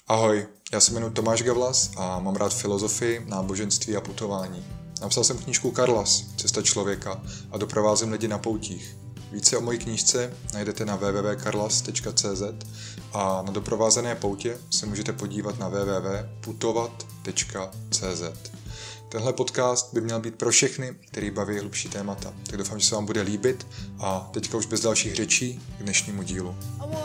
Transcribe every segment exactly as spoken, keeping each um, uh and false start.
Ahoj, já se jmenuji Tomáš Gavlas a mám rád filozofii, náboženství a putování. Napsal jsem knížku Karlas, Cesta člověka a doprovázím lidi na poutích. Více o mojí knížce najdete na w w w tečka karlas tečka c z a na doprovázené poutě se můžete podívat na w w w tečka putovat tečka c z. Tenhle podcast by měl být pro všechny, který baví hlubší témata. Tak doufám, že se vám bude líbit a teďka už bez dalších řečí k dnešnímu dílu.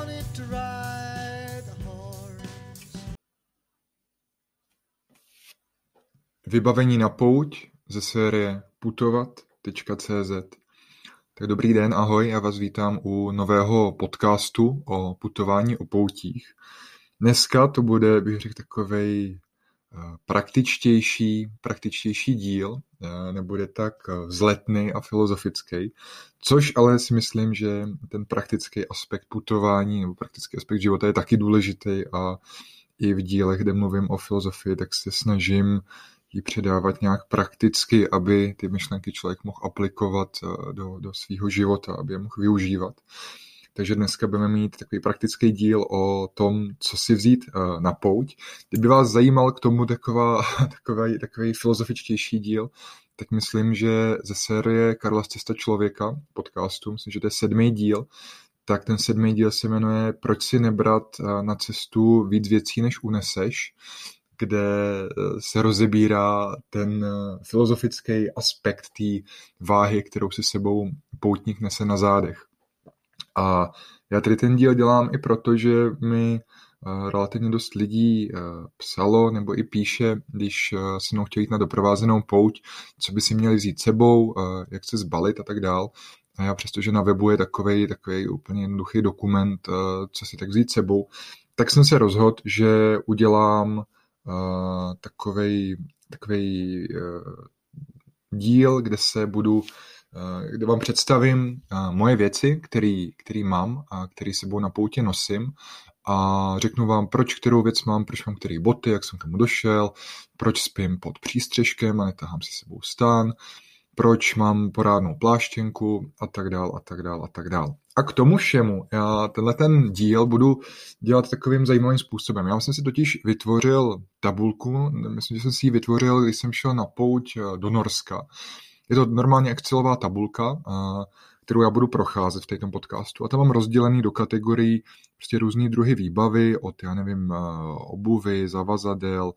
Vybavení na pouť ze série putovat tečka c z. Tak dobrý den, ahoj, já vás vítám u nového podcastu o putování, o poutích. Dneska to bude, bych řekl, takovej praktičtější, praktičtější díl, nebude tak vzletný a filozofický, což ale si myslím, že ten praktický aspekt putování nebo praktický aspekt života je taky důležitý a i v dílech, kde mluvím o filozofii, tak se snažím ji předávat nějak prakticky, aby ty myšlenky člověk mohl aplikovat do, do svého života, aby je mohl využívat. Takže dneska budeme mít takový praktický díl o tom, co si vzít na pouť. Kdyby vás zajímal k tomu taková, takový, takový filozofičtější díl, tak myslím, že ze série Karlas Cesta člověka podcastu, myslím, že to je sedmý díl, tak ten sedmý díl se jmenuje Proč si nebrat na cestu víc věcí, než uneseš, kde se rozebírá ten filozofický aspekt té váhy, kterou si sebou poutník nese na zádech. A já tady ten díl dělám i proto, že mi relativně dost lidí psalo nebo i píše, když se mnou chtěli jít na doprovázenou pouť, co by si měli vzít sebou, jak se zbalit a tak dál. A já přestože na webu je takovej, takovej úplně jednoduchý dokument, co si tak vzít sebou, tak jsem se rozhodl, že udělám Uh, takovej, takovej uh, díl, kde se budu, uh, kde vám představím uh, moje věci, který, který mám a který sebou na poutě nosím a řeknu vám, proč kterou věc mám, proč mám který boty, jak jsem k tomu došel, proč spím pod přístřeškem a netahám si sebou stán, proč mám porádnou pláštěnku a tak dál a tak dál a tak dál. A k tomu všemu já tenhle ten díl budu dělat takovým zajímavým způsobem. Já jsem si totiž vytvořil tabulku, myslím, že jsem si ji vytvořil, když jsem šel na pouť do Norska. Je to normálně Excelová tabulka, kterou já budu procházet v této podcastu. A tam mám rozdělený do kategorií prostě různý druhy výbavy, od, já nevím, obuvy, zavazadel,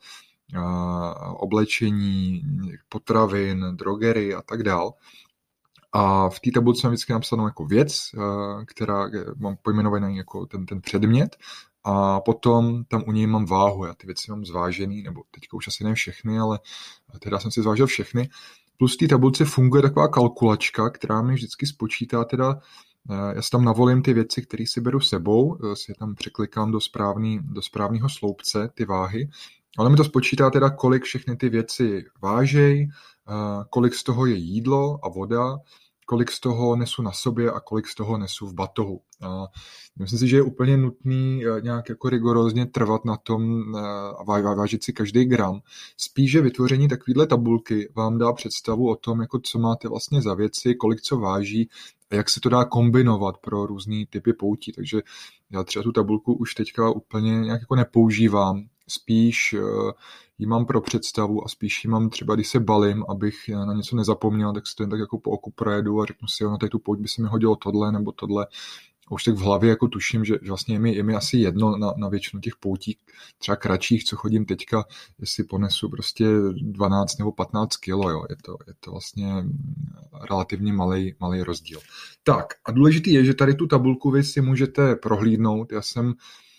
oblečení, potravin, drogery a tak dál. A v té tabulce mám vždycky napsanou jako věc, která mám pojmenovaný jako ten, ten předmět a potom tam u něj mám váhu. Já ty věci mám zvážený, nebo teďka už asi ne všechny, ale teda jsem si zvážil všechny. Plus v té tabulce funguje taková kalkulačka, která mi vždycky spočítá teda, já si tam navolím ty věci, které si beru sebou, si je tam překlikám do, správný, do správného sloupce, ty váhy, ale mi to spočítá teda, kolik všechny ty věci vážej, kolik z toho je jídlo a voda, kolik z toho nesu na sobě a kolik z toho nesu v batohu. A myslím si, že je úplně nutný nějak jako rigorózně trvat na tom a vážit si každý gram. Spíše vytvoření takovéhle tabulky vám dá představu o tom, jako co máte vlastně za věci, kolik co váží a jak se to dá kombinovat pro různý typy poutí. Takže já třeba tu tabulku už teďka úplně nějak jako nepoužívám. Spíš ji mám pro představu a spíš ji mám třeba, když se balím, abych na něco nezapomněl, tak si to jen tak jako po oku projedu a řeknu si, jo, na tady tu pouť by se mi hodilo tohle nebo tohle. A už tak v hlavě jako tuším, že vlastně je mi, je mi asi jedno na, na většinu těch poutí, třeba kratších, co chodím teďka, jestli ponesu prostě dvanáct nebo patnáct kilo, jo. Je to, je to vlastně relativně malej, malej rozdíl. Tak a důležitý je, že tady tu tabulku vy si můžete prohlídnout. Já jsem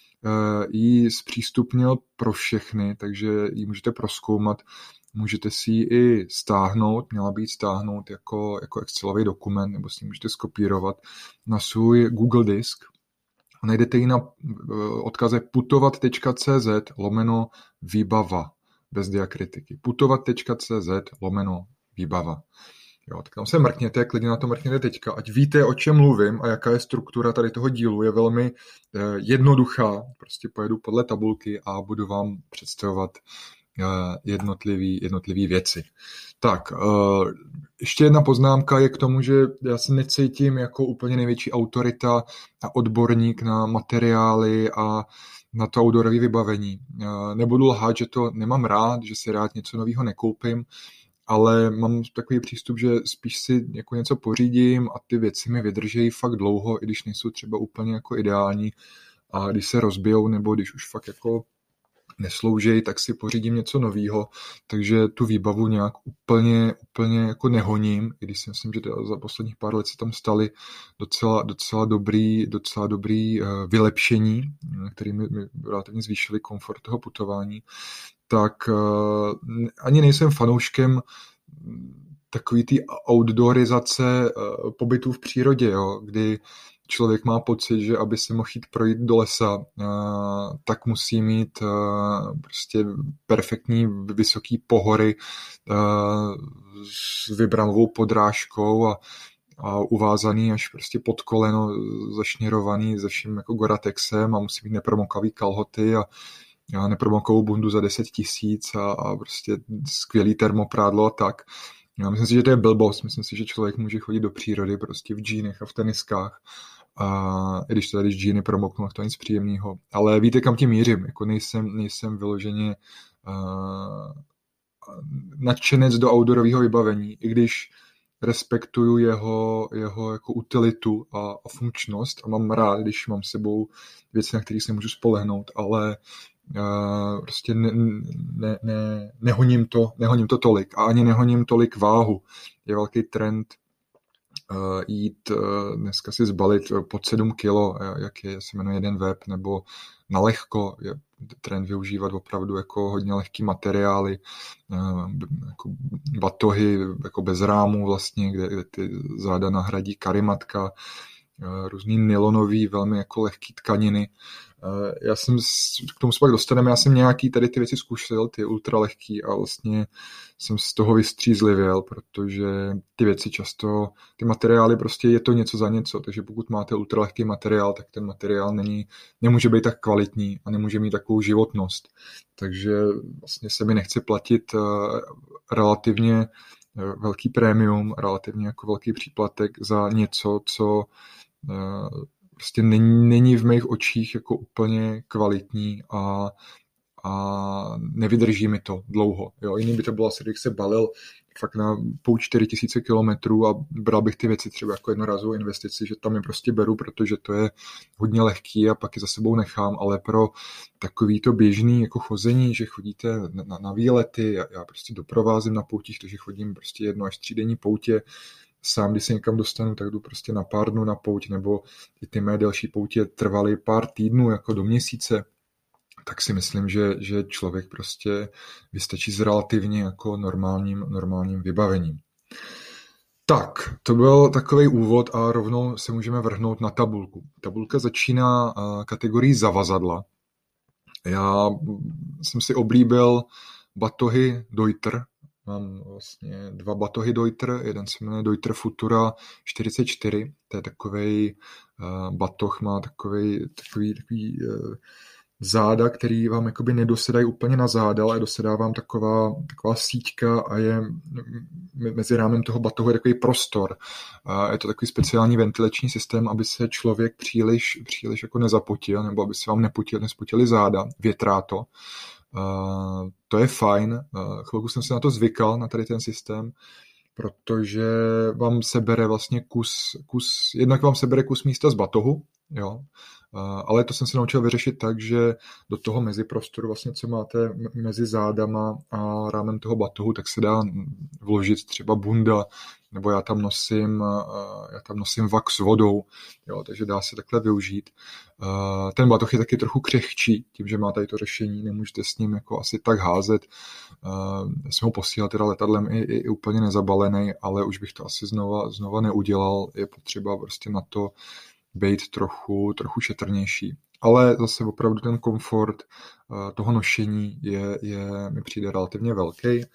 ji zpřístupnil pro všechny, takže ji můžete prozkoumat, můžete si ji i stáhnout, měla být stáhnout jako, jako Excelový dokument, nebo si ji můžete skopírovat na svůj Google disk. Najdete ji na odkaze putovat tečka c z lomeno výbava, bez diakritiky. putovat tečka c z lomeno výbava. Jo, tak tam se mrkněte, klidně na to mrkněte teďka, ať víte, o čem mluvím a jaká je struktura tady toho dílu. Je velmi eh, jednoduchá, prostě pojedu podle tabulky a budu vám představovat eh, jednotlivý, jednotlivý věci. Tak, eh, ještě jedna poznámka je k tomu, že já se necítím jako úplně největší autorita a odborník na materiály a na to outdoorové vybavení. Nebudu lhát, že to nemám rád, že si rád něco nového nekoupím, ale mám takový přístup, že spíš si jako něco pořídím a ty věci mi vydržejí fakt dlouho, i když nejsou třeba úplně jako ideální, a když se rozbijou nebo když už fakt jako neslouží, tak si pořídím něco nového, takže tu výbavu nějak úplně, úplně jako nehoním, i když si myslím, že za posledních pár let se tam staly docela, docela dobrý, docela dobrý vylepšení, které mi relativně zvýšily komfort toho putování, tak ani nejsem fanouškem takový té outdoorizace pobytu v přírodě, jo, kdy člověk má pocit, že aby se mohl jít projít do lesa, tak musí mít prostě perfektní vysoký pohory s vybranovou podrážkou a, a uvázaný až prostě pod koleno, zašněrovaný ze vším jako Goratexem a musí mít nepromokavý kalhoty a a nepromokavou bundu za deset tisíc a, a prostě skvělý termoprádlo a tak. Já myslím si, že to je blbost. Myslím si, že člověk může chodit do přírody prostě v džínech a v teniskách. A i když teda, když džíny promoknou, to nic příjemného. Ale víte, kam tím mířím. Jako nejsem, nejsem vyloženě uh, nadšenec do outdoorového vybavení, i když respektuju jeho, jeho jako utilitu a, a funkčnost a mám rád, když mám s sebou věci, na kterých se můžu spolehnout, ale Uh, prostě ne, ne, ne, nehoním, to, nehoním to tolik a ani nehoním tolik váhu. Je velký trend uh, jít uh, dneska si zbalit pod sedm kilo, jak je, se jmenuje jeden web, nebo na lehko. Je trend využívat opravdu jako hodně lehký materiály, uh, jako batohy jako bez rámu vlastně, kde, kde ty záda nahradí karimatka, uh, různý nylonový, velmi jako lehký tkaniny. Já jsem, k tomu se pak dostaneme, já jsem nějaký tady ty věci zkusil, ty ultralehký a vlastně jsem z toho vystřízlivěl, protože ty věci často, ty materiály prostě je to něco za něco, takže pokud máte ultralehký materiál, tak ten materiál není, nemůže být tak kvalitní a nemůže mít takovou životnost. Takže vlastně se mi nechce platit relativně velký prémium, relativně jako velký příplatek za něco, co prostě není, není v mých očích jako úplně kvalitní a, a nevydrží mi to dlouho. Jo? Jiný by to bylo asi, kdybych se balil fakt na půl čtyři tisíce kilometrů a bral bych ty věci třeba jako jednorázovou investici, že tam je prostě beru, protože to je hodně lehký a pak je za sebou nechám, ale pro takový to běžný jako chození, že chodíte na, na, na výlety, já, já prostě doprovázím na poutích, takže chodím prostě jedno až tři denní poutě. Sám, když se někam dostanu, tak jdu prostě na pár dnů na pouť, nebo i ty mé delší poutě trvaly pár týdnů, jako do měsíce, tak si myslím, že, že člověk prostě vystačí s relativně jako normálním, normálním vybavením. Tak, to byl takový úvod a rovnou se můžeme vrhnout na tabulku. Tabulka začíná kategorií zavazadla. Já jsem si oblíbil batohy Deuter. Mám vlastně dva batohy Deuter, jeden se jmenuje Deuter Futura čtyřicet čtyři, to je takovej uh, batoh, má takovej, takový, takový uh, záda, který vám jakoby nedosedají úplně na záda, ale dosedá vám taková, taková síťka a je mezi rámem toho batohu je takový prostor. Uh, je to takový speciální ventilační systém, aby se člověk příliš, příliš jako nezapotil, nebo aby se vám nepotil, nespotily záda, větrá to. Uh, to je fajn, uh, chvilku jsem se na to zvykal, na tady ten systém, protože vám sebere vlastně kus, kus jednak vám sebere kus místa z batohu, jo, uh, ale to jsem se naučil vyřešit tak, že do toho meziprostoru vlastně, co máte mezi zádama a rámem toho batohu, tak se dá vložit třeba bunda, nebo já tam nosím, uh, já tam nosím vak s vodou, jo, takže dá se takhle využít. Uh, ten batoh je taky trochu křehčí, tím, že má tady to řešení, nemůžete s ním jako asi tak házet. Uh, já jsem ho posílal teda letadlem i, i, i úplně nezabalený, ale už bych to asi znova, znova neudělal. Je potřeba prostě na to být trochu, trochu šetrnější. Ale zase opravdu ten komfort uh, toho nošení je, je, mi přijde relativně velký.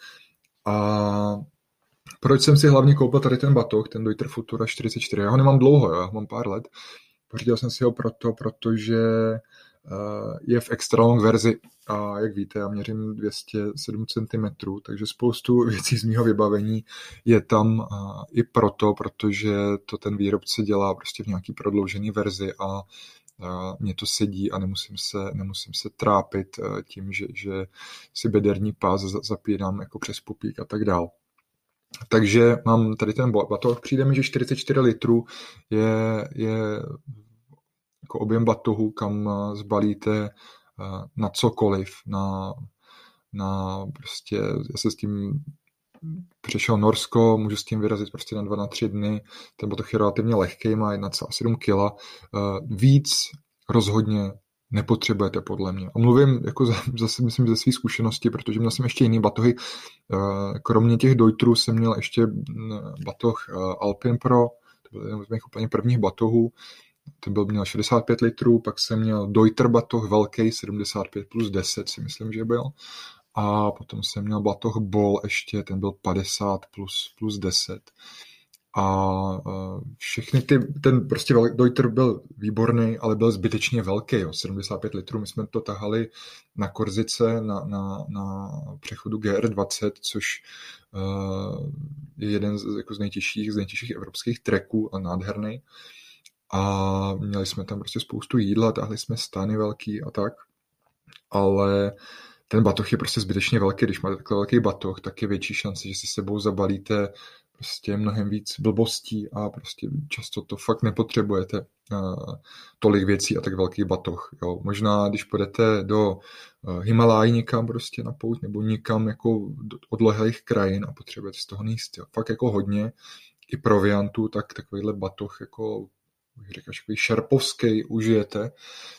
A proč jsem si hlavně koupil tady ten batoh, ten Deuter Futura čtyřicet čtyři? Já ho nemám dlouho, já ho mám pár let. Pořídil jsem si ho proto, protože uh, je v extra long verzi a jak víte, já měřím dvě stě sedm centimetrů, takže spoustu věcí z mýho vybavení je tam uh, i proto, protože to ten výrobce dělá prostě v nějaký prodloužený verzi a mně to sedí a nemusím se, nemusím se trápit tím, že, že si bederní pás zapínám jako přes pupík a tak dál. Takže mám tady ten batoh, přijde mi, že čtyřicet čtyři litrů je, je jako objem batohu, kam zbalíte na cokoliv, na, na prostě, já se s tím přešel Norsko, můžu s tím vyrazit prostě na dva, na tři dny, ten batoh je relativně lehký, má jedna celá sedm kila, víc rozhodně nepotřebujete podle mě. A mluvím jako zase myslím ze své zkušenosti, protože měl jsem ještě jiný batohy. Kromě těch Deuterů jsem měl ještě batoh Alpine Pro, to byl jeden z mých úplně prvních batohů. Ten byl měl šedesát pět litrů, pak jsem měl Deuter batoh velký, sedmdesát pět plus deset si myslím, že byl. A potom jsem měl batoh Ball ještě, ten byl padesát plus, plus deset. A všechny ty, ten prostě Deuter byl výborný, ale byl zbytečně velký, jo, sedmdesát pět litrů. My jsme to tahali na Korzice, na, na, na přechodu G R dvacet, což uh, je jeden z, jako z nejtěžších, z nejtěžších evropských tracků a nádherný. A měli jsme tam prostě spoustu jídla, tahli jsme stany velký a tak, ale ten batoh je prostě zbytečně velký. Když máte takhle velký batoh, tak je větší šance, že si sebou zabalíte prostě mnohem víc blbostí a prostě často to fakt nepotřebujete uh, tolik věcí a tak velký batoh. Jo. Možná, když půjdete do uh, Himalají někam prostě na pouť nebo někam jako do odlehlých krajin a potřebujete z toho níst, jo. Fakt jako hodně i proviantu, tak takovýhle batoh jako říkáš, takový šerpovský užijete,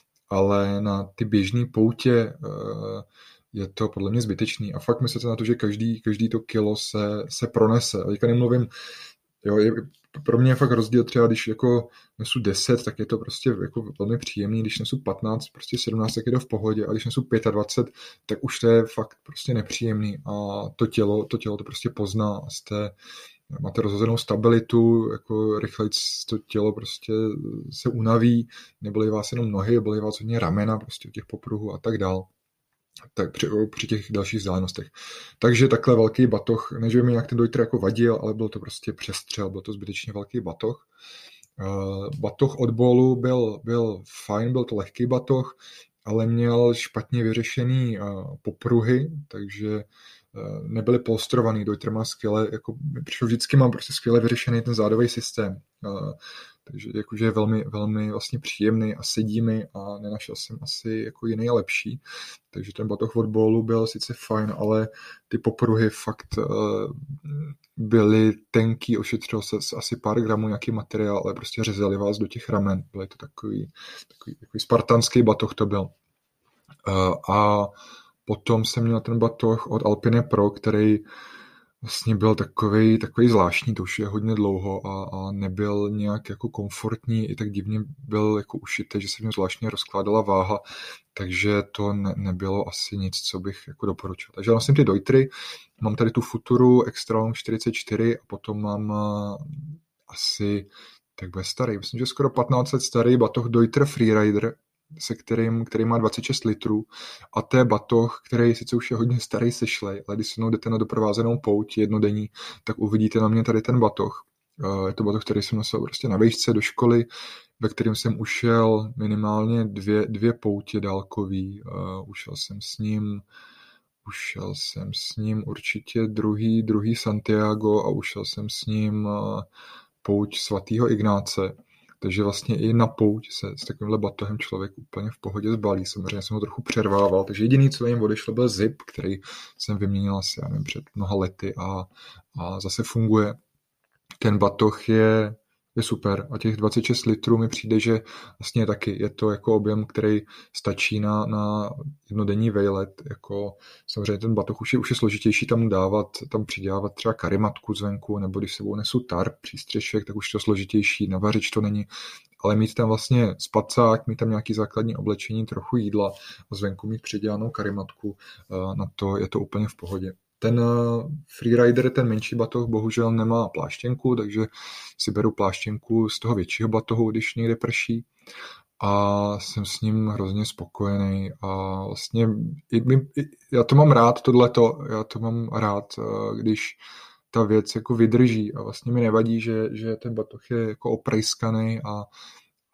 ale na ty běžné poutě uh, je to podle mě zbytečný. A fakt myslíte na to, že každý, každý to kilo se, se pronese. A teďka nemluvím, jo, je, pro mě je fakt rozdíl třeba, když jako nesu deset, tak je to prostě jako velmi příjemný, když nesu patnáct, prostě sedmnáct, tak je to v pohodě, a když nesu dvacet pět, tak už to je fakt prostě nepříjemný a to tělo, to tělo to prostě pozná a jste, máte rozhozenou stabilitu, jako rychleji to tělo prostě se unaví, nebyly vás jenom nohy, byly vás hodně ramena prostě od těch popruhů a tak dál. Tak při, při těch dalších vzdálenostech. Takže takhle velký batoh, než by mi nějak ten Deuter jako vadil, ale byl to prostě přestřel, byl to zbytečně velký batoh. Uh, batoh od Ballu byl, byl fajn, byl to lehký batoh, ale měl špatně vyřešený uh, popruhy, takže uh, nebyly polstrovaný. Deuter má skvěle, jako přišel vždycky mám prostě skvěle vyřešený ten zádový systém. Uh, takže jakože je velmi, velmi vlastně příjemný a sedí mi a nenašel jsem asi jako jiný a lepší. Takže ten batoh od Ballu byl sice fajn, ale ty popruhy fakt uh, byly tenký, ošetřil se asi pár gramů nějaký materiál, ale prostě řezali vás do těch ramen. Byl to takový, takový, takový spartanský batoh to byl. Uh, a potom jsem měl ten batoh od Alpine Pro, který vlastně byl takový, takový zvláštní, to už je hodně dlouho a, a nebyl nějak jako komfortní, i tak divně byl jako ušité, že se v něm zvláštně rozkládala váha, takže to ne, nebylo asi nic, co bych jako doporučil. Takže vlastně ty Deutery, mám tady tu Futuru Extra Long čtyřicet čtyři a potom mám uh, asi, tak bude starý, myslím, že skoro patnáct let starý batoh Deuter Freerider, se kterým, který má dvacet šest litrů a to je batoh, který sice už je hodně starý sešlej, ale když se mnou jdete na doprovázenou pouť jednodenní, tak uvidíte na mě tady ten batoh. Je to batoh, který jsem nosil prostě na výšce do školy, ve kterém jsem ušel minimálně dvě, dvě poutě dálkový. Ušel jsem s ním ušel jsem s ním určitě druhý, druhý Santiago a ušel jsem s ním pouť svatého Ignáce. Takže vlastně i na pouť se s takovýmhle batohem člověk úplně v pohodě zbalí. Samozřejmě jsem ho trochu přervával, takže jediný, co jim odešlo, byl zip, který jsem vyměnil asi, já nevím, před mnoha lety a, a zase funguje. Ten batoh je, je super a těch dvacet šest litrů mi přijde, že vlastně taky je to jako objem, který stačí na, na jednodenní vejlet. Jako, samozřejmě ten batoh už je, už je složitější tam dávat, tam přidávat třeba karimatku zvenku, nebo když sebou nesu tarp, přístřešek, tak už to složitější, na vařič to není, ale mít tam vlastně spacák, mít tam nějaký základní oblečení, trochu jídla a zvenku mít přidělanou karimatku, na to je to úplně v pohodě. Ten Freerider, ten menší batoh, bohužel nemá pláštěnku, takže si beru pláštěnku z toho většího batohu, když někde prší a jsem s ním hrozně spokojený a vlastně já to mám rád, tohleto, já to mám rád, když ta věc jako vydrží a vlastně mi nevadí, že, že ten batoh je jako oprejskaný a,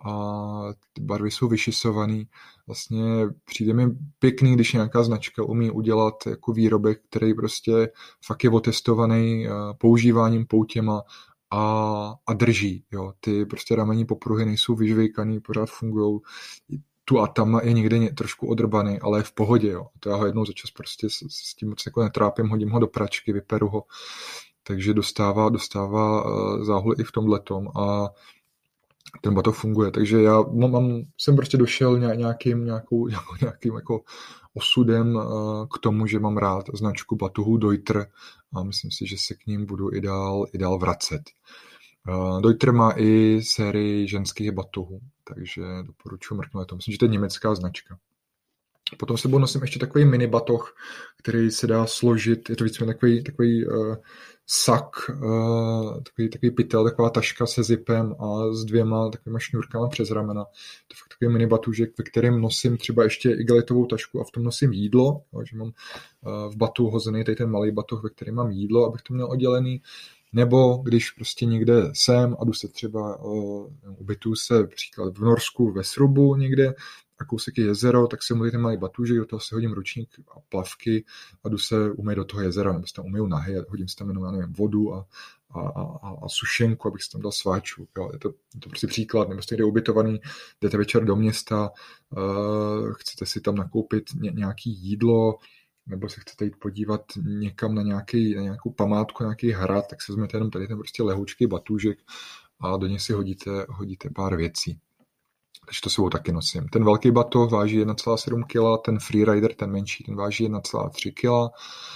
a ty barvy jsou vyšisovaný. Vlastně přijde mi pěkný, když nějaká značka umí udělat jako výrobek, který prostě fakt je otestovaný používáním poutěma a, a drží. Jo. Ty prostě ramení popruhy nejsou vyžvejkaný, pořád fungujou. Tu a tam je někde trošku odrbaný, ale je v pohodě. Jo. To já ho jednou za čas prostě s, s tím moc jako netrápím, hodím ho do pračky, vyperu ho. Takže dostává, dostává záhul i v tomhletom a ten batoh funguje. Takže já mám, mám, jsem prostě došel nějakým, nějakou, nějakým jako osudem k tomu, že mám rád značku batohů Deuter a myslím si, že se k ním budu i dál, i dál vracet. Deuter má i sérii ženských batohů, takže doporučuji mrknout to. Myslím, že to je německá značka. Potom s sebou nosím ještě takový mini batoh, který se dá složit, je to víc takový, takový uh, sak, uh, takový, takový pytel, taková taška se zipem a s dvěma takovýma šňůrkama přes ramena. To je fakt takový mini batužek, ve kterém nosím třeba ještě igelitovou tašku a v tom nosím jídlo, jo, že mám uh, v batu hozený tady ten malý batoh, ve kterém mám jídlo, abych to měl oddělený. Nebo když prostě někde jsem a jdu se třeba, uh, ubytuju se příklad v Norsku ve Srubu někde, a kousek je jezero, tak si mu ten malý batůžek, do toho si hodím ručník a plavky a jdu se umýt do toho jezera, nebo si tam umyju nahy a hodím si tam jenom, já nevím, vodu a, a, a, a sušenku, abych si tam dal sváču. Jo. Je, to, je to prostě příklad, nebo jste někde ubytovaný, jdete večer do města, uh, chcete si tam nakoupit ně, nějaký jídlo, nebo se chcete jít podívat někam na, nějaký, na nějakou památku, na nějaký hrad, tak si vezmete jenom tady ten prostě lehoučký batůžek a do něj si hodíte, hodíte pár věcí. Takže to sebou taky nosím. Ten velký batoh váží jedna celá sedm kila, ten Freerider, ten menší, ten váží jedna celá tři kila.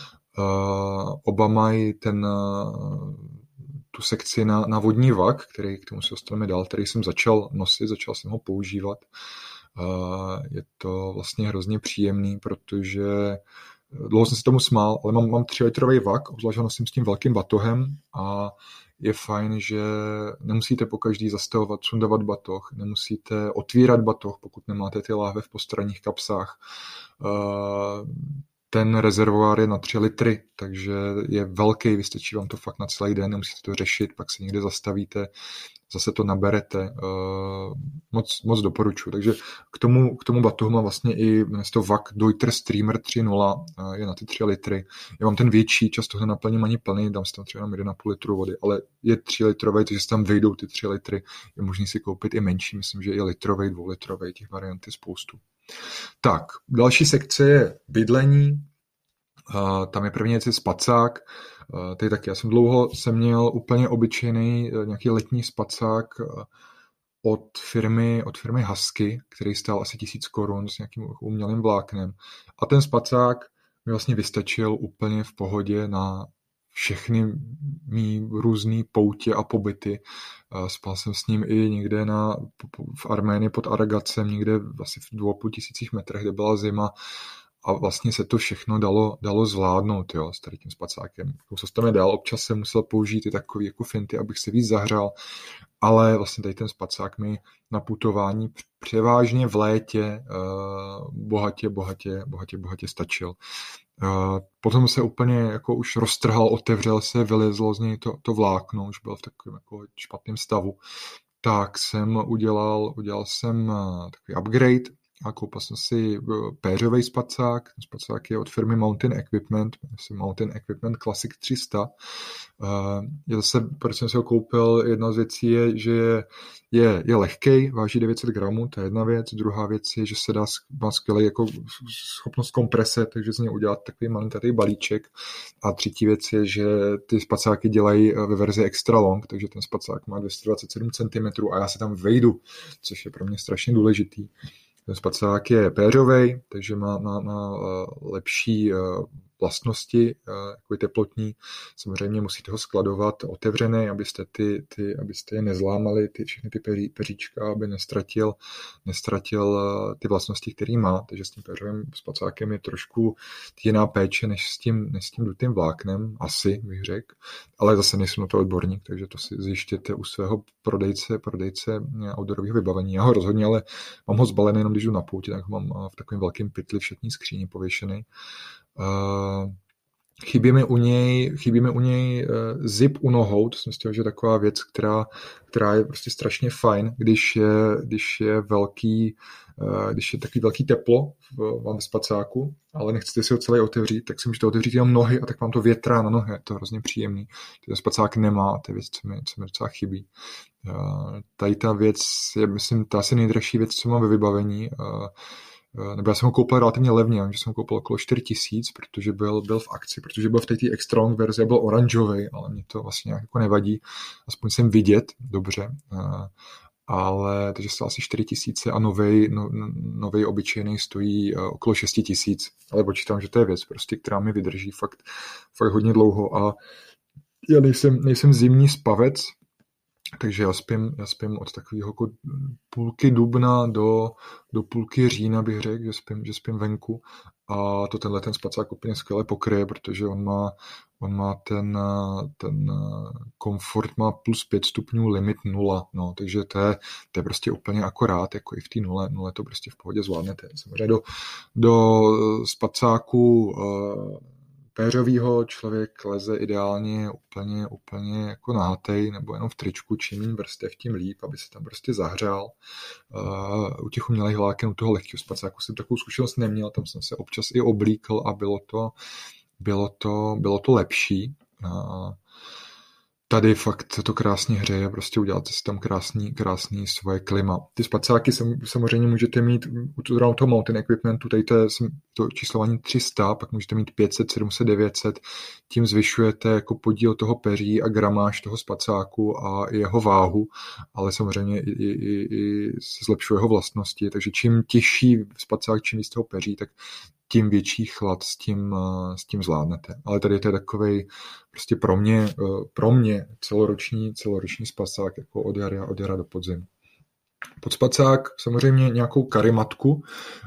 Uh, oba mají ten, uh, tu sekci na, na vodní vak, který k tomu se dostaneme dál, který jsem začal nosit, začal jsem ho používat. Uh, je to vlastně hrozně příjemný, protože dlouho jsem se tomu smál, ale mám, mám tři litrový vak, obzvlášť ho nosím s tím velkým batohem a je fajn, že nemusíte pokaždý zastavovat, sundovat batoh, nemusíte otvírat batoh, pokud nemáte ty láhve v postranních kapsách. Ten rezervoár je na tři litry, takže je velký, vystačí vám to fakt na celý den, nemusíte to řešit, pak se někde zastavíte, zase to naberete. Moc, moc doporučuji. Takže k tomu, k tomu batohu mám vlastně i to V A K Deuter Streamer tři nula, je na ty tři litry. Já mám ten větší, často ho nenaplním ani plný, dám si tam třeba jeden a půl litru vody, ale je tři litrový, takže se tam vejdou ty tři litry. Je možný si koupit i menší, myslím, že i litrový, dvoulitrový, těch variant je spoustu. Tak, další sekce je bydlení. Uh, tam je první věc je spacák. Uh, tady taky, já jsem dlouho jsem měl úplně obyčejný uh, nějaký letní spacák uh, od firmy, od firmy Husky, který stál asi tisíc korun s nějakým umělým vláknem. A ten spacák mi vlastně vystačil úplně v pohodě na všechny mý různý poutě a pobyty. Uh, spal jsem s ním i někde na, v Arménii pod Aragacem, někde asi v dvou a půl tisících metrech, kde byla zima. A vlastně se to všechno dalo, dalo zvládnout, jo, s tady tím spacákem. Co se tam dál, občas jsem musel použít i takový jako finty, abych se víc zahřál, ale vlastně tady ten spacák mi na putování převážně v létě uh, bohatě, bohatě, bohatě, bohatě stačil. Uh, potom se úplně jako už roztrhal, otevřel se, vylezlo z něj to, to vlákno, už byl v takovém jako špatném stavu. Tak jsem udělal, udělal jsem uh, takový upgrade, a koupil jsem si péřový spacák. Ten spacák je od firmy Mountain Equipment, Mountain Equipment Classic tři sta. Je zase, proč jsem si ho koupil, jedna z věcí je, že je, je, je lehkej, váží devět set gramů, to je jedna věc. Druhá věc je, že se dá, má skvělý jako schopnost komprese, takže z něj udělat takový malinkatý balíček. A třetí věc je, že ty spacáky dělají ve verzi extra long, takže ten spacák má dvě stě dvacet sedm centimetrů a já se tam vejdu, což je pro mě strašně důležitý. Ten spacák je péřovej, takže má, má, má lepší vlastnosti, jako teplotní. Samozřejmě musíte ho skladovat otevřený, abyste, ty, ty, abyste je nezlámali, ty, všechny ty peří, peříčka, aby nestratil, nestratil ty vlastnosti, které má. Takže s tím péřovým spacákem je trošku jiná péče, než s tím, než s tím dutým vláknem, asi bych řekl. Ale zase nejsem na to odborník, takže to si zjištěte u svého prodejce, prodejce outdoorového vybavení. Já ho rozhodně, ale mám ho zbalený jenom když jdu na pouti, tak ho mám v takovém velkém pytli v šatní skříni pověšený. Uh, Chybí mi u něj, chybí mi u něj uh, zip u nohou, to si myslím, že je taková věc, která, která je prostě strašně fajn, když je, když je velký, uh, když je takový velký teplo v, vám ve spacáku, ale nechcete si ho celý otevřít, tak si můžete otevřít jenom nohy a tak vám to větrá na nohy, je to hrozně příjemný. Ten spacák nemá, to je věc, co mi, co mi docela chybí. Uh, tady ta věc je, myslím, ta asi nejdražší věc, co mám ve vybavení. Uh, nebo já jsem ho koupil relativně levně, že jsem ho koupil okolo čtyři tisíc, protože byl, byl v akci, protože byl v té extra long verzi a byl oranžový, ale mě to vlastně nějak jako nevadí, aspoň jsem vidět dobře, ale takže stál asi čtyři tisíce a novej, no, novej obyčejný stojí okolo šest tisíc, ale počítám, že to je věc, prostě, která mi vydrží fakt, fakt hodně dlouho a já nejsem, nejsem zimní spavec, takže já spím, já spím od takového jako půlky dubna do, do půlky října, bych řekl, že spím, že spím venku a to tenhle ten spacák úplně skvěle pokryje, protože on má, on má ten, ten komfort má plus pět stupňů, limit nula, no, takže to je, to je prostě úplně akorát, jako i v té nule, nule to prostě v pohodě zvládnete. Samozřejmě do, do spacáku uh, péřovýho člověk leze ideálně úplně, úplně jako nahatej nebo jenom v tričku, čím méně vrstev, tím líp, aby se tam prostě zahřál. Uh, u těch umělých vláken, u toho lehkého spacáku jsem takovou zkušenost neměl, tam jsem se občas i oblíkl a bylo to, bylo to, bylo to lepší. Uh, Tady fakt to krásně hřeje, prostě uděláte si tam krásný, krásný svoje klima. Ty spacáky samozřejmě můžete mít u toho mountain equipmentu, tady to je to číslování tři sta, pak můžete mít pět set, sedm set, devět set, tím zvyšujete jako podíl toho peří a gramáž toho spacáku a jeho váhu, ale samozřejmě i, i, i se zlepšuje jeho vlastnosti, takže čím těžší spacák, čím víc toho peří, tak tím větší chlad s tím, s tím zvládnete. Ale tady to je takovej prostě pro mě, pro mě celoroční, celoroční spacák jako od jara, od jara do podzimu. Pod spacák samozřejmě nějakou karimatku.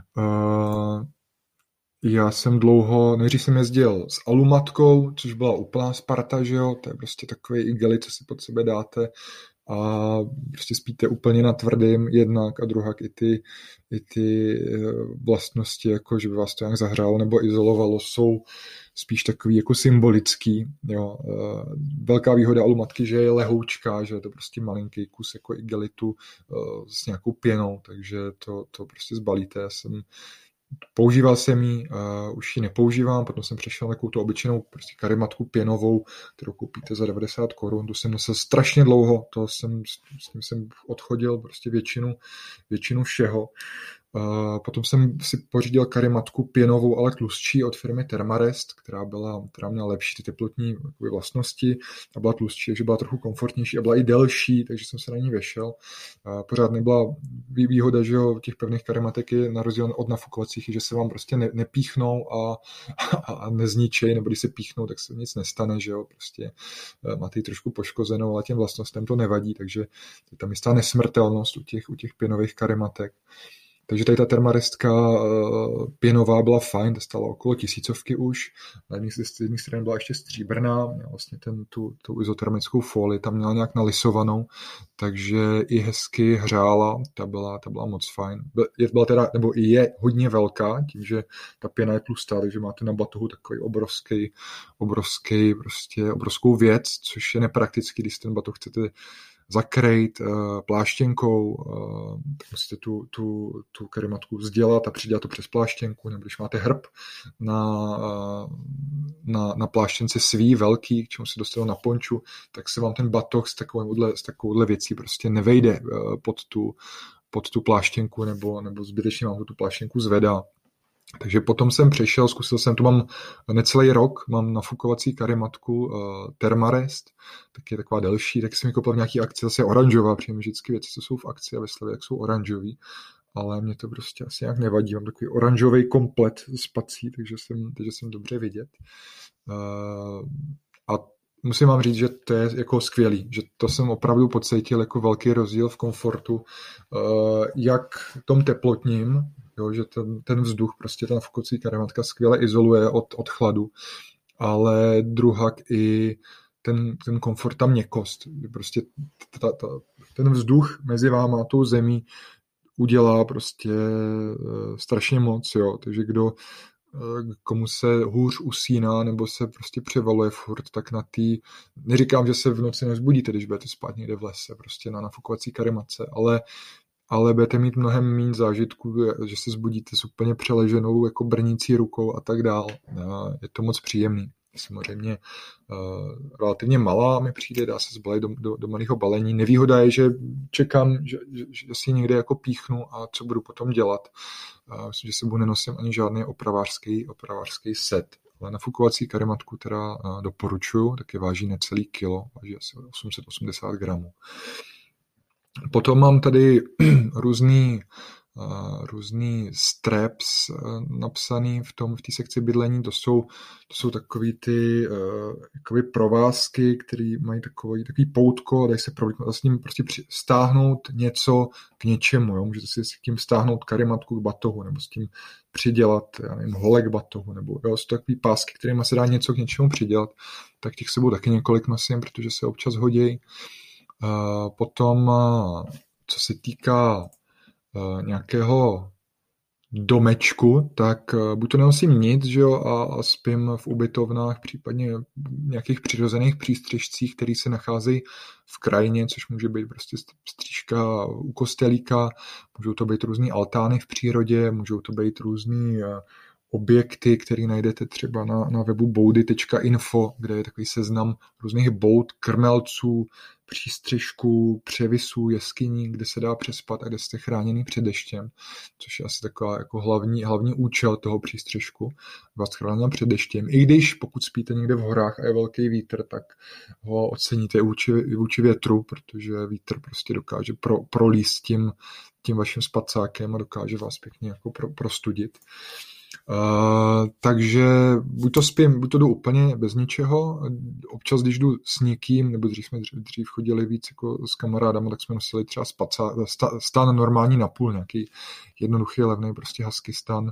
Já jsem dlouho, nejdřív jsem jezdil s alumatkou, což byla úplná Sparta, že jo, to je prostě takový igely, co si pod sebe dáte a prostě spíte úplně na tvrdým jednak a druhak i ty, i ty vlastnosti, jako že by vás to nějak zahřálo nebo izolovalo, jsou spíš takový jako symbolický. Jo. Velká výhoda alumatky, že je lehoučká, že je to prostě malinký kus jako igelitu s nějakou pěnou, takže to, to prostě zbalíte. Já jsem používal jsem ji, uh, už ji nepoužívám, potom jsem přešel na takovou tu obyčejnou prostě karimatku pěnovou, kterou koupíte za devadesát korun, to jsem nosil strašně dlouho, to jsem, s tím jsem odchodil prostě většinu, většinu všeho. Uh, potom jsem si pořídil karimatku pěnovou, ale tlustší od firmy Thermarest, která, byla, která měla lepší ty teplotní vlastnosti a byla tlustší, takže byla trochu komfortnější a byla i delší, takže jsem se na ní vešel. Uh, pořád nebyla výhoda, že jo, těch pevných karimatek je na rozdíl od nafukovacích, že se vám prostě ne, nepíchnou a, a, a nezničej, nebo když se píchnou, tak se nic nestane, že jo, prostě uh, máte ji trošku poškozenou, ale těm vlastnostem to nevadí, takže je tam jistá nesmrtelnost u těch, u těch pěnových karimatek. Takže tady ta Thermarestka uh, pěnová byla fajn, dostala okolo tisícovky už. Na jedné straně byla ještě stříbrná, měla vlastně ten, tu, tu izotermickou folii, tam měla nějak nalisovanou, takže i hezky hřála, ta byla, ta byla moc fajn. Byla teda, nebo i je hodně velká, tím, že ta pěna je tlustá, takže máte na batohu takový obrovský, obrovský, prostě obrovskou věc, což je nepraktický, když ten batoh chcete zakrejt uh, pláštěnkou, uh, tak musíte tu, tu, tu karimatku vzdělat a přidělat to přes pláštěnku, nebo když máte hrb na, uh, na, na pláštěnce svý velký, k čemu se dostalo na ponču, tak se vám ten batoh s takovouhle, s takovouhle věcí prostě nevejde uh, pod, tu, pod tu pláštěnku, nebo, nebo zbytečně vám tu pláštěnku zvedá. Takže potom jsem přešel, zkusil jsem, tu mám necelý rok, mám nafukovací karimatku uh, Thermarest, tak je taková delší, tak jsem ji koupil v nějaký akci, zase oranžová, protože vždycky věci, co jsou v akci a ve slevě, jak jsou oranžový, ale mě to prostě asi nějak nevadí, mám takový oranžový komplet spací, takže jsem, takže jsem dobře vidět. Uh, a musím vám říct, že to je jako skvělý, že to jsem opravdu pocítil jako velký rozdíl v komfortu, uh, jak tom teplotním, jo, že ten, ten vzduch, prostě ta nafukovací karimatka skvěle izoluje od, od chladu, ale druhak i ten, ten komfort, ta měkkost, prostě ta, ta, ten vzduch mezi váma a tou zemí udělá prostě uh, strašně moc, jo, takže kdo komu se hůř usíná nebo se prostě převaluje furt, tak na tý, neříkám, že se v noci nezbudíte, když budete spát někde v lese, prostě na nafukovací karimatce, ale, ale budete mít mnohem méně zážitků, že se zbudíte s úplně přeleženou jako brnící rukou a tak dál. Je to moc příjemný. Samozřejmě uh, relativně malá mi přijde, dá se zbalit do, do, do malého balení. Nevýhoda je, že čekám, že, že, že si někde jako píchnu a co budu potom dělat. Uh, myslím, že se budu nenosím ani žádný opravářský, opravářský set. Ale nafukovací karimatku teda uh, doporučuju, taky váží necelý kilo, váží asi osm set osmdesát gramů. Potom mám tady různý Uh, různý straps uh, napsaný v tom, v té sekci bydlení, to jsou, to jsou takový ty uh, jakoby provázky, které mají takový, takový poutko, dají se pro, s ním prostě stáhnout něco k něčemu, jo? Můžete si s tím stáhnout karimatku k batohu, nebo s tím přidělat, já nevím, holek batohu, nebo jo, jsou takový pásky, kterými se dá něco k něčemu přidělat, tak těch sebou taky několik nosím, protože se občas hodí. Uh, potom, uh, co se týká Uh, nějakého domečku, tak uh, buď to nenosím nic, že jo, a, a spím v ubytovnách, případně v nějakých přirozených přístřešcích, které se nacházejí v krajině, což může být prostě střížka u kostelíka, můžou to být různý altány v přírodě, můžou to být různý uh, objekty, které najdete třeba na, na webu boudy tečka info, kde je takový seznam různých boud, krmelců, přístřešků, převisů, jeskyní, kde se dá přespat a kde jste chráněný před deštěm, což je asi taková jako hlavní, hlavní účel toho přístřešku, vás chránit před deštěm. I když pokud spíte někde v horách a je velký vítr, tak ho oceníte vůči, vůči větru, protože vítr prostě dokáže pro, prolíst tím, tím vaším spacákem a dokáže vás pěkně jako pro, prostudit. Uh, takže buď to spím, buď to jdu úplně bez ničeho, občas když jdu s někým, nebo dřív jsme dřív chodili víc jako s kamarádama, tak jsme nosili třeba spacá, sta, stan normální napůl, nějaký jednoduchý, levný prostě husky stan,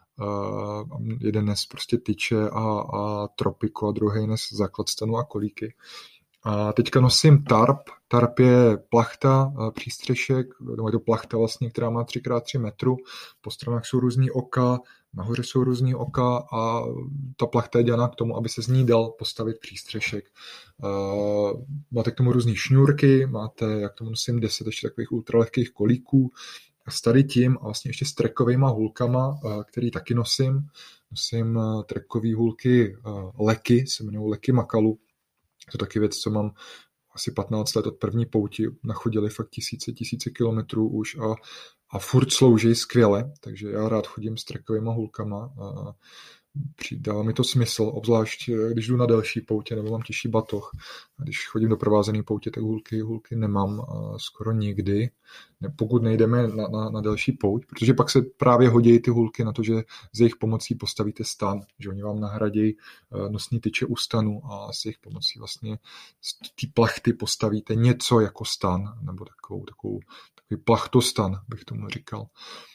uh, jeden nes prostě tyče a, a tropiku a druhý nes základ stanu a kolíky. A teďka nosím tarp. Tarp je plachta, přístřešek, je to plachta vlastně, která má tři krát tři metru. Po stranách jsou různý oka, nahoře jsou různý oka a ta plachta je dělaná k tomu, aby se z ní dal postavit přístřešek. Máte k tomu různý šňůrky, máte, jak tomu nosím, deset ještě takových ultralehkých kolíků. A s tady tím a vlastně ještě s trekovýma hůlkama, který taky nosím. Nosím trekové hůlky Leky, se jmenují Leky Makalu. To taky věc, co mám asi patnáct let od první pouti, nachodili fakt tisíce, tisíce kilometrů už a, a furt slouží skvěle, takže já rád chodím s trekovýma hůlkama a dává mi to smysl, obzvlášť když jdu na delší poutě nebo mám těžší batoh. A když chodím do provázený poutě, tak hůlky, hůlky nemám skoro nikdy, ne, pokud nejdeme na, na, na delší pouť, protože pak se právě hodí ty hůlky na to, že z jejich pomocí postavíte stan, že oni vám nahradí nosní tyče u stanu a s jejich pomocí vlastně z té plachty postavíte něco jako stan, nebo takovou, takovou, takový plachtostan, bych tomu říkal.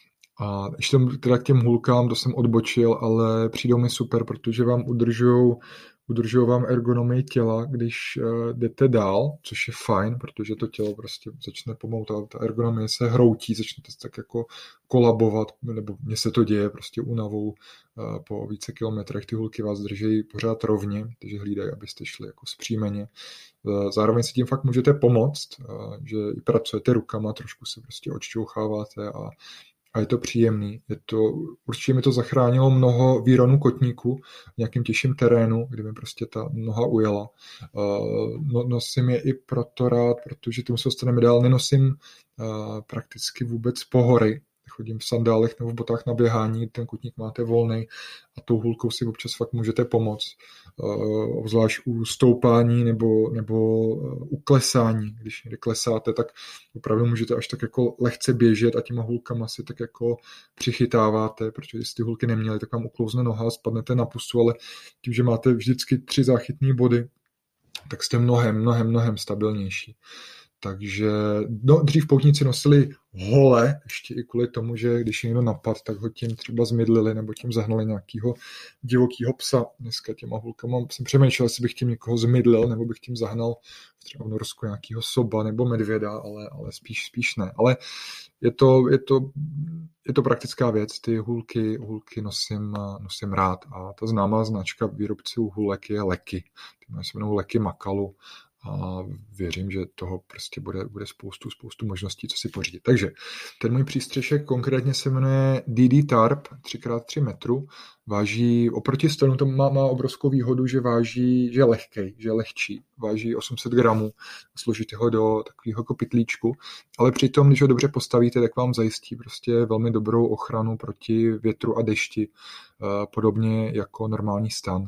A ještě teda k těm hůlkám, to jsem odbočil, ale přijdou mi super, protože vám udržujou, udržujou vám ergonomii těla, když uh, jdete dál, což je fajn, protože to tělo prostě začne pomalu, ta, ta ergonomie se hroutí, začnete tak jako kolabovat, nebo mně se to děje prostě únavou uh, po více kilometrech, ty hůlky vás drží pořád rovně, takže hlídají, abyste šli jako zpříjmeně. Uh, zároveň si tím fakt můžete pomoct, uh, že i pracujete rukama, trošku se prostě odšťoucháváte a A je to příjemný. Je to, určitě mi to zachránilo mnoho výronů kotníku v nějakém těžším terénu, kde mi prostě ta noha ujela. Uh, no, nosím je i proto rád, protože tomu se dostaneme dál. Nenosím uh, prakticky vůbec pohory. Chodím v sandálech nebo v botách na běhání, ten kotník máte volný a tou hůlkou si občas fakt můžete pomoct. Uh, obzvlášť u stoupání nebo, nebo uh, u klesání. Když někde klesáte, tak opravdu můžete až tak jako lehce běžet a těma hůlkama si tak jako přichytáváte, protože jestli ty hůlky neměly, tak vám uklouzne noha a spadnete na pusu, ale tím, že máte vždycky tři záchytné body, tak jste mnohem, mnohem, mnohem stabilnější. Takže no, dřív poutníci nosili hole, ještě i kvůli tomu, že když je někdo napad, tak ho tím třeba zmydlili nebo tím zahnali nějakého divokého psa. Dneska těma hulkama jsem přemýšlel, jestli bych tím někoho zmydlil nebo bych tím zahnal třeba v Norsku nějakého soba nebo medvěda, ale, ale spíš, spíš ne. Ale je to, je to, je to praktická věc. Ty hulky, hulky nosím, nosím rád a ta známá značka výrobců hulek je Leky. Ty se jmenují Leky Makalu. A věřím, že toho prostě bude, bude spoustu, spoustu možností, co si pořídit. Takže ten můj přístřešek konkrétně se jmenuje D D Tarp tři krát tři metru. Váží, oproti stanu to má, má obrovskou výhodu, že váží, že je lehkej, že je lehčí. Váží osm set gramů, složíte ho do takového jako pytlíčku, ale přitom, když ho dobře postavíte, tak vám zajistí prostě velmi dobrou ochranu proti větru a dešti, podobně jako normální stan.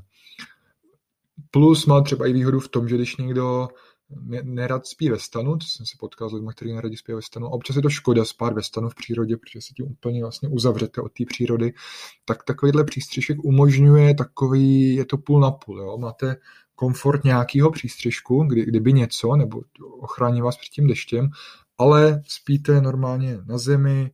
Plus má třeba i výhodu v tom, že když někdo nerad spí ve stanu, to jsem se potkal s lidmi, kteří neradi spí ve stanu, a občas je to škoda spát ve stanu v přírodě, protože se tím úplně vlastně uzavřete od té přírody, tak takovýhle přístřešek umožňuje takový, je to půl na půl, jo? Máte komfort nějakého přístřešku, kdy, kdyby něco, nebo ochrání vás před tím deštěm, ale spíte normálně na zemi,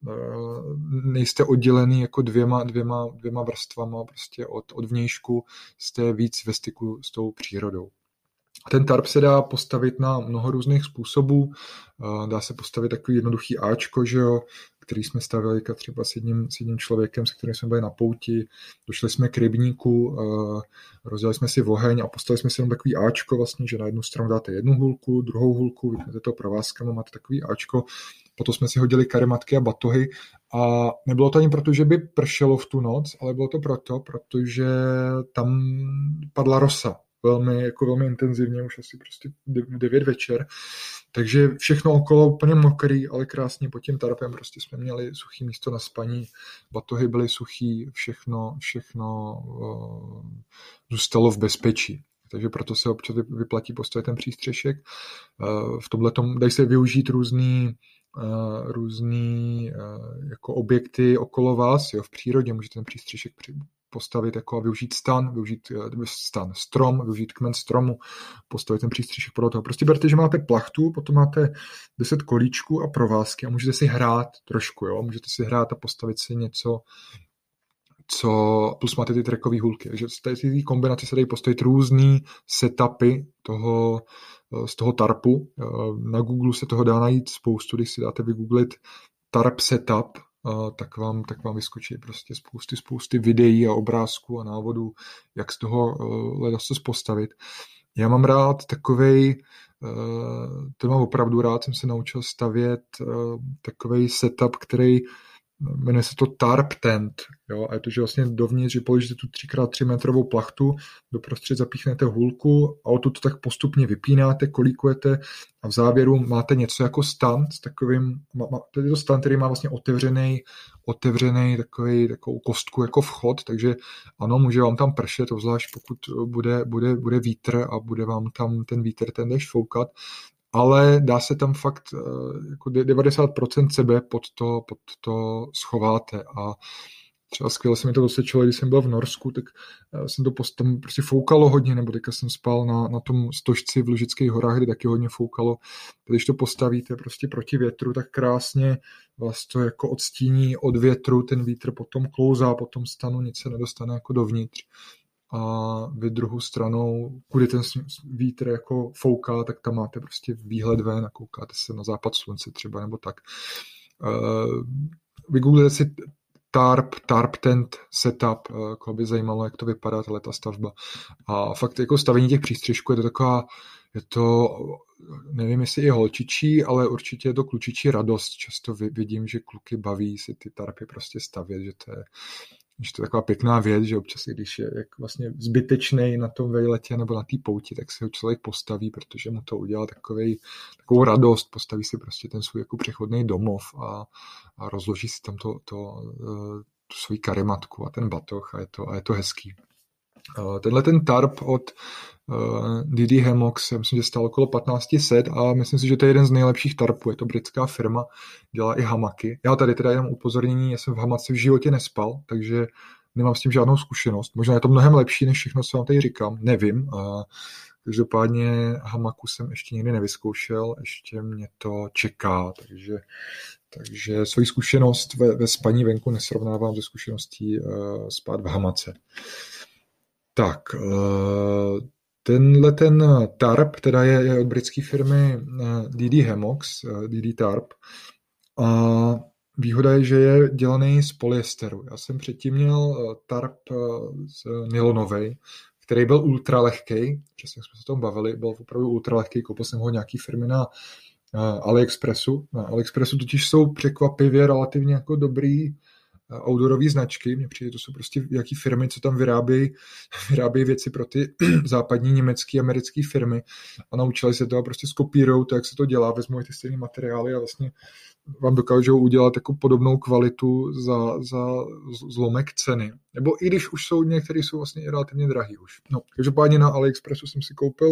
nejste oddělený jako dvěma, dvěma, dvěma vrstvama prostě od, od vnějšku, jste víc ve styku s tou přírodou. Ten tarp se dá postavit na mnoho různých způsobů. Dá se postavit takový jednoduchý áčko, že jo, který jsme stavili třeba s jedním, s jedním člověkem, se kterým jsme byli na pouti. Došli jsme k rybníku, rozdělili jsme si oheň a postavili jsme si jenom takový áčko, vlastně, že na jednu stranu dáte jednu hůlku, druhou hůlku, vypnete to provázkama, máte takový áčko. Potom jsme si hodili karimatky a batohy a nebylo to ani proto, že by pršelo v tu noc, ale bylo to proto, protože tam padla rosa. Velmi, jako velmi intenzivně, už asi prostě devět večer. Takže všechno okolo úplně mokrý, ale krásně pod tím tarpem prostě jsme měli suchý místo na spaní, batohy byly suchý, všechno, všechno uh, zůstalo v bezpečí. Takže proto se občas vyplatí postavit ten přístřešek. Uh, v tomhletom dají se využít různý Uh, různý uh, jako objekty okolo vás, jo, v přírodě můžete ten přístřešek postavit jako a využít stan, využít uh, stan, strom, využít kmen stromu, postavit ten přístřešek podle toho. Prostě berte, že máte plachtu, potom máte deset kolíčků a provázky a můžete si hrát trošku, jo, můžete si hrát a postavit si něco, co, plus máte ty trackové hůlky. Takže z té kombinace se dají postavit různý setupy toho, z toho tarpu. Na Google se toho dá najít spoustu, když si dáte vygooglit tarp setup, tak vám, tak vám vyskočí prostě spousty, spousty videí a obrázků a návodů, jak z toho ledaco postavit. Já mám rád takovej, to mám opravdu rád, jsem se naučil stavět takovej setup, který jmenuje se to tarp tent, jo, a je to, že vlastně dovnitř, že položíte tu tři krát tři metrovou plachtu, doprostřed zapíchnete hůlku a odtud to tak postupně vypínáte, kolíkujete a v závěru máte něco jako stan s takovým, má, má, to je to stan, který má vlastně otevřený, otevřený takový, takovou kostku jako vchod, takže ano, může vám tam pršet, obzvlášť pokud bude, bude, bude vítr a bude vám tam ten vítr, ten déšť foukat, ale dá se tam fakt jako devadesát procent sebe pod to, pod to schováte a třeba skvěle se mi to dosvědčilo, když jsem byl v Norsku, tak jsem to post, tam prostě foukalo hodně, nebo teďka jsem spal na, na tom stožci v Lužických horách, kde taky hodně foukalo. Když to postavíte prostě proti větru, tak krásně vás to jako odstíní od větru, ten vítr potom klouzá, potom stanu, nic se nedostane jako dovnitř. A vy druhou stranou, kudy ten vítr jako fouká, tak tam máte prostě výhled ven a koukáte se na západ slunce třeba, nebo tak. Vygooglete si tarp, tarp tent setup, jako by zajímalo, jak to vypadá, ta stavba. A fakt jako stavění těch přístřešků je to taková, je to, nevím, jestli i holčičí, ale určitě je to klučičí radost. Často vidím, že kluky baví si ty tarpy prostě stavět, že to je že to je taková pěkná věc, že občas, když je jak vlastně zbytečnej na tom vejletě nebo na té pouti, tak si ho člověk postaví, protože mu to udělá takovej, takovou radost, postaví si prostě ten svůj jako přechodný domov a, a rozloží si tam to, to, tu svoji karimatku a ten batoh a je to, a je to hezký. Tenhle ten tarp od D D Hammocks, myslím, že stál okolo patnáct set a myslím si, že to je jeden z nejlepších tarpů. Je to britská firma, dělá i hamaky. Já tady teda jenom upozornění, já jsem v hamaci v životě nespal, takže nemám s tím žádnou zkušenost. Možná je to mnohem lepší než všechno, co vám tady říkám, nevím. Každopádně hamaku jsem ještě nikdy nevyzkoušel, ještě mě to čeká, takže, takže svoji zkušenost ve, ve spaní venku nesrovnávám se zkušeností uh, spát v hamace. Tak, uh, tenhle ten tarp, teda je, je od britské firmy uh, D D Hammocks, uh, D D Tarp, a výhoda je, že je dělaný z polyesteru. Já jsem předtím měl tarp z nylonovej, který byl ultra lehkej, přesně jsme se o tom bavili, byl opravdu ultra lehkej, koupil jsem ho nějaký firmy na AliExpressu. Na AliExpressu totiž jsou překvapivě relativně jako dobrý outdoorové značky. Mně přijde, to jsou prostě jaký firmy, co tam vyrábějí vyrábějí věci pro ty západní, německé, americké firmy a naučili se to a prostě skopírujou to, jak se to dělá, vezmou ty stejné materiály a vlastně vám dokážou udělat jako podobnou kvalitu za, za zlomek ceny. Nebo i když už jsou některé jsou vlastně relativně drahý už. No, každopádně na AliExpressu jsem si koupil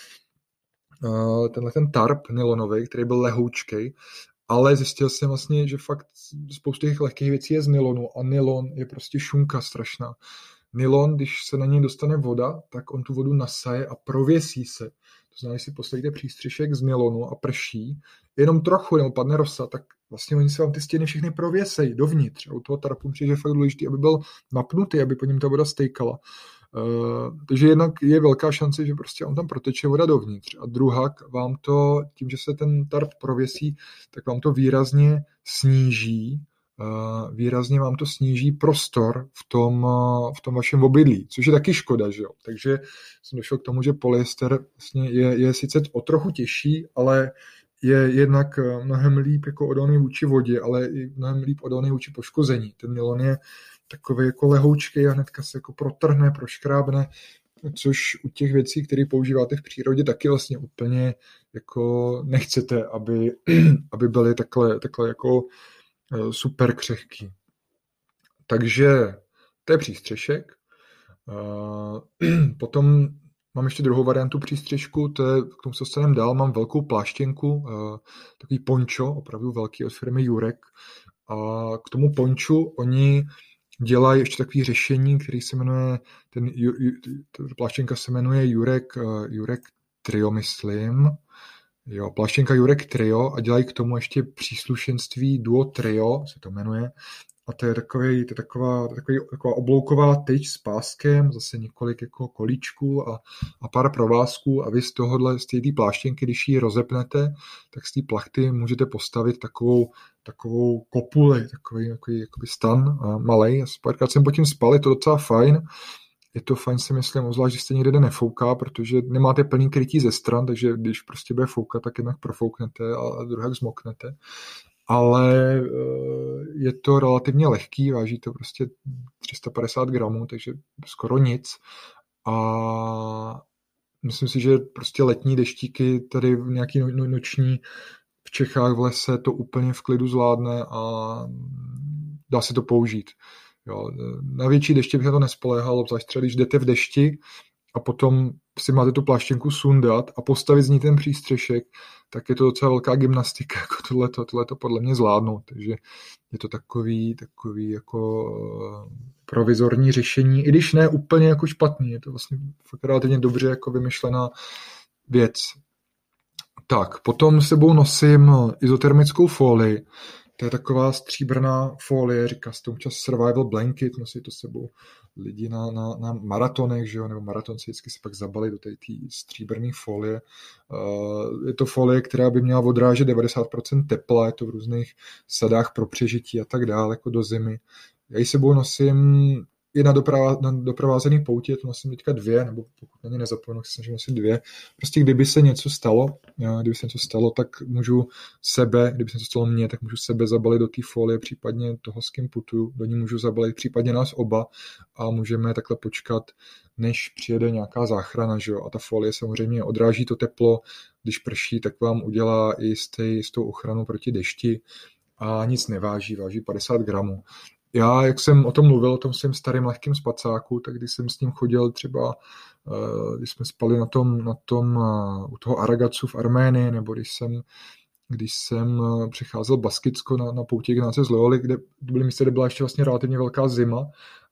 uh, tenhle ten tarp nylonový, který byl lehoučkej, ale zjistil jsem vlastně, že fakt spoustu těch lehkých věcí je z nylonu a nylon je prostě šunka strašná. Nylon, když se na něj dostane voda, tak on tu vodu nasaje a prověsí se. To znamená, když si postavíte přístřešek z nylonu a prší, jenom trochu nebo padne rosa, tak vlastně oni se vám ty stěny všechny prověsejí dovnitř. A u toho tarpu přijde, že je fakt důležitý, aby byl napnutý, aby po něm ta voda stejkala. Uh, takže jednak je velká šance, že prostě on tam proteče voda dovnitř. A druhá, vám to, tím, že se ten tarp prověsí, tak vám to výrazně sníží Uh, výrazně vám to sníží prostor v tom, uh, v tom vašem obydlí, což je taky škoda, že jo. Takže jsem došel k tomu, že polyester vlastně je, je sice o trochu těžší, ale je jednak mnohem líp jako odolný vůči vodě, ale i mnohem líp odolný vůči poškození. Ten nylon je takový jako lehoučkej a hnedka se jako protrhne, proškrábne, což u těch věcí, které používáte v přírodě, taky vlastně úplně jako nechcete, aby, aby byly takhle, takhle jako super křehký. Takže to je přístřešek. Potom mám ještě druhou variantu přístřešku, to je, k tomu se dostaneme dál, mám velkou pláštěnku, takový pončo, opravdu velký od firmy Jurek. A k tomu ponču oni dělají ještě takové řešení, který se jmenuje, ten, ta pláštěnka se jmenuje Jurek, Jurek Trio, myslím. Jo, pláštěnka Jurek Trio a dělají k tomu ještě příslušenství Duo Trio, se to jmenuje. A to je, takový, to je taková, takový, taková oblouková tyč s páskem, zase několik jako kolíčků a, a pár provázků a vy z tohohle, z té pláštěnky, když ji rozepnete, tak z té plachty můžete postavit takovou, takovou kopuli, takový, takový jakoby stan malej. Párkrát jsem pod tím spal, je to docela fajn. Je to fajn, si myslím, obzvlášť, že jste někde nefouká, protože nemáte plný krytí ze stran, takže když prostě bude foukat, tak jednak profouknete a druhak zmoknete. Ale je to relativně lehký, váží to prostě tři sta padesát gramů, takže skoro nic. A myslím si, že prostě letní deštíky, tady nějaký no, noční v Čechách v lese to úplně v klidu zvládne a dá se to použít. Jo, na větší deště bych na to nespoléhal, obzvlášť třeba když jdete v dešti a potom si máte tu pláštěnku sundat a postavit z ní ten přístřešek, tak je to docela velká gymnastika, jako tohleto, tohleto podle mě zvládnout. Takže je to takový, takový jako provizorní řešení, i když ne úplně jako špatný, je to vlastně fakt relativně dobře jako vymyšlená věc. Tak, potom s sebou nosím izotermickou folii. To je taková stříbrná folie, říká se tomu čas survival blanket, nosí to s sebou lidi na, na, na maratonech, že jo, nebo maratonci vždycky se pak zabali do té stříbrné folie. Uh, je to folie, která by měla odrážet devadesát procent tepla, je to v různých sadách pro přežití a tak dále, jako do zimy. Já ji sebou nosím i na, doprava, na doprovázený poutě, to nosím teďka dvě, nebo pokud na ně nezapomenu, tak se snažím nosit dvě. Prostě kdyby se něco stalo, kdyby se něco stalo, tak můžu sebe, kdyby se něco stalo mně, tak můžu sebe zabalit do té folie, případně toho, s kým putuju, do ní můžu zabalit případně nás oba a můžeme takhle počkat, než přijede nějaká záchrana, že jo? A ta folie samozřejmě odráží to teplo, když prší, tak vám udělá i jistou ochranu proti dešti a nic neváží, váží padesát gramů. Já, jak jsem o tom mluvil, o tom svém starým lehkým spacáku, tak když jsem s ním chodil třeba, když jsme spali na tom, na tom u toho Aragacu v Arménii, nebo když jsem, když jsem přecházel Baskicko na, na poutě Ignáce z Loyoly, kde byly místa, kde byla ještě vlastně relativně velká zima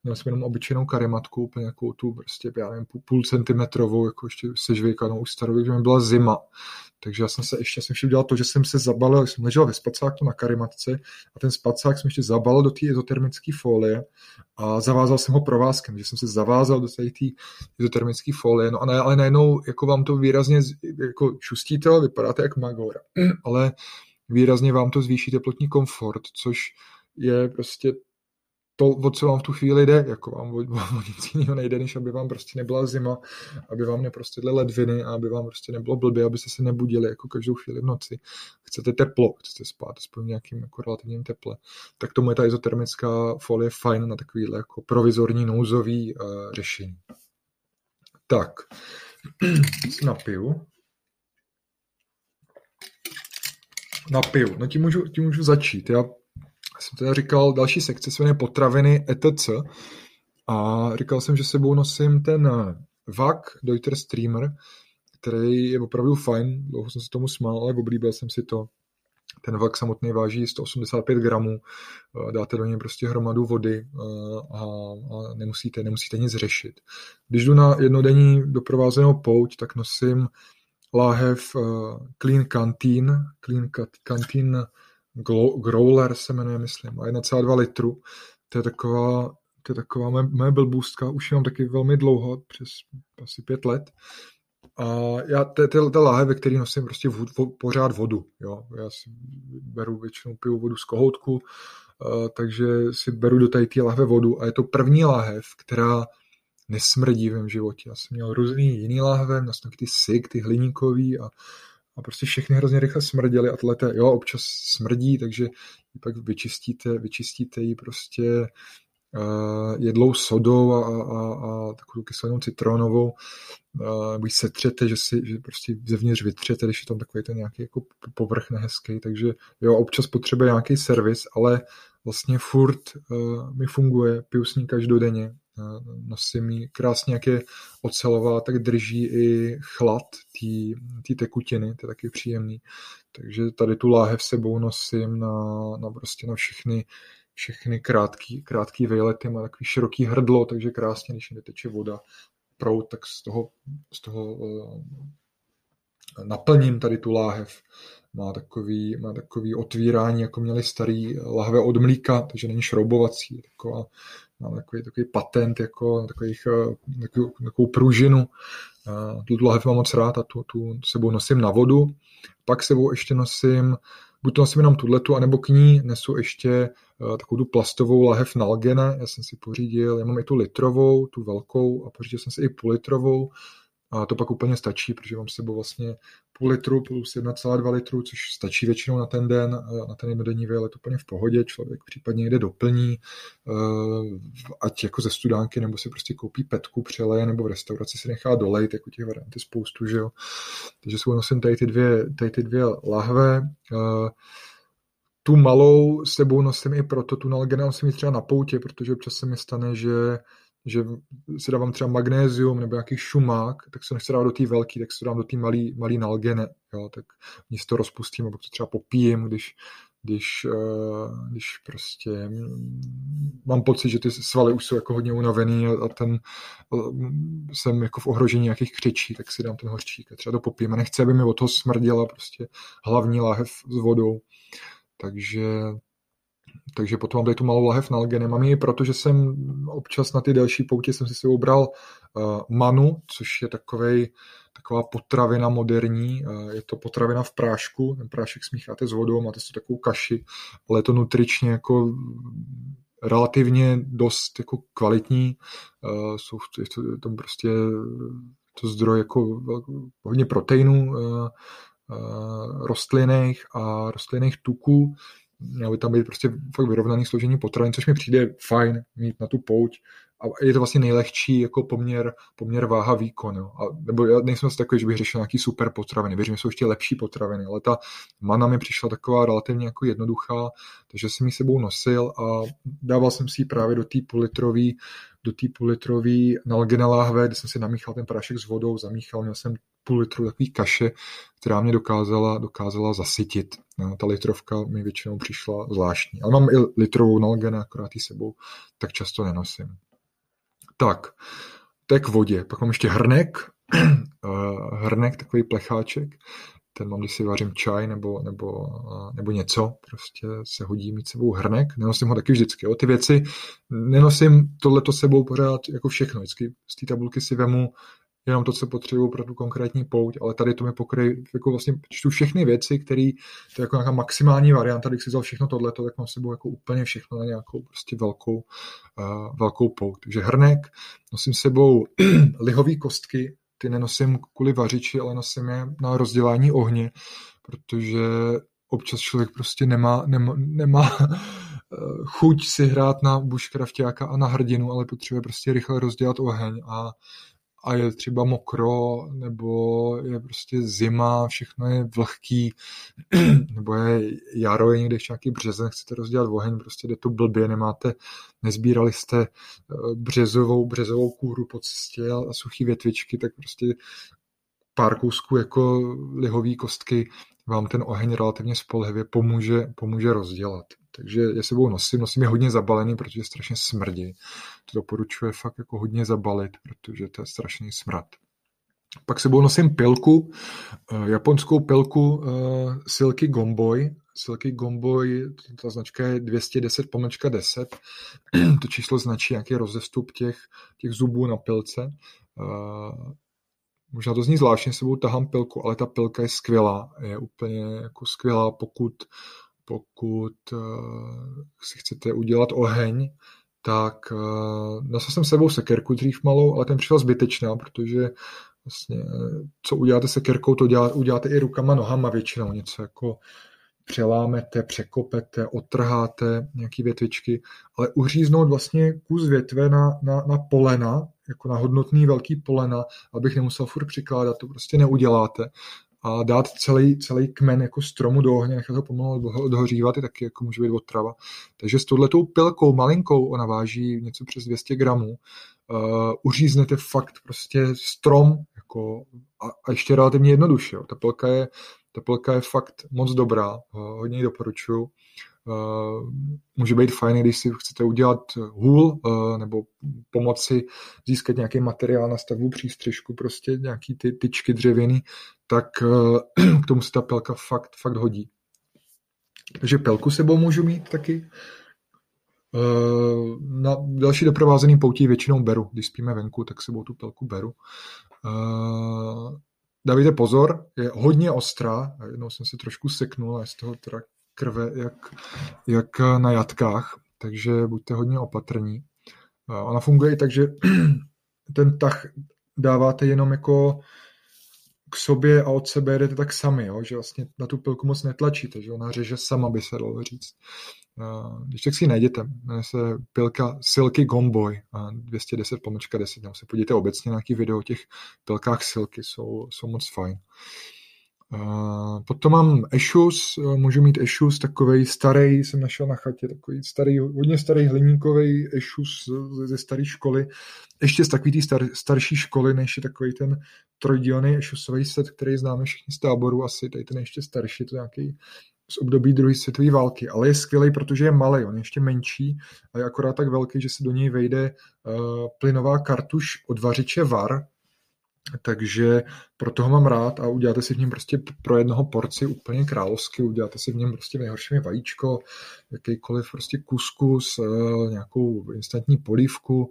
měl jsem jenom obyčejnou karimatku, úplně jako tu prostě, já nevím, půl, půl centimetrovou, jako ještě sežvejkanou už starou, protože mi byla zima. Takže já jsem se ještě jsem ještě udělal to, že jsem se zabalil, jsem ležel ve spacáku na karimatce a ten spacák jsem ještě zabalil do té izotermické folie a zavázal jsem ho provázkem, že jsem se zavázal do té izotermické folie, no a ne, ale najednou jako vám to výrazně jako šustíte, vypadáte jak magor, ale výrazně vám to zvýší teplotní komfort, což je prostě to, o co vám v tu chvíli jde, jako vám o, o nic jiného nejde, než aby vám prostě nebyla zima, aby vám neprostydly ledviny a aby vám prostě nebylo blbě, abyste se nebudili jako každou chvíli v noci. Chcete teplo, chcete spát aspoň nějakým jako relativním teple. Tak tomu je ta izotermická folie fajn na takovýhle jako provizorní nouzový uh, řešení. Tak, napiju. Napiju. No tím můžu, tím můžu začít. Já jsem teda říkal, další sekce se jmenuje potraviny et cetera. A říkal jsem, že sebou nosím ten V A K Deuter Streamer, který je opravdu fajn. Dlouho jsem se tomu smál, ale oblíbil jsem si to. Ten V A K samotný váží sto osmdesát pět gramů. Dáte do něj prostě hromadu vody a, a nemusíte, nemusíte nic řešit. Když jdu na jednodenní doprovázenou pouť, tak nosím láhev Clean Canteen, Clean Canteen Growler se jmenuje, myslím, a jedna celá dva litru. To je taková, to je taková moje, moje blbůstka, už ji mám taky velmi dlouho, přes asi pět let. A já, to je ta láhev, ve který nosím prostě vod, vo, pořád vodu, jo. Já si beru většinou, piju vodu z kohoutku, uh, takže si beru do tady té láhve vodu a je to první láhev, která nesmrdí v mém životě. Já jsem měl různý jiný láhve, měl jsem ty sik, ty hliníkový a A prostě všechny hrozně rychle smrděly a tohle, jo, občas smrdí, takže ji pak vyčistíte, vyčistíte ji prostě uh, jedlou sodou a, a, a takovou kyselinou citronovou, uh, nebo ji setřete, že si že prostě zevnitř vytřete, když je tam takový ten nějaký jako povrch nehezký, takže jo, občas potřebuje nějaký servis, ale vlastně furt uh, mi funguje, piju s ní každodenně. Nosím ji krásně, jak je ocelová, tak drží i chlad té tekutiny, to je taky příjemný. Takže tady tu láhev sebou nosím na, na, prostě na všechny, všechny krátký, krátký vejlety, má takový široký hrdlo, takže krásně, když jde teče voda, proud, tak z toho, z toho uh, naplním tady tu láhev. Má takový, má takový otvírání, jako měli starý lahve od mlíka, takže není šroubovací. Taková, má takový, takový patent, jako takových, takovou, takovou pružinu. Tu lahev mám moc rád a tu, tu sebou nosím na vodu. Pak sebou ještě nosím, buď to nosím jenom tuhletu, anebo k ní nesu ještě takovou tu plastovou lahev Nalgene. Já jsem si pořídil, já mám i tu litrovou, tu velkou a pořídil jsem si i půl litrovou. A to pak úplně stačí, protože mám s sebou vlastně půl litru plus jedna celá dva litru, což stačí většinou na ten den, na ten jednodenní výlet úplně v pohodě, člověk případně jde doplní, ať jako ze studánky, nebo si prostě koupí petku, přeleje, nebo v restauraci si nechá dolejt, jako těch variant je spoustu, že jo. Takže si nosím tady ty dvě, tady ty dvě lahve. Tu malou s sebou nosím i proto, tu Nalgene musím mít třeba na poutě, protože občas se mi stane, že že si dávám třeba magnézium nebo nějaký šumák, tak se nechci dávat do té velký, tak se dám do té malý, malý Nalgene, jo, tak mě si to rozpustím, nebo to třeba popijím, když, když, uh, když prostě mám pocit, že ty svaly už jsou jako hodně unavený a, a ten uh, jsem jako v ohrožení nějakých křečí, tak si dám ten hořčík a třeba to popijím. A nechci, aby mi od toho smrděla prostě hlavní láhev s vodou. Takže Takže potom mám tady tu malou lahev Nalgene. Mám ji, protože jsem občas na ty delší poutě jsem si sebou bral uh, manu, což je takovej, taková potravina moderní. Uh, je to potravina v prášku. Ten prášek smícháte s vodou, máte si takovou kaši, ale je to nutričně jako relativně dost jako kvalitní. Uh, jsou je to, je to prostě to zdroj jako hodně proteinů uh, uh, rostlinných a rostlinných tuků. Mělo by tam být prostě fakt vyrovnaný složení potravin, což mi přijde fajn mít na tu pouť. A je to vlastně nejlehčí jako poměr, poměr váha výkon. Jo. A, nebo já nejsem asi takový, že bych řešil nějaký super potraviny. Věřím, že jsou ještě lepší potraviny, ale ta mana mi přišla taková relativně jako jednoduchá, takže jsem ji sebou nosil a dával jsem si ji právě do té půlitrový, do té půlitrový Nalgene láhve, kde jsem si namíchal ten prášek s vodou, zamíchal, měl jsem půl litru takový kaše, která mě dokázala, dokázala zasytit. No, ta litrovka mi většinou přišla zvláštní. Ale mám i litrovou Nalgene, akorát ji sebou tak často nenosím. Tak, to je k vodě. Pak mám ještě hrnek, hrnek, takový plecháček. Ten mám, když si vařím čaj nebo, nebo, nebo něco, prostě se hodí mít sebou hrnek. Nenosím ho taky vždycky. Jo. Ty věci nenosím tohleto sebou pořád jako všechno. Vždycky z té tabulky si vemu jenom to, co potřebuju pro tu konkrétní pouť, ale tady to mi pokryje, jako vlastně čtu všechny věci, které, to je jako nějaká maximální varianta, když si vzal všechno tohleto, tak mám s sebou jako úplně všechno na nějakou prostě velkou, uh, velkou pouť. Takže hrnek, nosím s sebou lihový kostky, ty nenosím kvůli vařiči, ale nosím je na rozdělání ohně, protože občas člověk prostě nemá, nemá, nemá chuť si hrát na bushcrafťáka a na hrdinu, ale potřebuje prostě rychle rozdělat oheň a a je třeba mokro, nebo je prostě zima, všechno je vlhký, nebo je jaro, je někde ještě nějaký březen, chcete rozdělat oheň, prostě jde to blbě, nemáte, nezbírali jste březovou, březovou kůru po cestě a suchý větvičky, tak prostě pár kousků jako lihový kostky vám ten oheň relativně spolehlivě pomůže, pomůže rozdělat. Takže je sebou nosím, nosím je hodně zabalený, protože strašně smrdí. To doporučuje fakt jako hodně zabalit, protože to je strašný smrad. Pak sebou nosím pilku, japonskou pilku Silky Gomboy. Silky Gomboy, ta značka je dvě stě deset pomlčka deset. To číslo značí nějaký rozestup těch, těch zubů na pilce. Možná to zní zvláštně, sebou tahám pilku, ale ta pilka je skvělá. Je úplně jako skvělá, pokud Pokud uh, si chcete udělat oheň, tak uh, nosil jsem sebou sekerku dřív malou, ale ten přišel zbytečná, protože vlastně co uděláte sekerkou, to dělá, uděláte i rukama, nohama většinou. Něco jako přelámete, překopete, otrháte nějaký větvičky, ale uříznout vlastně kus větve na, na, na polena, jako na hodnotný velký polena, abych nemusel furt přikládat, to prostě neuděláte. A dát celý, celý kmen jako stromu do ohně, nechat ho pomalu odhořívat, je taky jako může být otrava. Takže s touhletou pilkou malinkou, ona váží něco přes dvě stě gramů, uh, uříznete fakt prostě strom jako, a, a ještě relativně jednoduše. Jo. Ta pilka je, ta pilka je fakt moc dobrá, uh, hodně ji doporučuju. Uh, může být fajn, když si chcete udělat hůl uh, nebo pomoci získat nějaký materiál na stavbu přístřešku, prostě nějaký ty tyčky dřevěný, tak uh, k tomu se ta pelka fakt, fakt hodí. Takže pelku sebou můžu mít taky. Uh, na další doprovázený poutí většinou beru. Když spíme venku, tak sebou tu pelku beru. Uh, dávejte pozor, je hodně ostrá. Jednou jsem se trošku seknul a je z toho teda krve jak, jak na jatkách, takže buďte hodně opatrní. Ona funguje i tak, že ten tah dáváte jenom jako k sobě a od sebe jedete tak sami, jo? Že vlastně na tu pilku moc netlačíte, že ona řeže sama, by se dalo říct. Když tak si ji najděte, jmenuje se pilka Silky Gomboy dvě stě deset pomlčka deset, nebo se podívejte obecně na nějaký video o těch pilkách Silky, jsou, jsou moc fajn. Uh, potom mám ešus, můžu mít ešus takovej starý, jsem našel na chatě, takový starý, hodně starý hliníkový ešus ze staré školy, ještě z takový tý star, starší školy, než je takový ten trojdílný ešusový set, který známe všichni z táboru, asi tady ten ještě starší, to nějaký z období druhé světové války, ale je skvělý, protože je malý, on je ještě menší a je akorát tak velký, že se do něj vejde uh, plynová kartuš od vařiče var. Takže proto ho mám rád a uděláte si v něm prostě pro jednoho porci úplně královsky, uděláte si v něm prostě nejhoršími vajíčko, jakýkoliv prostě kuskus, nějakou instantní polívku,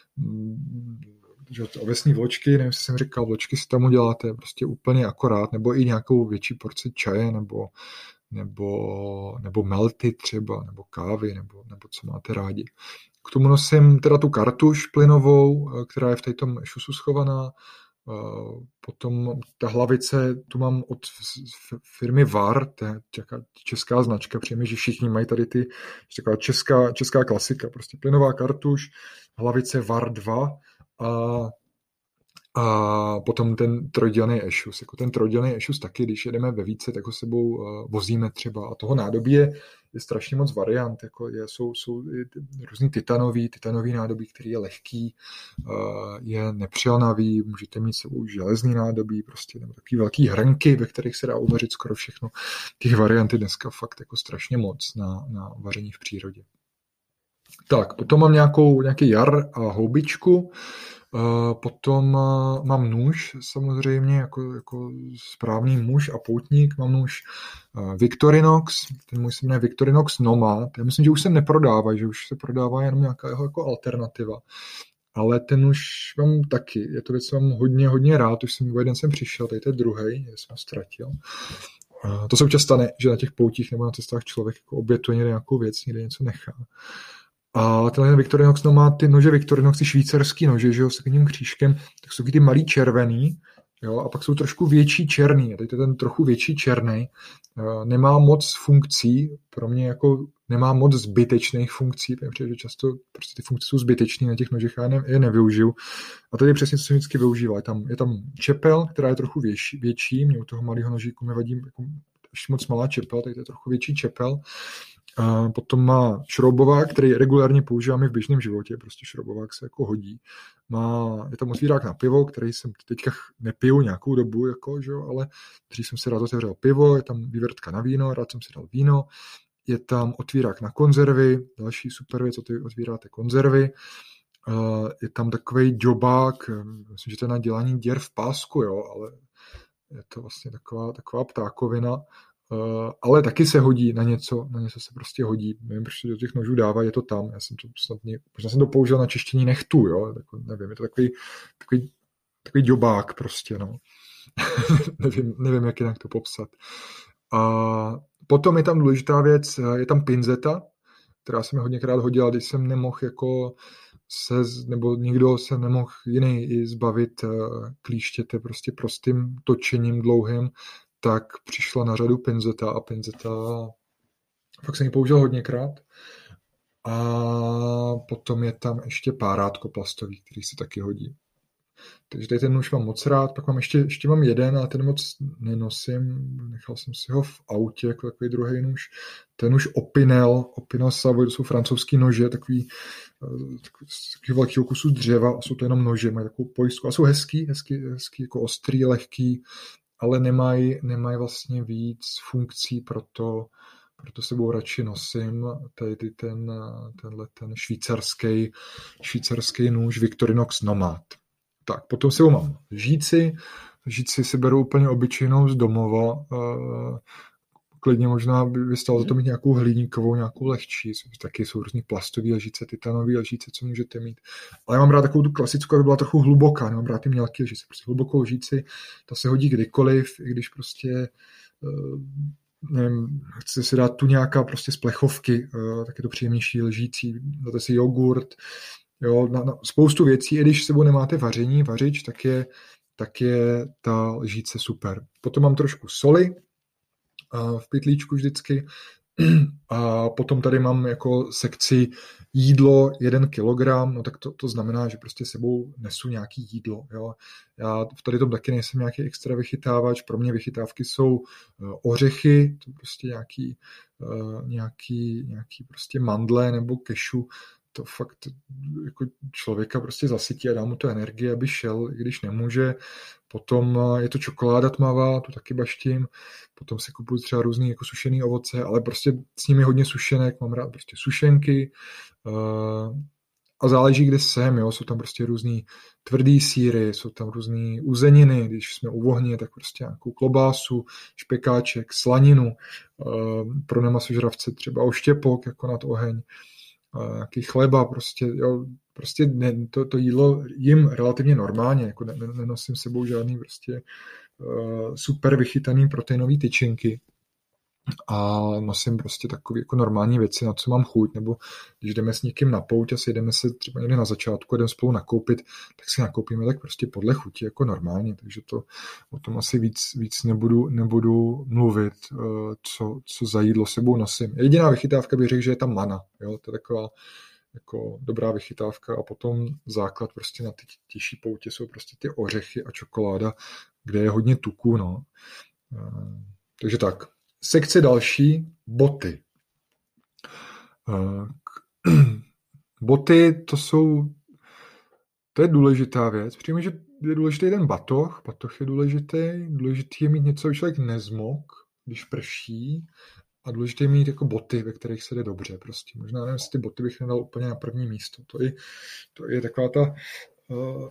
že ovesní vločky, nevím, jestli jsem říkal, vločky si tam uděláte prostě úplně akorát, nebo i nějakou větší porci čaje, nebo, nebo, nebo melty třeba, nebo kávy, nebo, nebo co máte rádi. K tomu nosím teda tu kartuš plynovou, která je v této ešusu schovaná. Potom ta hlavice, tu mám od firmy Var, to je česká značka, přijeme, že všichni mají tady ty taková česká, česká klasika, prostě plynová kartuš, hlavice Var dva a, a potom ten trojdělný ešus. Jako ten trojdělný ešus taky, když jedeme ve více, tak ho sebou vozíme třeba a toho nádobí je, je strašně moc variant, jako je, jsou, jsou různý titanový, titanový nádobí, který je lehký, je nepřilnavý, můžete mít sebou železný nádobí, prostě, nebo takový velký hrnky, ve kterých se dá uvařit skoro všechno. Těch variant je dneska fakt jako strašně moc na, na vaření v přírodě. Tak, potom mám nějakou, nějaký jar a houbičku, uh, potom uh, mám nůž samozřejmě, jako, jako správný muž a poutník, mám nůž uh, Victorinox, ten můj se jmenuje Victorinox Nomad, já myslím, že už se neprodává, že už se prodává jenom nějaká jeho jako alternativa, ale ten nůž mám taky, je to věc, co mám hodně, hodně rád, už jsem jeden jsem přišel, tady to je druhej, já jsem ho ztratil. Uh, to se občas stane, že na těch poutích nebo na cestách člověk jako obětuje někde nějakou věc, někde něco nechá. A tenhle Victorinox no má ty nože Victorinox, ty švýcarský nože, že jo, s takovým křížkem, tak jsou ty malý červený, jo, a pak jsou trošku větší černý. A teď ten trochu větší černý nemá moc funkcí, pro mě jako nemá moc zbytečných funkcí, protože často prostě ty funkce jsou zbytečné na těch nožech, já ne, je nevyužiju. A tady je přesně, co jsem vždycky využíval. Je tam, je tam čepel, která je trochu větší, větší. Mě u toho malého nožíku mi vadí jako ještě moc malá čepel, tady to je trochu větší čepel. A potom má šroubovák, který regulárně používáme v běžném životě, prostě šroubovák se jako hodí. Má, je tam otvírák na pivo, který jsem teďka nepiju nějakou dobu, jako, že, ale dřív jsem si rád otevřel pivo, je tam vývrtka na víno, rád jsem si dal víno, je tam otvírák na konzervy, další super věc, ty otvíráte konzervy, je tam takovej džobák, myslím, že to je na dělání děr v pásku, jo, ale je to vlastně taková, taková ptákovina, Uh, ale taky se hodí na něco, na něco se prostě hodí. Nevím, proč do těch nožů dává, je to tam. Já jsem to snad ně, možná jsem to použil na čištění nechtů, jo, tak, nevím, je to takový, takový, takový džobák prostě, no. nevím, nevím, jak jinak to popsat. A potom je tam důležitá věc, je tam pinzeta, která se mi hodněkrát hodila, když jsem nemohl jako se, nebo nikdo se nemohl jiný i zbavit klíštěte prostě prostým točením dlouhým, tak přišla na řadu pinzeta a pinzeta fakt jsem ji použil hodněkrát. A potom je tam ještě párátko plastový, který se taky hodí. Takže tady ten nůž mám moc rád, pak mám ještě, ještě mám jeden, ale ten moc nenosím, nechal jsem si ho v autě, jako takový druhý nůž. Ten nůž Opinel, Opinel Savoy, to jsou francouzský nože, takový, takový, takový velký kusu dřeva a jsou to jenom nože, mají takovou pojistku a jsou hezký, hezký, hezký jako ostrý, lehký, ale nemají nemaj vlastně víc funkcí, proto, proto sebou radši nosím tady ten, tenhle ten švýcarský, švýcarský nůž Victorinox Nomad. Tak, potom sebou mám žíci, žíci si beru úplně obyčejnou z domova, klidně možná by stalo za to mít nějakou hliníkovou, nějakou lehčí, taky jsou různý plastový lžíce, titanové lžíce, co můžete mít. Ale já mám rád takovou tu klasickou, aby byla trochu hluboká, nemám rád ty mělké lžíce, prostě hlubokou lžíci, ta se hodí kdykoliv, i když prostě nevím, chci si dát tu nějaká prostě z plechovky, tak je to příjemnější lžící, dáte si jogurt, jo, na, na spoustu věcí, i když s sebou nemáte vaření, vařič, tak je, tak je ta lžíce super. Potom mám trošku soli, v pytlíčku vždycky. A potom tady mám jako sekci jídlo jeden kilogram, no tak to, to znamená, že prostě sebou nesu nějaký jídlo. Jo. Já v tady tom taky nejsem nějaký extra vychytávač, pro mě vychytávky jsou ořechy, to prostě nějaký, nějaký, nějaký prostě mandle nebo kešu, to fakt jako člověka prostě zasytí a dá mu to energie, aby šel, i když nemůže. Potom je to čokoláda tmavá, tu taky baštím. Potom si kupuju třeba různý jako sušený ovoce, ale prostě s nimi hodně sušenek, mám rád prostě sušenky. A záleží, kde jsem, jo. Jsou tam prostě různý tvrdý sýry, jsou tam různý uzeniny, když jsme u ohně, tak prostě nějakou klobásu, špekáček, slaninu, pro nemasožravce třeba oštěpok jako nad oheň, nějaký chleba, prostě, jo, prostě ne, to, to jídlo jim relativně normálně, jako ne, nenosím sebou žádný prostě uh, super vychytaný proteinový tyčinky a nosím prostě takové jako normální věci, na co mám chuť, nebo když jdeme s někým na pouť a si jdeme se třeba někde na začátku a jdeme spolu nakoupit, tak si nakoupíme tak prostě podle chuti, jako normálně, takže to o tom asi víc, víc nebudu, nebudu mluvit, uh, co, co za jídlo sebou nosím. Jediná vychytávka bych řekl, že je tam mana, jo, to je taková jako dobrá vychytávka a potom základ prostě na ty těžší poutě jsou prostě ty ořechy a čokoláda, kde je hodně tuku, no. Uh, takže tak. Sekce další, boty. Uh, boty, to jsou, to je důležitá věc. Přijím, že je důležitý ten batoh, batoh je důležitý, důležitý je mít něco, aby člověk nezmok, když prší, a důležité je mít jako boty, ve kterých se jde dobře. Prostě. Možná nevím, jestli ty boty bych nedal úplně na první místo. To je, to je taková ta uh,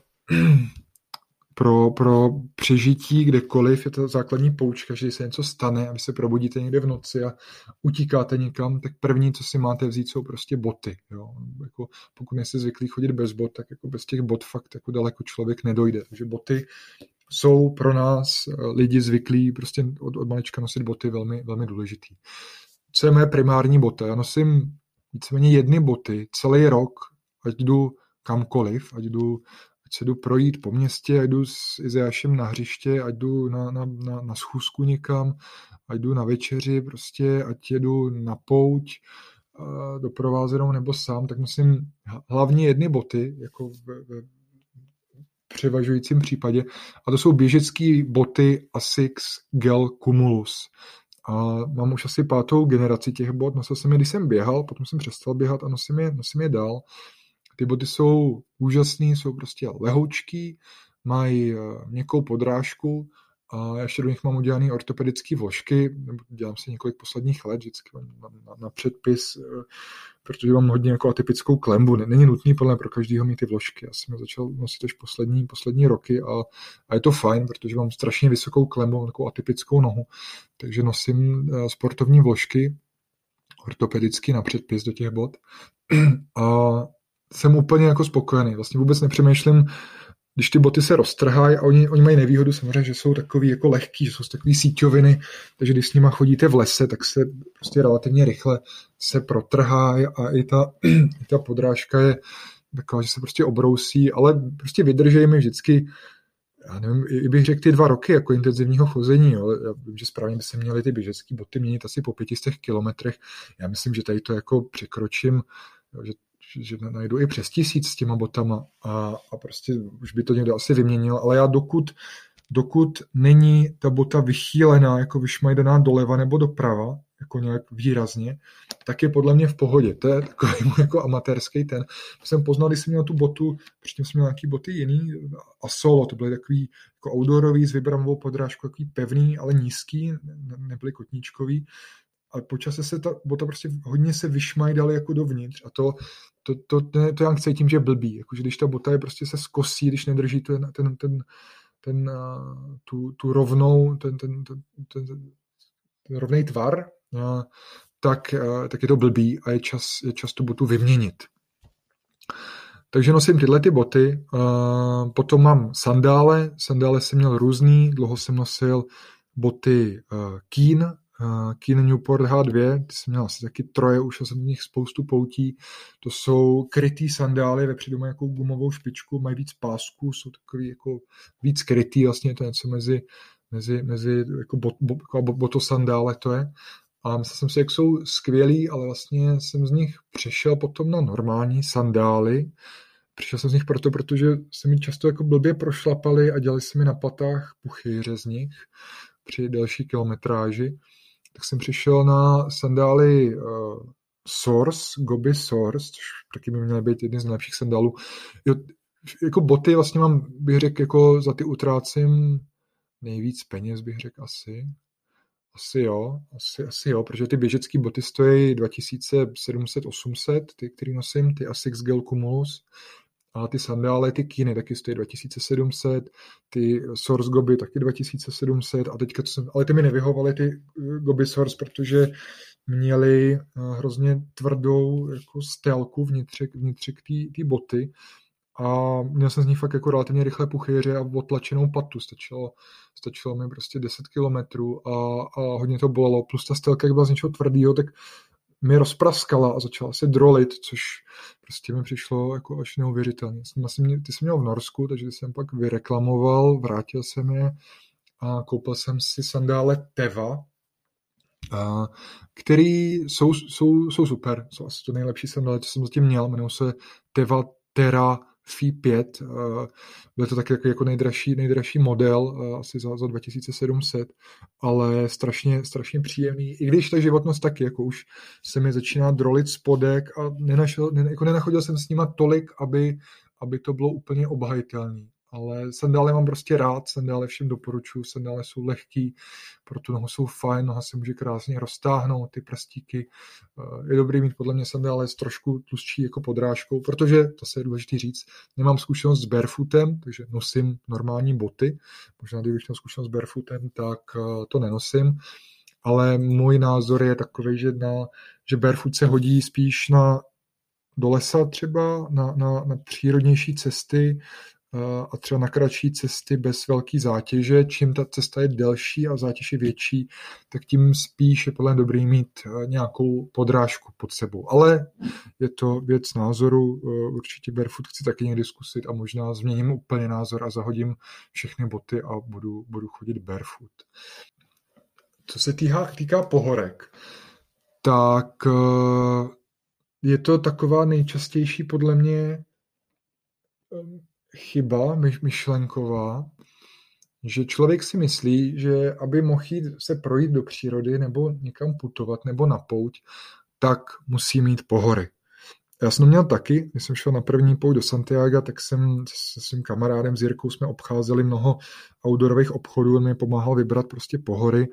pro, pro přežití kdekoliv je to základní poučka, že když se něco stane a vy se probudíte někde v noci a utíkáte někam, tak první, co si máte vzít, jsou prostě boty. Jo? Jako, pokud nejste zvyklí chodit bez bot, tak jako bez těch bot fakt jako daleko člověk nedojde. Takže boty jsou pro nás lidi zvyklí prostě od, od malička nosit boty velmi, velmi důležitý. Co je moje primární bota? Já nosím víceméně jedny boty celý rok, ať jdu kamkoliv, ať jdu ať se jdu projít po městě, ať jdu s Izajášem na hřiště, ať jdu na, na, na, na schůzku někam, ať jdu na večeři, prostě, ať jedu na pouť doprovázenou nebo sám, tak musím hlavně jedny boty, jako v, v převažujícím případě, a to jsou běžecké boty Asics Gel Cumulus. A mám už asi pátou generaci těch bot, nosil jsem je, když jsem běhal, potom jsem přestal běhat a nosím je, nosím je dál. Ty boty jsou úžasný, jsou prostě lehoučký, mají měkkou podrážku a já ještě do nich mám udělané ortopedické vložky, dělám si několik posledních let, vždycky na, na, na předpis, protože mám hodně jako atypickou klembu. Není nutný podle mě pro každého mít ty vložky. Já jsem je začal nosit až poslední, poslední roky a, a je to fajn, protože mám strašně vysokou klembu, mám takovou atypickou nohu, takže nosím sportovní vložky ortopedicky na předpis do těch bot a jsem úplně jako spokojený. Vlastně vůbec nepřemýšlím, když ty boty se roztrhají a oni, oni mají nevýhodu samozřejmě, že jsou takový jako lehký, že jsou takový síťoviny, takže když s nima chodíte v lese, tak se prostě relativně rychle se protrhají a i ta, i ta podrážka je taková, že se prostě obrousí, ale prostě vydržej mi vždycky, já nevím, i bych řekl ty dva roky jako intenzivního chození, jo. Já vím, že správně by se měly ty běžecké boty měnit asi po pětistech kilometrech. Já myslím, že tady to jako překročím, jo, že že najdu i přes tisíc s těma botama a, a prostě už by to někdo asi vyměnil, ale já dokud, dokud není ta bota vychýlená, jako vyšmajdaná doleva nebo doprava, jako nějak výrazně, tak je podle mě v pohodě. To je takový můj jako amatérský ten. Jsem poznal, když jsem měl tu botu, předtím jsem měl nějaký boty jiný, a solo, to byly takový jako outdoorový s vybramovou podrážkou, takový pevný, ale nízký, nebyly kotníčkový. A po čase se ta bota prostě hodně se vyšmajdaly jako dovnitř a to, to, to, to, to já cítím, že je blbý. Jakože když ta bota je prostě se skosí, když nedrží ten, ten, ten, ten, tu, tu rovnou, ten, ten, ten, ten, ten rovnej tvar, tak, tak je to blbý a je čas, je čas tu botu vyměnit. Takže nosím tyhle ty boty. Potom mám sandále. Sandále jsem měl různý. Dlouho jsem nosil boty Keen, Keen Newport H dva, ty jsem měl asi taky troje, už jsem z nich spoustu poutí. To jsou krytý sandály, vepředu mají nějakou gumovou špičku, mají víc pásků, jsou takový jako víc krytý, vlastně to je něco mezi, mezi, mezi jako bot, bot, jako botosandále to je. A myslel jsem si, jak jsou skvělý, ale vlastně jsem z nich přešel potom na normální sandály. Přišel jsem z nich proto, protože se mi často jako blbě prošlapali a dělali se mi na patách puchýře z nich při delší kilometráži. Tak jsem přišel na sandály uh, Source, Gobi Source, což taky by měly být jedny z nejlepších sandálů. Jo, jako boty vlastně mám, bych řekl, jako za ty utrácím nejvíc peněz, bych řekl asi. Asi jo, asi, asi jo, protože ty běžecké boty stojí dva tisíce sedm set osm set, ty, který nosím, ty Asics Gel Cumulus. A ty sandály, ty Keeny taky stojí dva tisíce sedm set, ty Source Gobi taky dva tisíce sedm set a teďka to jsem, ale ty mi nevyhovaly ty Gobi Source, protože měly hrozně tvrdou jako stélku vnitřek, vnitřek té boty a měl jsem z nich fakt jako relativně rychlé puchýře a otlačenou patu, stačilo, stačilo mi prostě deset kilometrů a, a hodně to bolelo, plus ta stélka, jak byla z něčeho tvrdýho, tak mi rozpraskala a začala se drolit, což prostě mi přišlo jako až neuvěřitelně. Ty jsem měl v Norsku, takže jsem pak vyreklamoval, vrátil jsem je a koupil jsem si sandále Teva, který jsou, jsou, jsou super. Jsou asi to nejlepší sandále, co jsem zatím měl. Jmenuji se Teva Terra Phi pět. Byl to taky jako nejdražší, nejdražší model, asi za, za dva tisíce sedm set, ale strašně, strašně příjemný. I když ta životnost taky, jako už se mi začíná drolit spodek a nenašel, ne, jako nenachodil jsem s nima tolik, aby, aby to bylo úplně obhajitelné. ale sandály mám prostě rád, sandály všem doporučuji, sandály jsou lehký, pro tu nohu jsou fajn, noha se může krásně roztáhnout, ty prstíky. Je dobrý mít podle mě sandály s trošku tlustší jako podrážkou, protože, to se je důležité říct, nemám zkušenost s barefootem, takže nosím normální boty, možná kdybych měl zkušenost s barefootem, tak to nenosím, ale můj názor je takový, že, na, že barefoot se hodí spíš na do lesa třeba, na, na, na přírodnější cesty a třeba na kratší cesty bez velký zátěže. Čím ta cesta je delší a zátěž je větší, tak tím spíš je podle mě dobrý mít nějakou podrážku pod sebou. Ale je to věc názoru, určitě barefoot chci taky někdy zkusit a možná změním úplně názor a zahodím všechny boty a budu, budu chodit barefoot. Co se týká, týká pohorek, tak je to taková nejčastější podle mě chyba myšlenková, že člověk si myslí, že aby mohl jít se projít do přírody nebo někam putovat nebo na pouť, tak musí mít pohory. Já jsem to měl taky, když jsem šel na první pouť do Santiaga, tak jsem se svým kamarádem s Jirkou jsme obcházeli mnoho outdoorových obchodů, on mi pomáhal vybrat prostě pohory,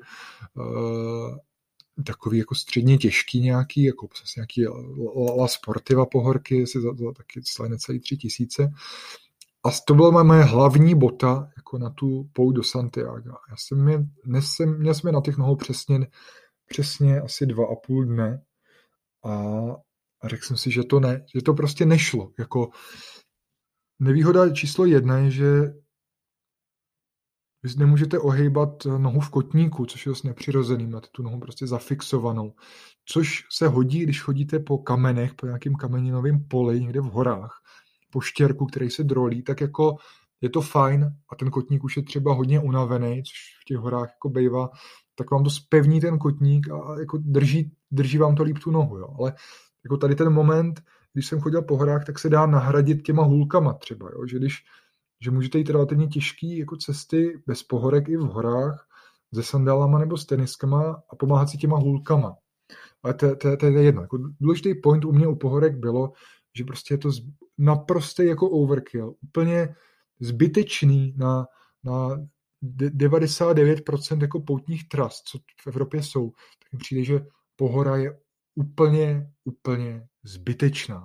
takový jako středně těžký nějaký, jako nějaký La Sportiva pohorky, si za, za taky stály necelý tři tisíce. A to byla moje hlavní bota jako na tu pouť do Santiaga. Já jsem je, nesem, měl jsem je na těch nohou přesně, přesně asi dva a půl dne a, a řekl jsem si, že to ne, že to prostě nešlo. Jako nevýhoda číslo jedna je, že vy nemůžete ohejbat nohu v kotníku, což je dost nepřirozený, máte tu nohu prostě zafixovanou. Což se hodí, když chodíte po kamenech, po nějakým kameninovým poli, někde v horách, po štěrku, který se drolí, tak jako je to fajn a ten kotník už je třeba hodně unavený, což v těch horách jako bejvá, tak vám to spevní ten kotník a jako drží, drží vám to líp tu nohu. Jo. Ale jako tady ten moment, když jsem chodil po horách, tak se dá nahradit těma hůlkama třeba, jo. Že když že můžete jít relativně těžký jako cesty bez pohorek i v horách, se sandálama nebo s teniskama a pomáhat si těma hůlkama. Ale to, to, to je jedno. Jako důležitý point u mě u pohorek bylo, že prostě je to naprostý jako overkill. Úplně zbytečný na, na devadesát devět procent jako poutních tras, co v Evropě jsou. Tak mi přijde, že pohora je úplně, úplně zbytečná.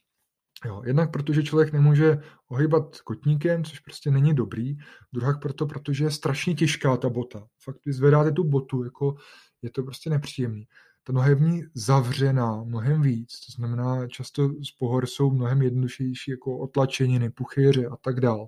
Jo, jednak protože člověk nemůže ohýbat kotníkem, což prostě není dobrý. Druhak proto, protože je strašně těžká ta bota. Fakt, když zvedáte tu botu, jako je to prostě nepříjemný. Ta noha je v ní zavřená mnohem víc, to znamená, často z pohor jsou mnohem jednodušší jako otlačeniny, puchyře a tak dál.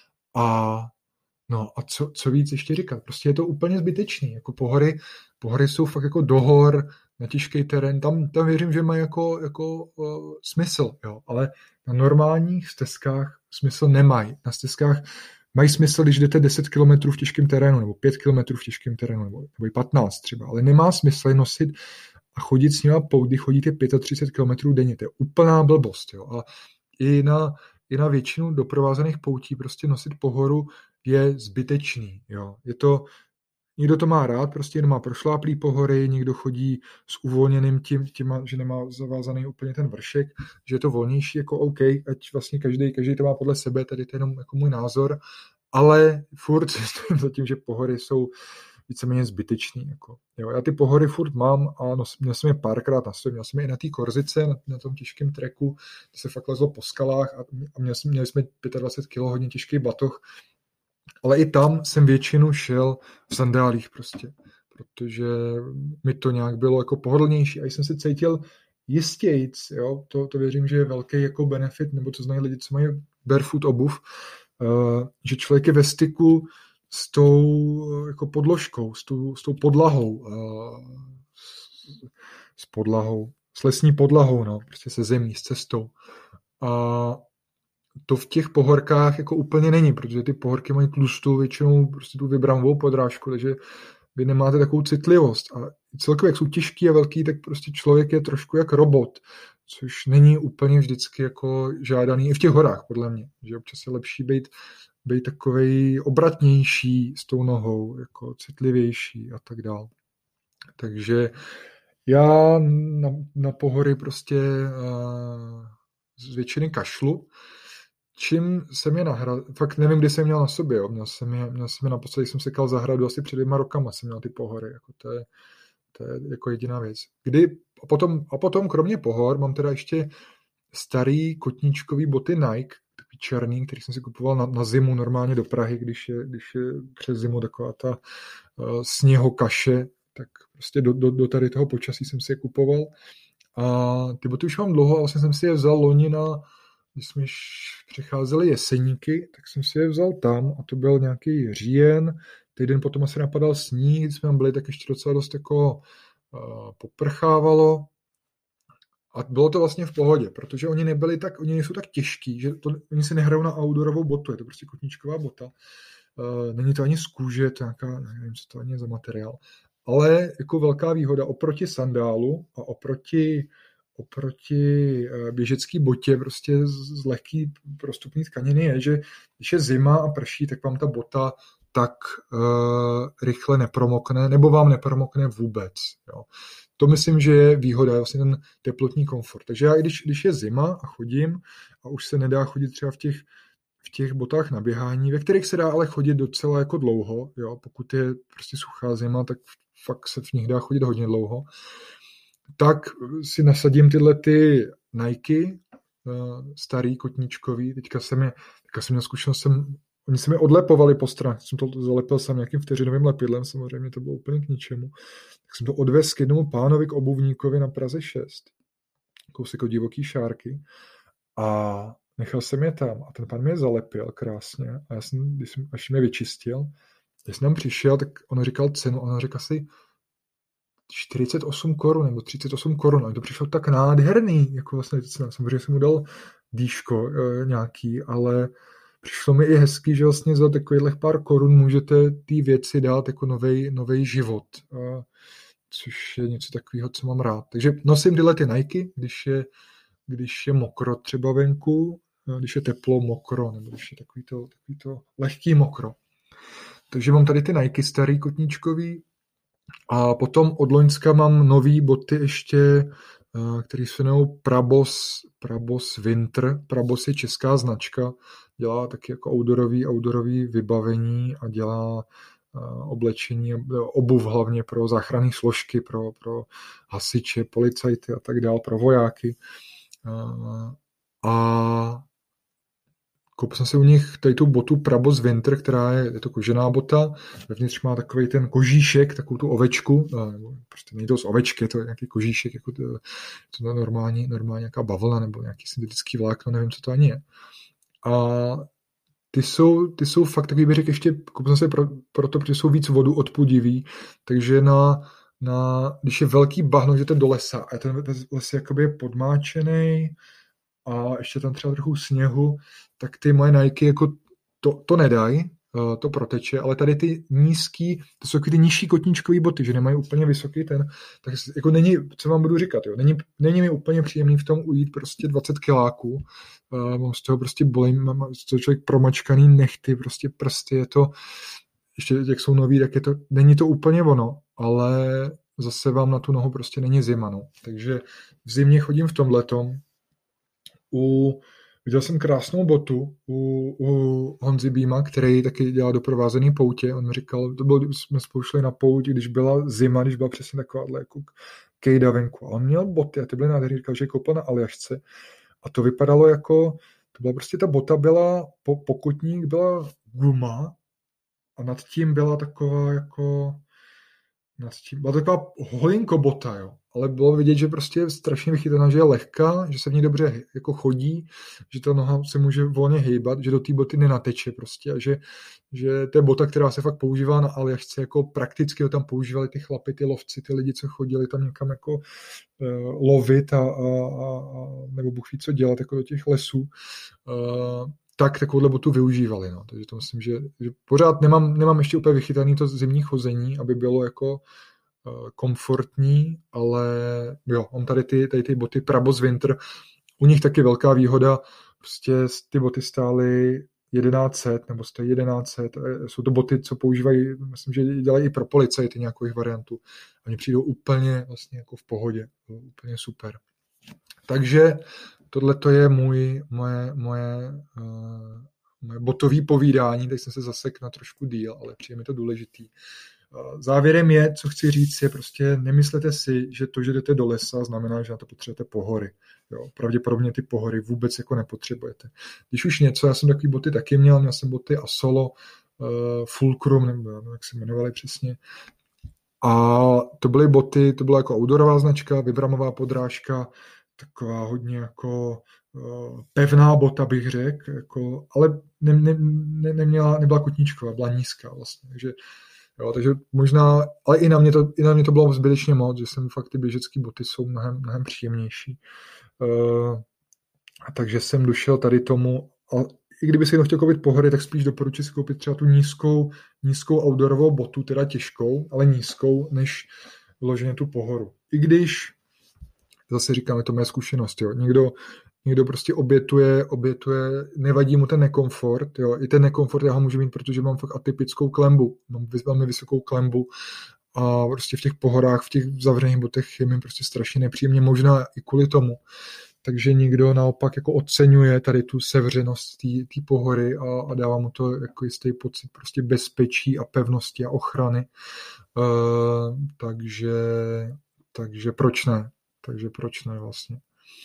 A no a co, co víc ještě říkat? Prostě je to úplně zbytečný. Jako pohory, pohory jsou fakt jako do hor, na těžký terén, tam, tam věřím, že mají jako, jako uh, smysl, jo, ale na normálních stezkách smysl nemají. Na stezkách mají smysl, když jdete deset kilometrů v těžkém terénu, nebo pět kilometrů v těžkém terénu, nebo, nebo i patnáct třeba, ale nemá smysl nosit a chodit s nima pouť, kdy chodíte třicet pět kilometrů denně. To je úplná blbost, jo, a i na, i na většinu doprovázených poutí prostě nosit pohoru je zbytečný, jo. Je to Někdo to má rád, prostě jenom má prošláplý pohory, někdo chodí s uvolněným tím, tím, že nemá zavázaný úplně ten vršek, že je to volnější, jako OK, ať vlastně každý, každý to má podle sebe, tady to je jenom jako můj názor, ale furt stojím za tím, že pohory jsou víceméně zbytečný. Jako. Jo, já ty pohory furt mám a nos, měl jsem je párkrát na sobě, měl jsem je i na té Korzice, na, na tom těžkém treku, kde se fakt lezlo po skalách a, a měl jsem, měli jsme dvacet pět kilo, hodně těžký batoh, ale i tam jsem většinu šel v sandálích prostě, protože mi to nějak bylo jako pohodlnější a jsem se cítil jistějc, jo, to, to věřím, že je velký jako benefit, nebo co znají lidi, co mají barefoot obuv, uh, že člověk je ve styku s tou jako podložkou, s tou, s tou podlahou, uh, s, s podlahou, s lesní podlahou, no, prostě se zemí, s cestou. A to v těch pohorkách jako úplně není, protože ty pohorky mají tlustou většinou prostě tu vybramovou podrážku, takže vy nemáte takovou citlivost. A celkově, jak jsou těžký a velký, tak prostě člověk je trošku jak robot, což není úplně vždycky jako žádaný i v těch horách, podle mě. Že občas je lepší být, být takovej obratnější s tou nohou, jako citlivější a tak dál. Takže já na, na pohory prostě uh, z většiny kašlu, čím jsem je nahradil, fakt nevím, kdy jsem měl na sobě, jo. Měl jsem je, měl jsem je naposledy, jsem se kal zahradu asi před dvěma rokama, jsem měl ty pohory, jako to je, to je jako jediná věc. Kdy, a potom, a potom kromě pohor mám teda ještě starý kotníčkový boty Nike, takový černý, který jsem si kupoval na, na zimu normálně do Prahy, když je, když je přes zimu taková ta uh, sněhokaše, tak prostě do, do, do tady toho počasí jsem si je kupoval. A ty boty už mám dlouho, a vlastně jsem si je vzal loni na, když jsme přecházeli Jeseníky, tak jsem si je vzal tam a to byl nějaký říjen, týden potom asi napadal sníh, když jsme tam byli, tak ještě docela dost jako uh, poprchávalo. A bylo to vlastně v pohodě, protože oni nebyli tak, oni nejsou tak těžký, že to, oni si nehrajou na outdoorovou botu, je to prostě kotníčková bota. Uh, není to ani z kůže, to nějaká, nevím, co to ani je za materiál. Ale jako velká výhoda oproti sandálu a oproti, oproti uh, běžecký botě prostě z, z lehký prostupný tkaniny je, že když je zima a prší, tak vám ta bota tak uh, rychle nepromokne, nebo vám nepromokne vůbec. Jo. To myslím, že je výhoda, vlastně ten teplotní komfort. Takže já, když, když je zima a chodím a už se nedá chodit třeba v těch, v těch botách na běhání, ve kterých se dá ale chodit docela jako dlouho, jo, pokud je prostě suchá zima, tak fakt se v nich dá chodit hodně dlouho, tak si nasadím tyhle ty Nike, starý kotníčkový, teďka jsem, je, teďka jsem měl zkušenost, jsem, oni se mi odlepovali po stranách, jsem to zalepil sám nějakým vteřinovým lepidlem, samozřejmě to bylo úplně k ničemu. Tak jsem to odvez k jednomu pánovi, k obuvníkovi na Praze šest, kousek od Divoký Šárky, a nechal jsem je tam a ten pán mě zalepil krásně a já jsem, když jsem, až mě vyčistil, když jsem tam přišel, tak on říkal cenu, on řekl asi čtyřicet osm korun nebo třicet osm korun, a to přišel tak nádherný, jako vlastně cena. Samozřejmě jsem mu dal dýško e, nějaký, ale přišlo mi i hezký, že vlastně za takových pár korun můžete ty věci dát jako novej, novej život, e, což je něco takového, co mám rád. Takže nosím tyhle ty Nike, když je, když je mokro třeba venku, když je teplo, mokro, nebo když je takový to, takový to lehký mokro. Takže mám tady ty Nike starý kotníčkový a potom od loňska mám nový boty ještě, který se jmenují Prabos, Prabos Winter. Prabos je česká značka, dělá taky jako outdoorový, outdoorový vybavení a dělá oblečení, obuv hlavně pro záchranné složky, pro, pro hasiče, policajty a tak dál, pro vojáky. A koupil jsem si u nich tady tu botu Prabos Winter, která je, je to kožená bota, vevnitř má takový ten kožíšek, takovou tu ovečku, nebo prostě není to z ovečky, je to nějaký kožíšek, jako to, to normální, normální nějaká bavlna nebo nějaký syntetický vlákno, nevím, co to ani je. A ty jsou, ty jsou fakt takový, bych řekl, ještě, koupil jsem si pro, proto, protože jsou víc vodu odpudivý, takže na, na, když je velký bahno, že to do lesa a ten les je jakoby podmáčený a ještě tam třeba trochu sněhu, tak ty moje Nike jako to, to nedají, to proteče, ale tady ty nízký, to jsou ty nižší kotníčkový boty, že nemají úplně vysoký ten, tak jako není, co vám budu říkat, jo, není, není mi úplně příjemný v tom ujít prostě dvacet kiláků, uh, mám z toho prostě bolím, mám z toho člověk promačkaný nechty, prostě prsty, je to, ještě jak jsou nový, tak je to, není to úplně ono, ale zase vám na tu nohu prostě není zima, no. Takže v zimě chodím v tomhletom. U Viděl jsem krásnou botu u, u Honzy Býma, který taky dělá doprovázený poutě. On mi říkal, to bylo, jsme spolu šli na pouť, když byla zima, když byla přesně takováhle jako kejda venku. A on měl boty a ty byly nádherný, říkal, že je koupil na Aljašce. A to vypadalo jako, to byla prostě ta bota byla, po, pokutník byla guma a nad tím byla taková jako, nad tím, byla taková holinko bota, jo. Ale bylo vidět, že prostě je strašně vychytaná, že je lehká, že se v ní dobře jako chodí, že ta noha se může volně hejbat, že do té boty nenateče prostě a že, že to je bota, která se fakt používá na Aljašce, jako prakticky ho tam používali ty chlapy, ty lovci, ty lidi, co chodili tam někam jako uh, lovit a, a, a nebo Bůh ví, co dělat jako do těch lesů, uh, tak takovouhle botu využívali. No. Takže to myslím, že, že pořád nemám, nemám ještě úplně vychytaný to zimní chození, aby bylo jako komfortní, ale jo, on tady ty, tady ty boty Prabos Winter, u nich taky velká výhoda, prostě ty boty stály jedenáct set, nebo stojí jedenáct set, jsou to boty, co používají, myslím, že dělají i pro policajty nějakou jejich variantu. Oni přijdou úplně vlastně jako v pohodě, úplně super. Takže tohle to je můj, moje, moje, uh, moje botový povídání, tak jsem se zasek na trošku díl, ale přijde mi to důležitý. Uh, závěrem je, co chci říct, je prostě nemyslete si, že to, že jdete do lesa, znamená, že na to potřebujete pohory. Jo, pravděpodobně ty pohory vůbec jako nepotřebujete. Když už něco, já jsem takový boty taky měl, měl jsem boty Asolo, uh, Fulcrum, nebo jak se jmenovaly přesně. A to byly boty, to byla jako outdoorová značka, vybramová podrážka, taková hodně jako uh, pevná bota, bych řekl, jako, ale ne, ne, ne, neměla, nebyla kotníčková, byla nízká vlastně, takže, jo, takže možná, ale i na mě to, i na mě to bylo zbytečně moc, že jsem fakt ty běžecké boty jsou mnohem, mnohem příjemnější. Uh, takže jsem došel tady tomu, a i kdyby si chtěl koupit pohory, tak spíš doporučuji si koupit třeba tu nízkou, nízkou outdoorovou botu, teda těžkou, ale nízkou, než vloženě tu pohoru. I když, zase říkám, je to mé zkušenost, jo. Někdo, někdo prostě obětuje, obětuje, nevadí mu ten nekomfort, jo. I ten nekomfort já ho můžu mít, protože mám fakt atypickou klembu, mám velmi vysokou klembu a prostě v těch pohorách, v těch zavřených botech je mi prostě strašně nepříjemně, možná i kvůli tomu. Takže někdo naopak jako oceňuje tady tu sevřenost té pohory a, a dává mu to jako jistý pocit prostě bezpečí a pevnosti a ochrany. Uh, takže, takže proč ne? Takže proč ne vlastně?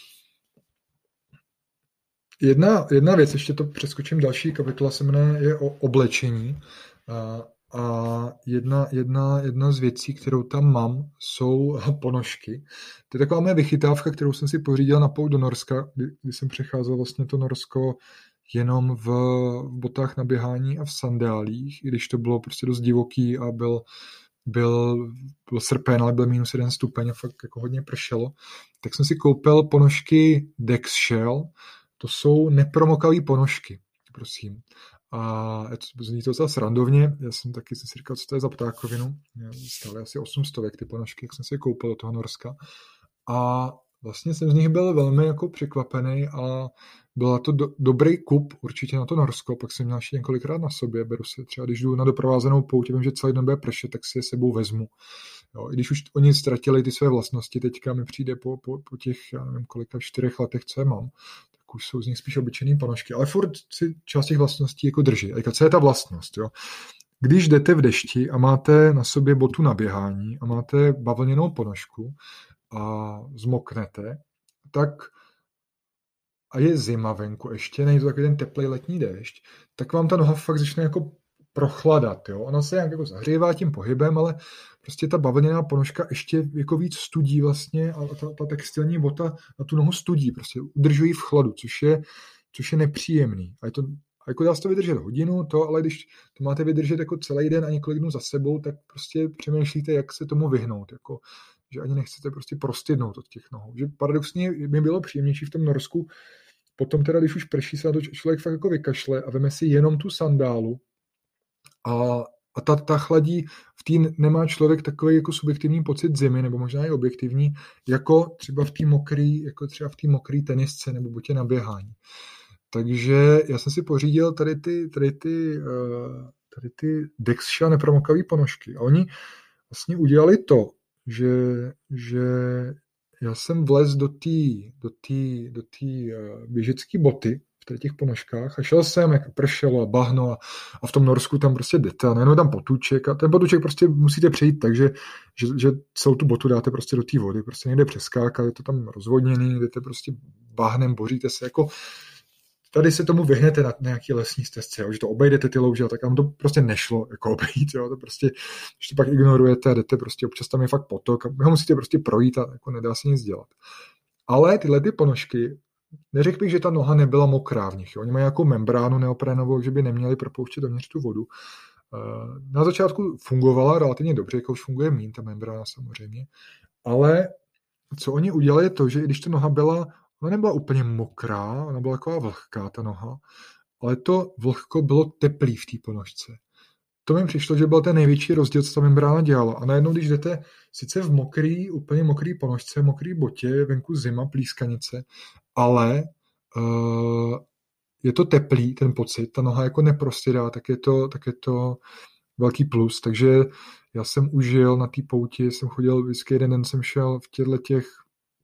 Jedna, jedna věc, ještě to přeskočím, další kapitola se jmenuje je o oblečení. Uh, A jedna, jedna, jedna z věcí, kterou tam mám, jsou ponožky. To je taková moje vychytávka, kterou jsem si pořídil na pouť do Norska, kdy, kdy jsem přecházel vlastně to Norsko jenom v, v botách na běhání a v sandálích, i když to bylo prostě dost divoký a byl, byl, byl srpen, ale byl minus jeden stupeň a fakt jako hodně pršelo. Tak jsem si koupil ponožky DexShell. To jsou nepromokavé ponožky, prosím. A zní to docela srandovně, já jsem taky jsem si říkal, co to je za ptákovinu, stále asi osm stovek ty ponožky, jak jsem si je koupil do toho Norska a vlastně jsem z nich byl velmi jako překvapený a byla to do, dobrý kup určitě na to Norsko, pak jsem měl ještě několikrát na sobě, beru si třeba, když jdu na doprovázenou pouť, vím, že celý den bude pršet, tak si je sebou vezmu. Jo, i když už oni ztratili ty své vlastnosti, teďka mi přijde po, po, po těch, já nevím, kolika čtyřech letech, co je mám, už jsou z nich spíš obyčejný ponožky, ale furt si část těch vlastností jako drží. A co je ta vlastnost? Jo? Když jdete v dešti a máte na sobě botu na běhání a máte bavlněnou ponožku a zmoknete, tak a je zima venku ještě, není to takový ten teplej letní déšť, tak vám ta noha fakt začne jako prochladat. Jo? Ona se nějak jako zahřívá tím pohybem, ale prostě ta bavlněná ponožka ještě jako víc studí vlastně a ta, ta textilní bota na tu nohu studí, prostě udržují v chladu, což je, což je nepříjemný. A je to, a jako dá se to vydržet hodinu, to, ale když to máte vydržet jako celý den a několik dnů za sebou, tak prostě přemýšlíte, jak se tomu vyhnout, jako, že ani nechcete prostě prostydnout od těch nohou. Že paradoxně mi bylo příjemnější v tom Norsku, potom teda, když už prší, se na to člověk fakt jako vykašle a veme si jenom tu sandálu, A, a ta, ta chladí, v té nemá člověk takový jako subjektivní pocit zimy, nebo možná i objektivní, jako třeba v té mokrý, jako třeba v té mokrý tenisce nebo botě na běhání. Takže já jsem si pořídil tady ty, tady ty, tady ty DexShell nepromokavý ponožky. A oni vlastně udělali to, že, že já jsem vlez do té do té do té běžecké boty, v těch ponožkách a šel jsem, jak pršelo a bahno a, a v tom Norsku tam prostě jdete a nejenom tam potůček a ten potůček prostě musíte přejít tak, že, že, že celou tu botu dáte prostě do té vody, prostě někde přeskákat, je to tam rozvodněný, jdete prostě bahnem, boříte se, jako tady se tomu vyhnete na nějaký lesní stezce, jo, že to obejdete ty louže, tak vám to prostě nešlo jako obejít, jo, to prostě, když to pak ignorujete a jdete prostě, občas tam je fakt potok a ho musíte prostě projít a jako nedá se nic dělat. Ale tyhle ty ponožky, neřekl bych, že ta noha nebyla mokrá v nich. Jo. Oni mají jako membránu neoprénovou, že by neměli propouštět dovnitř tu vodu. Na začátku fungovala relativně dobře, jako už funguje míň, ta membrána samozřejmě. Ale co oni udělali je to, že i když ta noha byla, ona nebyla úplně mokrá, ona byla taková vlhká, ta noha, ale to vlhko bylo teplý v té ponožce. To mi přišlo, že byl ten největší rozdíl, co ta membrána dělala. A najednou, když jdete sice v mokrý, úplně mokrý ponožce, mokrý botě, venku zima, plískanice, ale uh, je to teplý, ten pocit, ta noha jako neprostydá, tak je to, tak je to velký plus. Takže já jsem užil na té pouti, jsem chodil vždycky jeden den, jsem šel v těchto těch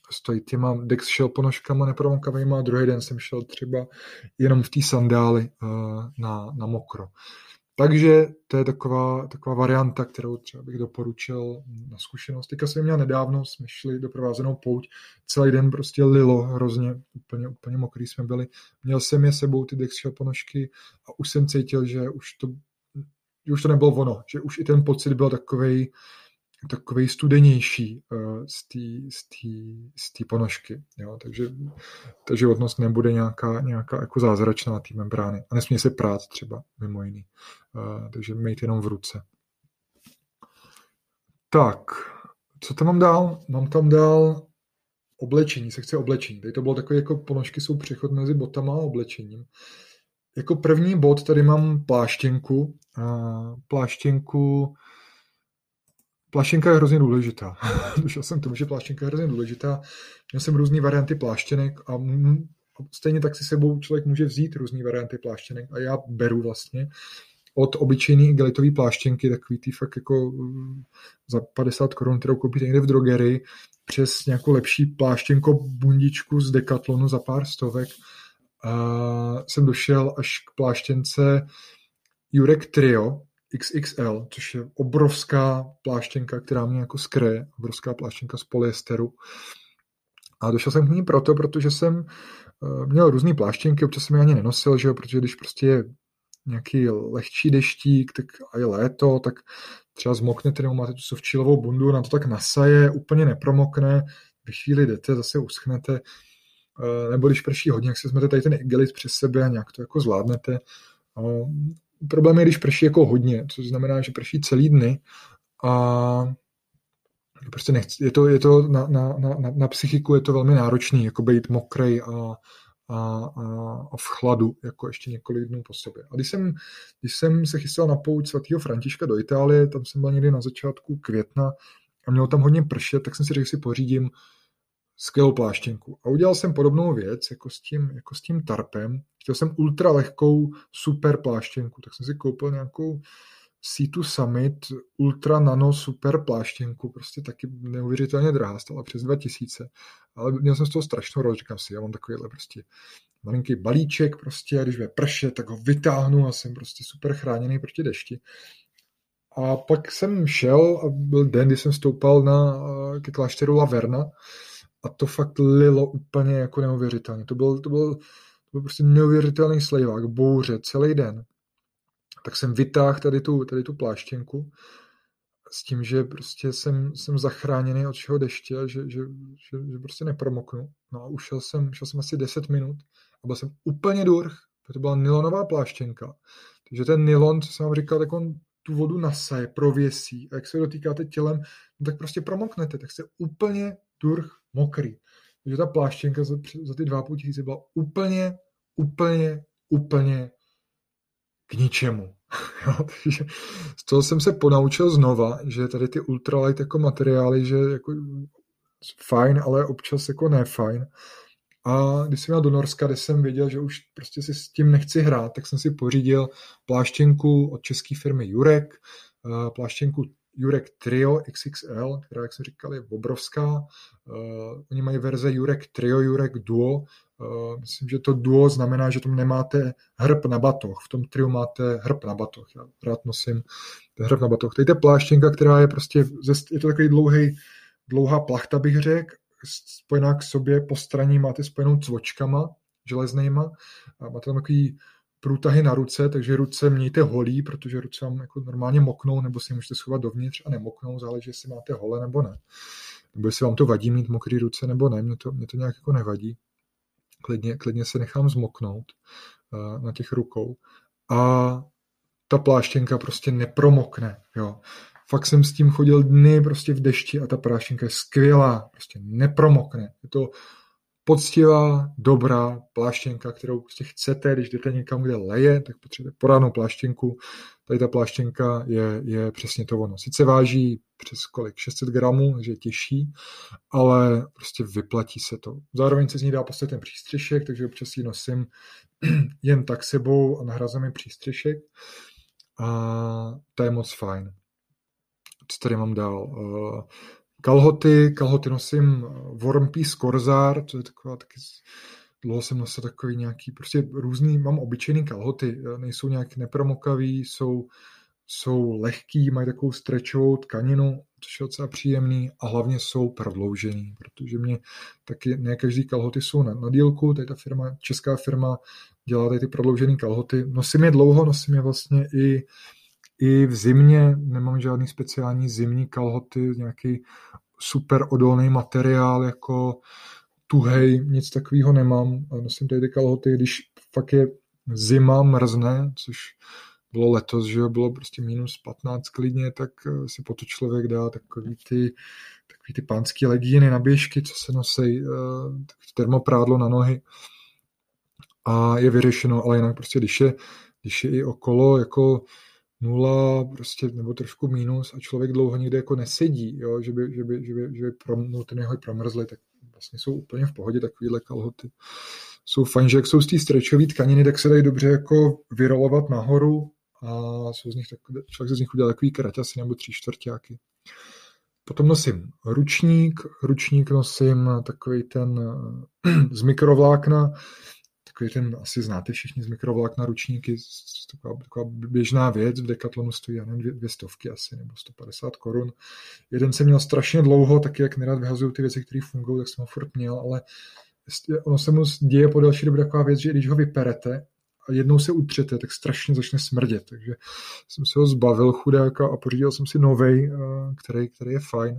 stojí těma Dex šel ponožkama nepromokavýma a druhý den jsem šel třeba jenom v té sandály uh, na, na mokro. Takže to je taková, taková varianta, kterou třeba bych doporučil na zkušenost. Teďka jsem měl nedávno, jsme šli doprovázenou pouť, celý den prostě lilo hrozně, úplně, úplně mokrý jsme byli. Měl jsem je sebou ty Dex šel ponožky a už jsem cítil, že už to, že už to nebylo ono, že už i ten pocit byl takovej, takovej studenější uh, z té z té- z té ponožky. Jo? Takže ta životnost nebude nějaká, nějaká jako zázračná té membrány. A nesmí se prát třeba, mimo jiný. Uh, takže mít jenom v ruce. Tak, co tam mám dál? Mám tam dál oblečení, sekce oblečení. Tady to bylo takové, jako ponožky jsou přechod mezi botama a oblečením. Jako první bod tady mám pláštěnku. Uh, pláštěnku Pláštěnka je hrozně důležitá. Došel jsem k tomu, že pláštěnka je hrozně důležitá. Měl jsem různý varianty pláštěnek a, m- a stejně tak si sebou člověk může vzít různý varianty pláštěnek a já beru vlastně od obyčejný igelitový pláštěnky, takový ty fakt jako mm, za padesát korun, kterou koupíte někde v drogerii, přes nějakou lepší pláštěnko bundičku z Decathlonu za pár stovek. A jsem došel až k pláštěnce Jurek Trio X X L, což je obrovská pláštěnka, která mě jako skryje, obrovská pláštěnka z polyesteru. A došel jsem k ní proto, protože jsem uh, měl různý pláštěnky, občas jsem je ani nenosil, že jo, protože když prostě je nějaký lehčí deštík, tak a je léto, tak třeba zmoknete, nebo máte tu sovčilovou bundu, na to tak nasaje, úplně nepromokne, vy chvíli jdete, zase uschnete, uh, nebo když prší hodně, jak se vezmete tady ten igelit přes sebe a nějak to jako zvládnete. Uh, Problém je, když prší jako hodně, což znamená, že prší celý dny a prostě nechci, je to, je to na, na, na, na psychiku je to velmi náročný, jako být mokrej a, a, a, a v chladu, jako ještě několik dnů po sobě. A když jsem, když jsem se chystal na pouť svatého Františka do Itálie, tam jsem byl někdy na začátku května a mělo tam hodně pršet, tak jsem si řekl, že si pořídím skvělou pláštěnku. A udělal jsem podobnou věc, jako s tím, jako s tím tarpem. Chtěl jsem ultra lehkou super pláštěnku, tak jsem si koupil nějakou C dva Summit Ultra Nano super pláštěnku, prostě taky neuvěřitelně drahá, stála přes dva tisíce, ale měl jsem z toho strašnou radost, říkám si, já mám takovýhle prostě malinký balíček prostě, a když bude pršet, tak ho vytáhnu a jsem prostě super chráněný proti dešti. A pak jsem šel a byl den, kdy jsem stoupal na, ke klášteru La Verna a to fakt lilo úplně jako neuvěřitelně. To byl, to byl, to byl prostě neuvěřitelný slejvák, bouře, celý den. Tak jsem vytáhl tady tu, tady tu pláštěnku s tím, že prostě jsem, jsem zachráněný od všeho deště, že, že, že, že prostě nepromoknu. No a ušel jsem, šel jsem asi deset minut a byl jsem úplně durch, protože to byla nylonová pláštěnka. Takže ten nylon, co jsem vám říkal, tak on tu vodu nasaje, prověsí a jak se dotýkáte tělem, no tak prostě promoknete, tak jste úplně durch mokrý. Takže ta pláštěnka za, za ty dva a půl tisíce byla úplně, úplně, úplně k ničemu. Jo, takže z toho jsem se ponaučil znova, že tady ty ultralight jako materiály, že jako fajn, ale občas jako ne fajn. A když jsem jel do Norska, kde jsem věděl, že už prostě si s tím nechci hrát, tak jsem si pořídil pláštěnku od české firmy Jurek, pláštěnku Jurek Trio X X L, která, jak jsem říkal, je obrovská. Uh, oni mají verze Jurek Trio, Jurek Duo. Uh, myslím, že to Duo znamená, že tam nemáte hrb na batoh. V tom Triu máte hrb na batoh. Já rád nosím ten hrb na batoh. Tady je pláštěnka, která je prostě, je to takový dlouhý, dlouhá plachta, bych řekl, spojená k sobě, po straně máte spojenou cvočkama železnýma a máte tam takový průtahy na ruce, takže ruce mějte holí, protože ruce vám jako normálně moknou, nebo si je můžete schovat dovnitř a nemoknou, záleží, jestli máte holé nebo ne. Nebo jestli vám to vadí mít mokrý ruce nebo ne, mě to, mě to nějak jako nevadí. Klidně, klidně se nechám zmoknout uh, na těch rukou. A ta pláštěnka prostě nepromokne, jo. Fakt jsem s tím chodil dny prostě v dešti a ta pláštěnka je skvělá, prostě nepromokne. Je to poctivá, dobrá pláštěnka, kterou prostě chcete, když jdete někam, kde leje, tak potřebujete pořádnou pláštěnku. Tady ta pláštěnka je, je přesně to ono. Sice váží přes kolik? šest set gramů, takže je těžší, ale prostě vyplatí se to. Zároveň se z ní dá postavit ten přístřešek, takže občas ji nosím jen tak sebou a nahrazím přístřešek. A to je moc fajn. Co tady mám dál? Kalhoty, kalhoty nosím Warm Peace Corsair, to je taková taky, dlouho jsem nosil takový nějaký, prostě různý, mám obyčejný kalhoty, nejsou nějak nepromokavý, jsou, jsou lehký, mají takovou stretchovou tkaninu, což je docela příjemný a hlavně jsou prodloužený, protože mě taky, ne každý kalhoty jsou na, na dílku, tady ta firma, česká firma dělá tady ty prodloužený kalhoty, nosím je dlouho, nosím je vlastně i I v zimě, nemám žádný speciální zimní kalhoty, nějaký super odolný materiál, jako tuhej, nic takového nemám. Nosím tady ty kalhoty, když fakt je zima, mrzne, což bylo letos, že bylo prostě minus patnáct klidně, tak si po to člověk dá takový ty, takový ty pánský legíny na běžky, co se nosí, takový termoprádlo na nohy a je vyřešeno, ale jinak prostě, když je, když je i okolo jako nula, prostě, nebo trošku mínus a člověk dlouho někde jako nesedí, jo, že by, že by, že by, že by prom, no, ten jeho promrzli, tak vlastně jsou úplně v pohodě takovýhle kalhoty. Jsou fajn, že jak jsou z té stretchové tkaniny, tak se dají dobře jako vyrolovat nahoru a jsou z nich tak, člověk se z nich udělá takový kraťasy nebo tři čtvrťáky. Potom nosím ručník, ručník nosím takový ten z mikrovlákna, takový ten, asi znáte všichni z mikrovlákna ručníky, taková, taková běžná věc, v Decathlonu stojí, já nevím, dvě, dvě stovky asi, nebo sto padesát korun. Jeden jsem měl strašně dlouho, taky jak nerad vyhazuju ty věci, které fungují, tak jsem ho furt měl, ale ono se mu děje po další době taková věc, že když ho vyperete a jednou se utřete, tak strašně začne smrdět, takže jsem se ho zbavil chudáka a pořídil jsem si novej, který, který je fajn.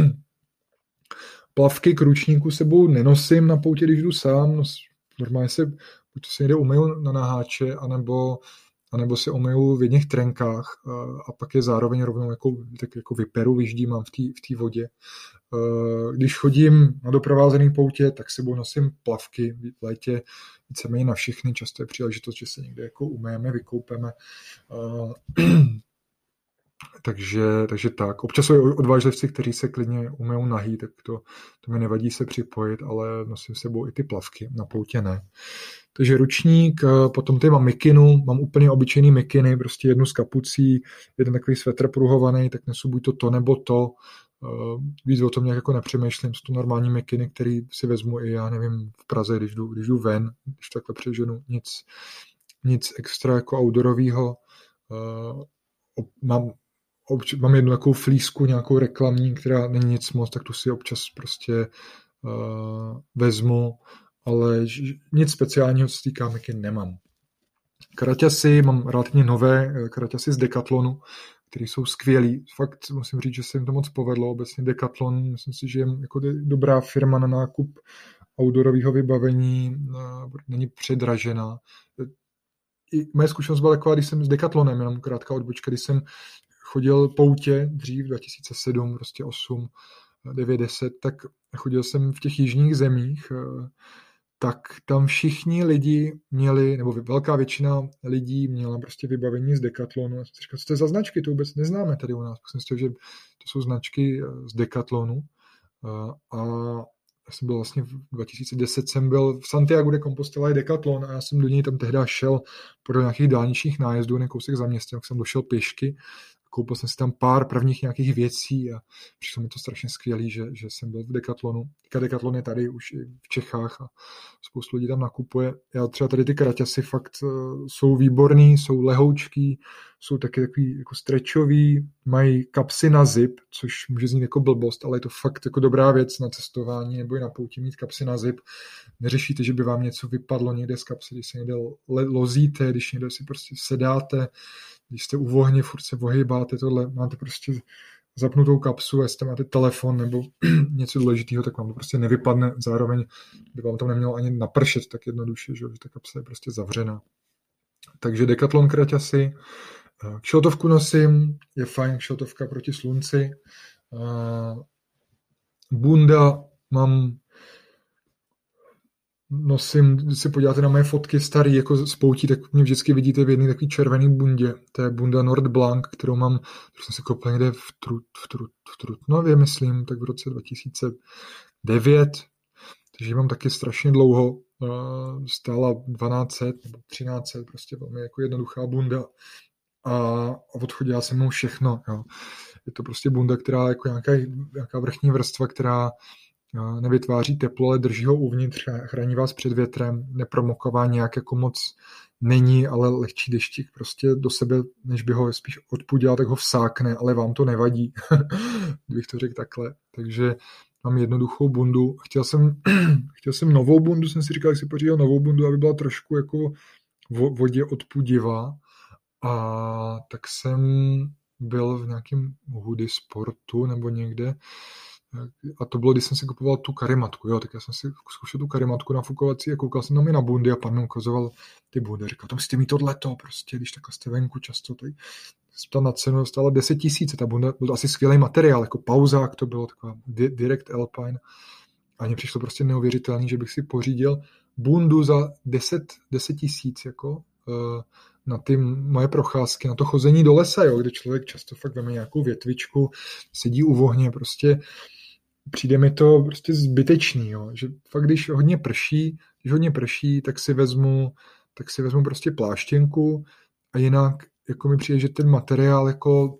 Plavky k ručníku sebou nenosím na poutě, když jdu sám, normálně se buď se někde umyju na naháče, anebo, anebo se umyju v jedných trenkách a pak je zároveň rovnou jako, tak jako vyperu, vyždímám v té v té vodě. Když chodím na doprovázený poutě, tak sebou nosím plavky v létě, víceméně na všechny, často je příležitost, že se někde jako umyjeme, vykoupeme. Takže, takže tak. Občas jsou odvážlivci, kteří se klidně umyjou nahý, tak to, to mi nevadí se připojit, ale nosím s sebou i ty plavky, na poutě ne. Takže ručník, potom tady mám mikinu, mám úplně obyčejný mikiny, prostě jednu s kapucí, jeden takový svetr pruhovaný, tak nesu buď to to nebo to. Víc o tom nějak jako nepřemýšlím, jsou to normální mikiny, který si vezmu i, já nevím, v Praze, když jdu, když jdu ven, když takhle přeženu, nic, nic extra jako outdoorovýho. Mám Obč- mám jednu takovou flísku, nějakou reklamní, která není nic moc, tak tu si občas prostě uh, vezmu, ale ž- nic speciálního, co se týká mikin, nemám. Kraťasy, mám relativně nové kraťasy z Decathlonu, které jsou skvělý. Fakt musím říct, že se jim to moc povedlo. Obecně Decathlon, myslím si, že je jako dobrá firma na nákup outdoorového vybavení, uh, není předražená. I moje zkušenost byla taková, když jsem s Decathlonem, jenom krátká odbočka, když jsem chodil poutě dřív, dva tisíce sedm, prostě osm, devět, deset, tak chodil jsem v těch jižních zemích, tak tam všichni lidi měli, nebo velká většina lidí měla prostě vybavení z Decathlonu. Já jsem si říkal, co to je za značky, to vůbec neznáme tady u nás. Pak jsem si říkal, že to jsou značky z Decathlonu. A já jsem byl vlastně v dva tisíce deset jsem byl v Santiago de Compostela je Decathlon a já jsem do něj tam tehdy šel podle nějakých dálničních nájezdů, ne kousek za městem, jak jsem došel pěšky. Koupil jsem si tam pár prvních nějakých věcí a přišlo mi to strašně skvělý, že, že jsem byl v Decathlonu. Teďka Decathlon je tady už i v Čechách a spoustu lidí tam nakupuje. Já třeba tady ty kraťasy fakt uh, jsou výborný, jsou lehoučký, jsou taky takový jako stretchový, mají kapsy na zip, což může znít jako blbost, ale je to fakt jako dobrá věc na cestování nebo i na pouti mít kapsy na zip. Neřešíte, že by vám něco vypadlo někde z kapsy, když se někde lozíte, když někde si prostě sedáte, když jste u vohně, furt se ohýbáte, tohle, máte prostě zapnutou kapsu, a jestli máte telefon nebo něco důležitého, tak vám to prostě nevypadne. Zároveň by vám to nemělo ani napršet tak jednoduše, že ta kapsa je prostě zavřená. Takže Decathlon kraťasy. Kšeltovku nosím, je fajn kšeltovka proti slunci. Bunda mám nosím, když se podíváte na moje fotky starý jako z poutí, tak mě vždycky vidíte v jedné takový červený bundě. To je bunda Nord Blanc, kterou mám, kterou jsem si koupil někde v, Trut, v, Trut, v Trutnově, myslím, tak v roce dva tisíce devět. Takže ji mám taky strašně dlouho. Stála dvanáct set nebo třináct set, prostě velmi jako jednoduchá bunda. a odchodila se mnou všechno. Jo. Je to prostě bunda, která jako nějaká, nějaká vrchní vrstva, která nevytváří teplo, ale drží ho uvnitř, chrání vás před větrem, nepromoková nějak jako moc není, ale lehčí deštík prostě do sebe, než by ho spíš odpudila, tak ho vsákne, ale vám to nevadí, kdybych to řekl takhle. Takže mám jednoduchou bundu. Chtěl jsem, chtěl jsem novou bundu, jsem si říkal, že si pořídil novou bundu, aby byla trošku jako vodě odpudivá. A tak jsem byl v nějakém hoodie sportu nebo někde, a to bylo, když jsem si kupoval tu karimatku, jo, tak já jsem si zkoušel tu karimatku nafukovací a koukal jsem tam i na bundy a pan mi ukazoval ty bundy. Říkal, to musíte mít tohleto, prostě, když takhle jste venku často, tady jsem tam na cenu stála deset tisíc, ta bunda byl asi skvělý materiál, jako pauzák to bylo, taková Direct Alpine. A mně přišlo prostě neuvěřitelný, že bych si pořídil bundu za deset tisíc, jako na ty moje procházky, na to chození do lesa, jo, kde člověk často fakt veme nějakou větvičku, sedí u vohně, prostě přijde mi to prostě zbytečný, jo, že fakt když hodně prší, když hodně prší, tak si vezmu, tak si vezmu prostě pláštěnku a jinak jako mi přijde, že ten materiál jako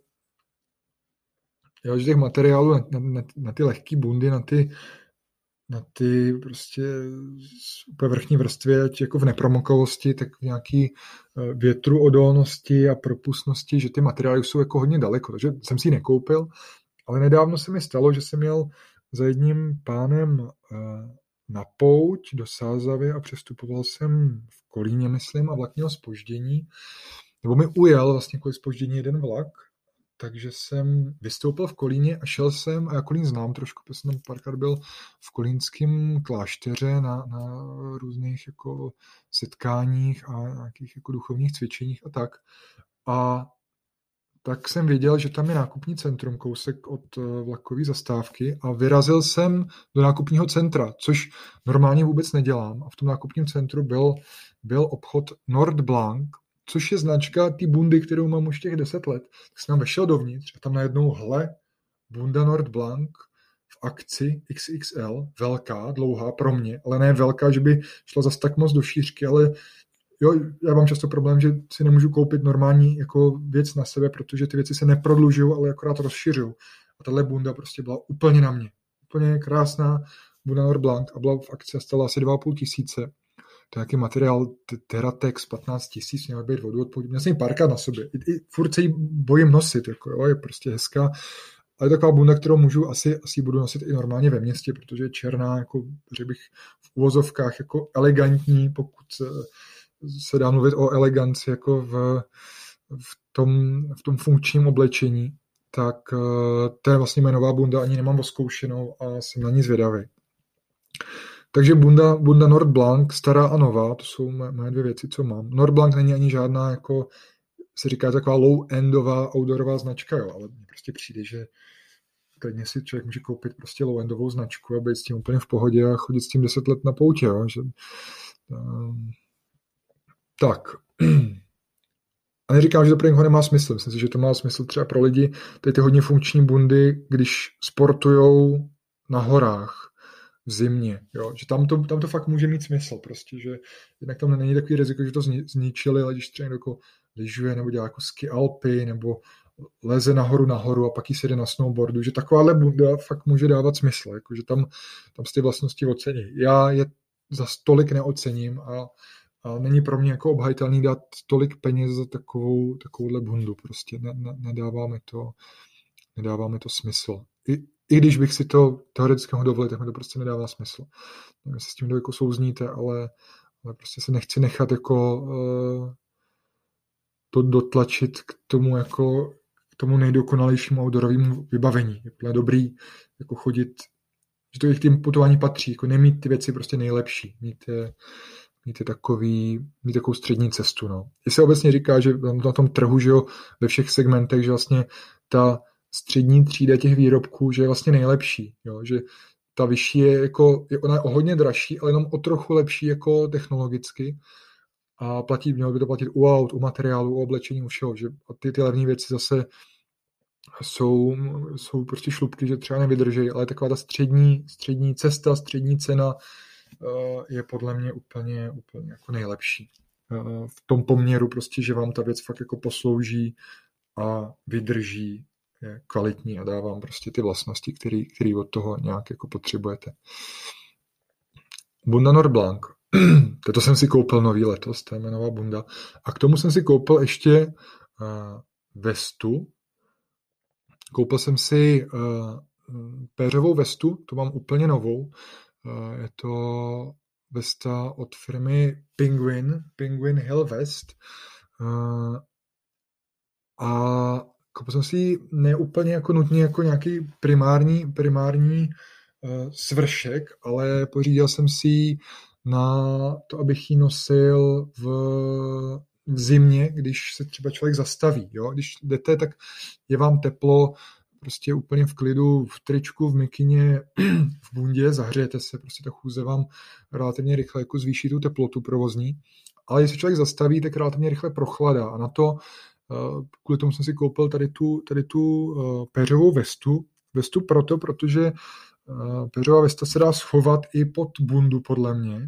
jo, že těch materiálů na, na, na ty lehké bundy, na ty na ty prostě úplně vrchní vrstvě, ať jako v nepromokavosti, tak v nějaký větru odolnosti a propustnosti, že ty materiály jsou jako hodně daleko, takže jsem si ji nekoupil, ale nedávno se mi stalo, že jsem měl za jedním pánem na pouť do Sázavy a přestupoval jsem v Kolíně, myslím, a vlak měl zpoždění, nebo mi ujel vlastně kvůli zpoždění jeden vlak, takže jsem vystoupil v Kolíně a šel jsem, a já Kolín znám trošku, protože jsem tam párkrát byl v kolínském klášteře na, na různých jako setkáních a nějakých jako duchovních cvičeních a tak. A tak jsem věděl, že tam je nákupní centrum, kousek od vlakové zastávky a vyrazil jsem do nákupního centra, což normálně vůbec nedělám. A v tom nákupním centru byl, byl obchod Nord Blanc, což je značka té bundy, kterou mám už těch deset let. Tak jsem tam vešel dovnitř a tam najednou hle, bunda Nord Blanc v akci X X L, velká, dlouhá pro mě, ale ne velká, že by šla zas tak moc do šířky, ale jo, já mám často problém, že si nemůžu koupit normální jako věc na sebe, protože ty věci se neprodlužují, ale akorát rozšiřují. A tahle bunda prostě byla úplně na mě. Úplně krásná bunda Nord Blanc a byla v akci a stala asi dva a půl tisíce. To je nějaký materiál Terratex patnáct tisíc, měl být vodu odpověď. Měl jsem ji párkrát na sobě. I, i furt se ji bojím nosit, jako, jo, je prostě hezká. Ale je taková bunda, kterou můžu, asi, asi budu nosit i normálně ve městě, protože je černá, jako, že bych v uvozovkách jako elegantní, pokud se dá mluvit o eleganci jako v, v, tom, v tom funkčním oblečení, tak to je vlastně moje nová bunda, ani nemám oskoušenou a jsem na ní zvědavý. Takže bunda, bunda Nord Blanc, stará a nová, to jsou moje dvě věci, co mám. Nord Blanc není ani žádná, jako se říká, taková low-endová outdoorová značka, jo, ale mně prostě přijde, že klidně si člověk může koupit prostě low-endovou značku a být s tím úplně v pohodě a chodit s tím deset let na poutě, jo, že, um, tak. A neříkám, že to pro někoho nemá smysl. Myslím si, že to má smysl třeba pro lidi, ty ty hodně funkční bundy, když sportujou na horách v zimě, jo? Že tam to, tam to fakt může mít smysl, prostě, že jednak tam není takový riziko, že to zničili, ale když třeba někdo jako lyžuje nebo dělá jako ski alpy, nebo leze nahoru nahoru a pak jí se jde na snowboardu, že takováhle bunda fakt může dávat smysl, jako, že tam, tam si ty vlastnosti ocení. Já je za tolik neocením a, a není pro mě jako obhajitelný dát tolik peněz za takovou, takovouhle bundu, prostě ne, ne, nedává mi to, nedává mi to smysl. I, I když bych si to teoreticky mohl dovolit, tak mi to prostě nedává smysl. Nevím, jestli s tím jako souzníte, ale, ale prostě se nechci nechat jako uh, to dotlačit k tomu jako k tomu nejdokonalejšímu outdoorovému vybavení. Je dobrý jako chodit, že to i k tím putování patří, jako nemít ty věci prostě nejlepší, mít, je, mít, je takový, mít takovou střední cestu. No. I se obecně říká, že na tom trhu, že jo, ve všech segmentech, že vlastně ta střední třída těch výrobků, že je vlastně nejlepší, jo, že ta vyšší je jako, je, ona je o hodně dražší, ale jenom o trochu lepší jako technologicky a platí, mělo by to platit u aut, u materiálu, u oblečení, u všeho, že a ty, ty levné věci zase jsou, jsou prostě šlupky, že třeba nevydrží, ale taková ta střední, střední cesta, střední cena uh, je podle mě úplně, úplně jako nejlepší. v tom poměru prostě, že vám ta věc fakt jako poslouží a vydrží, je kvalitní a dá vám prostě ty vlastnosti, který, který od toho nějak jako potřebujete. Bunda Norblanc. To jsem si koupil nový letos, to je nová bunda. A k tomu jsem si koupil ještě uh, vestu. Koupil jsem si uh, péřovou vestu, tu mám úplně novou. Uh, je to vesta od firmy Penguin, Penguin Hill Vest. Uh, a koupil jsem si ji ne úplně jako nutně jako nějaký primární, primární uh, svršek, ale pořídil jsem si ji na to, abych ji nosil v, v zimě, když se třeba člověk zastaví. Jo? Když jdete, tak je vám teplo, prostě úplně v klidu, v tričku, v mikině, v bundě, zahřejete se, prostě ta chůze vám relativně rychle jako zvýší tu teplotu provozní. Ale když se člověk zastaví, tak relativně rychle prochladá. A na to, kvůli tomu jsem si koupil tady tu, tady tu péřovou vestu. Vestu proto, protože péřová vesta se dá schovat i pod bundu, podle mě.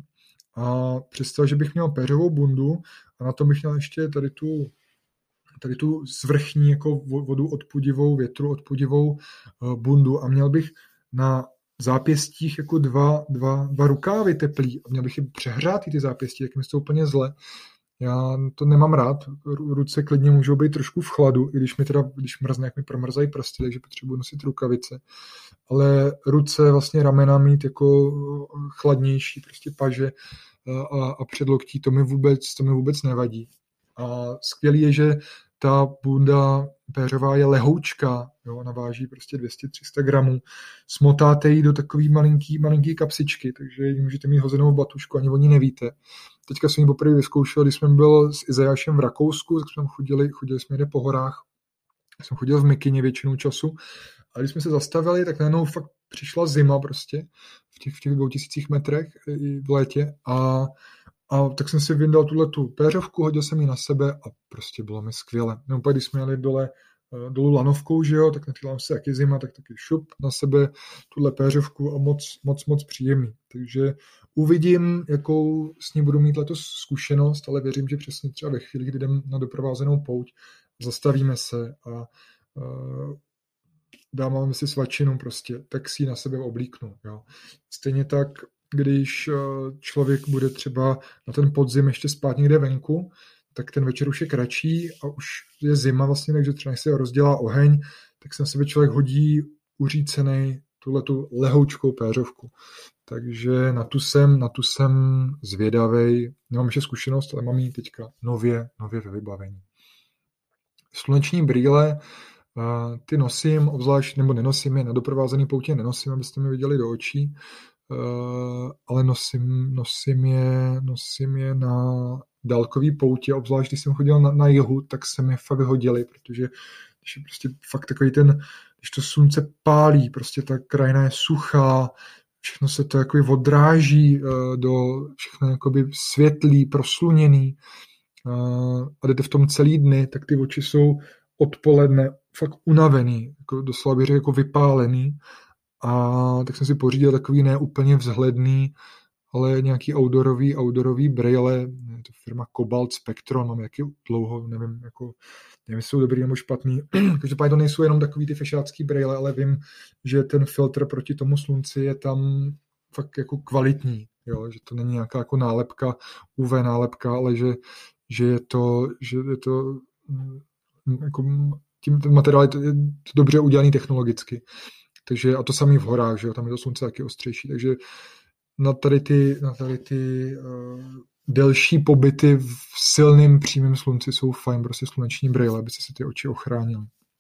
A představ, že bych měl péřovou bundu a na to bych měl ještě tady tu, tady tu svrchní jako vodu odpudivou, větru odpudivou bundu a měl bych na zápěstích jako dva, dva, dva rukávy teplý a měl bych je přehrátý ty zápěstí, tak mi to úplně zle. Já to nemám rád, ruce klidně můžou být trošku v chladu, i když mi teda, když mrzne, jak mi promrzají prsty, takže potřebuji nosit rukavice. Ale ruce, vlastně ramena mít jako chladnější, prostě paže a, a předloktí, to mi vůbec, to mi vůbec nevadí. A skvělý je, že ta bunda péřová je lehoučká, jo, ona váží prostě dvě stě až tři sta gramů. Smotáte ji do takový malinký, malinký kapsičky, takže ji můžete mít hozenou v batušku, ani o ní nevíte. Teďka jsem ji poprvé vyzkoušel, když jsme byl s Izajášem v Rakousku, tak jsme chodili, chodili jsme jde po horách. Jsem chodil v mikině většinu času. A když jsme se zastavili, tak najednou fakt přišla zima prostě v těch, v těch dvou tisících metrech v létě a A tak jsem si vyndal tuhle tu péřovku, hodil jsem ji na sebe a prostě bylo mi skvěle. No pak, když jsme jeli dole, dolů lanovkou, že jo, tak na té lanovce, jak je zima, tak taky šup na sebe tuhle péřovku a moc, moc, moc příjemný. Takže uvidím, jakou s ní budu mít letos zkušenost, ale věřím, že přesně třeba ve chvíli, kdy jdem na doprovázenou pouť, zastavíme se a uh, dáváme si svačinu prostě, tak si ji na sebe oblíknu. Jo. Stejně tak, když člověk bude třeba na ten podzim ještě spát někde venku, tak ten večer už je kratší a už je zima vlastně, takže třeba než se rozdělá oheň, tak se na sebe člověk hodí uřícenej tuhletu lehoučkou péřovku. Takže na tu jsem, na tu jsem zvědavej. Nemám ještě zkušenost, ale mám ji teďka nově, nově ve vybavení. Sluneční brýle, ty nosím, obzvlášť, nebo nenosím je, na doprovázený poutě nenosím, abyste mi viděli do očí, Uh, ale nosím, nosím, je, nosím je na dálkový poutě, obzvlášť když jsem chodil na, na jihu, tak se mi fakt hodily, protože když je prostě fakt takový ten, když to slunce pálí, prostě ta krajina je suchá, všechno se to jako odráží uh, do všechno jakoby světlý, prosluněný uh, a jdete v tom celý dny, tak ty oči jsou odpoledne fakt unavený, jako doslova bych řekl jako vypálený. A tak jsem si pořídil takový ne úplně vzhledný, ale nějaký outdoorový, outdoorový brejle, je to firma Cobalt Spectron, mám jaký dlouho, nevím, jako, nevím, jestli jsou dobrý nebo špatný. Každopádně to nejsou jenom takový ty fešácký brejle, ale vím, že ten filtr proti tomu slunci je tam fakt jako kvalitní, jo? Že to není nějaká jako nálepka, U V nálepka, ale že, že je to, že je to jako, tím ten materiál je to, je to dobře udělaný technologicky. Takže, a to samý v horách, že jo, tam je to slunce taky ostřejší, takže na tady ty, na tady ty uh, delší pobyty v silném přímém slunci jsou fajn, prostě sluneční brýle, aby se si ty oči ochránily.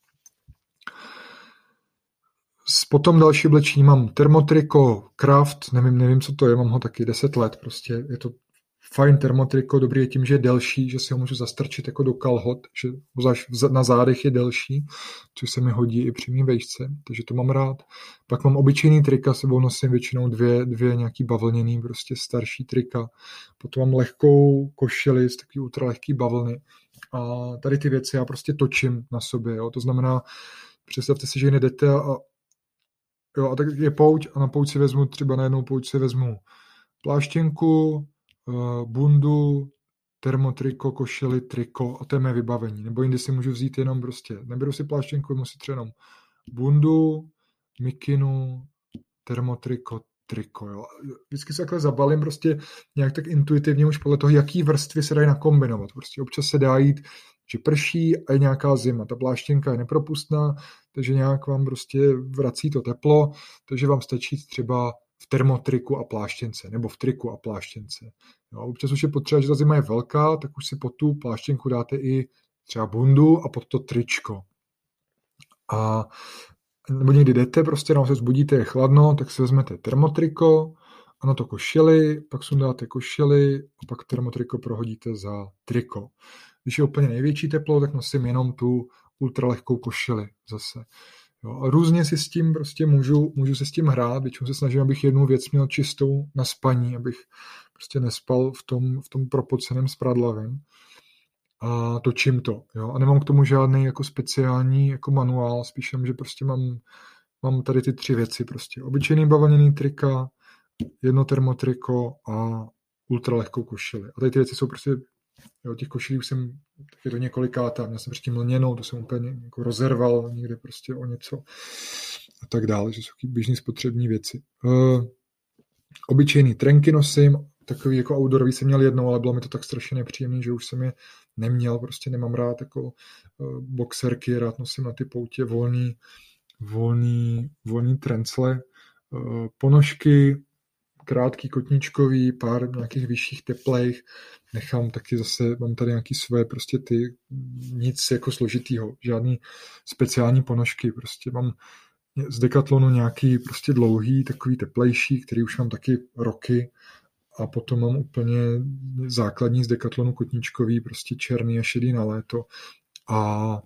Potom další oblečení mám termotriko Kraft, nevím, nevím, co to je, mám ho taky deset let, prostě je to fajn termotriko, dobrý je tím, že je delší, že si ho můžu zastrčit jako do kalhot, že na zádech je delší, což se mi hodí i při mý vejšce, takže to mám rád. Pak mám obyčejný trika, sebou nosím většinou dvě, dvě nějaký bavlněný, prostě starší trika. Potom mám lehkou košili z takový ultralehký bavlny a tady ty věci já prostě točím na sobě, jo? To znamená, představte si, že nejdete a, jo, a tak je pouť a na pouť si vezmu, třeba na jednou pouť si vezmu pláštěnku, bundu, termotriko, košili, triko a to je mé vybavení. Nebo jindy si můžu vzít jenom prostě, neberu si pláštěnku, musím si třeba jenom bundu, mikinu, termotriko, triko. Jo. Vždycky se takhle zabalím prostě nějak tak intuitivně už podle toho, jaký vrstvy se dají nakombinovat. Prostě občas se dá jít, že prší a je nějaká zima. Ta pláštěnka je nepropustná, takže nějak vám prostě vrací to teplo, takže vám stačí třeba v termotriku a pláštěnce, nebo v triku a pláštěnce. Jo, občas už je potřeba, že ta zima je velká, tak už si pod tu pláštěnku dáte i třeba bundu a pod to tričko. A nebo někdy jdete, prostě nám se zbudíte, je chladno, tak si vezmete termotriko a na to košili, pak sundáte košili a pak termotriko prohodíte za triko. Když je úplně největší teplo, tak nosím jenom tu ultralehkou košili zase. Jo, a různě si s tím prostě můžu, můžu se s tím hrát, většinou se snažím, abych jednu věc měl čistou na spaní, abych prostě nespal v tom, v tom propoceném spradlavém. A točím to. Jo? A nemám k tomu žádný jako speciální jako manuál, spíš jenom, že prostě mám, mám tady ty tři věci. Prostě obyčejný bavlněný trika, jedno termotriko a ultralehkou košili. A tady ty věci jsou prostě, jo, těch košilí už jsem taky do několikátá, měl jsem předtím lněnou, to jsem úplně jako rozerval někde prostě o něco a tak dále, že jsou taky běžný spotřební věci. Uh, obyčejný trenky nosím, takový jako outdoorový jsem měl jednou, ale bylo mi to tak strašně nepříjemný, že už jsem je neměl, prostě nemám rád jako uh, boxerky, rád nosím na ty poutě volný, volný, volný trencle, uh, ponožky, krátký kotníčkový, pár nějakých vyšších teplejch, nechám taky zase, mám tady nějaký své prostě ty, nic jako složitýho, žádný speciální ponožky, prostě mám z Decathlonu nějaký prostě dlouhý, takový teplejší, který už mám taky roky a potom mám úplně základní z Decathlonu kotníčkový, prostě černý a šedý na léto a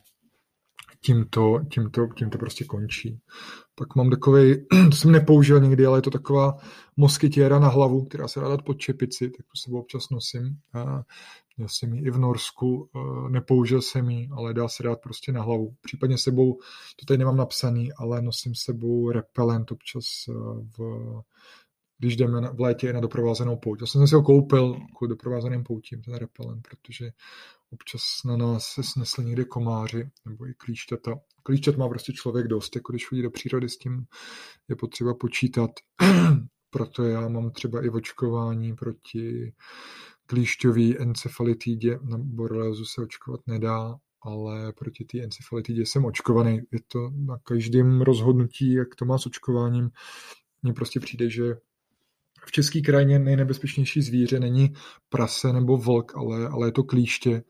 tím to, tím to, tím to prostě končí. Pak mám takovej, to jsem nepoužil nikdy, ale je to taková moskytěra na hlavu, která se dá dát pod čepici, tak to sebou občas nosím. A měl jsem ji i v Norsku, nepoužil jsem ji, ale dá se dát prostě na hlavu. Případně sebou, to tady nemám napsaný, ale nosím sebou repelent občas v, když jdeme na, v létě na doprovázenou pouť. Já jsem si ho koupil kvůli doprovázeným poutím, ten repelent, protože občas na nás se snesli někde komáři nebo i klíšťata. Klíšťat má prostě člověk dost, jako když chodí do přírody, s tím je potřeba počítat. Proto já mám třeba i očkování proti klíšťový encefalitidě. Na boreliozu se očkovat nedá, ale proti té encefalitidě jsem očkovaný. Je to na každém rozhodnutí, jak to má s očkováním. Mně prostě přijde, že v české krajině nejnebezpečnější zvíře není prase nebo vlk, ale, ale je to klíště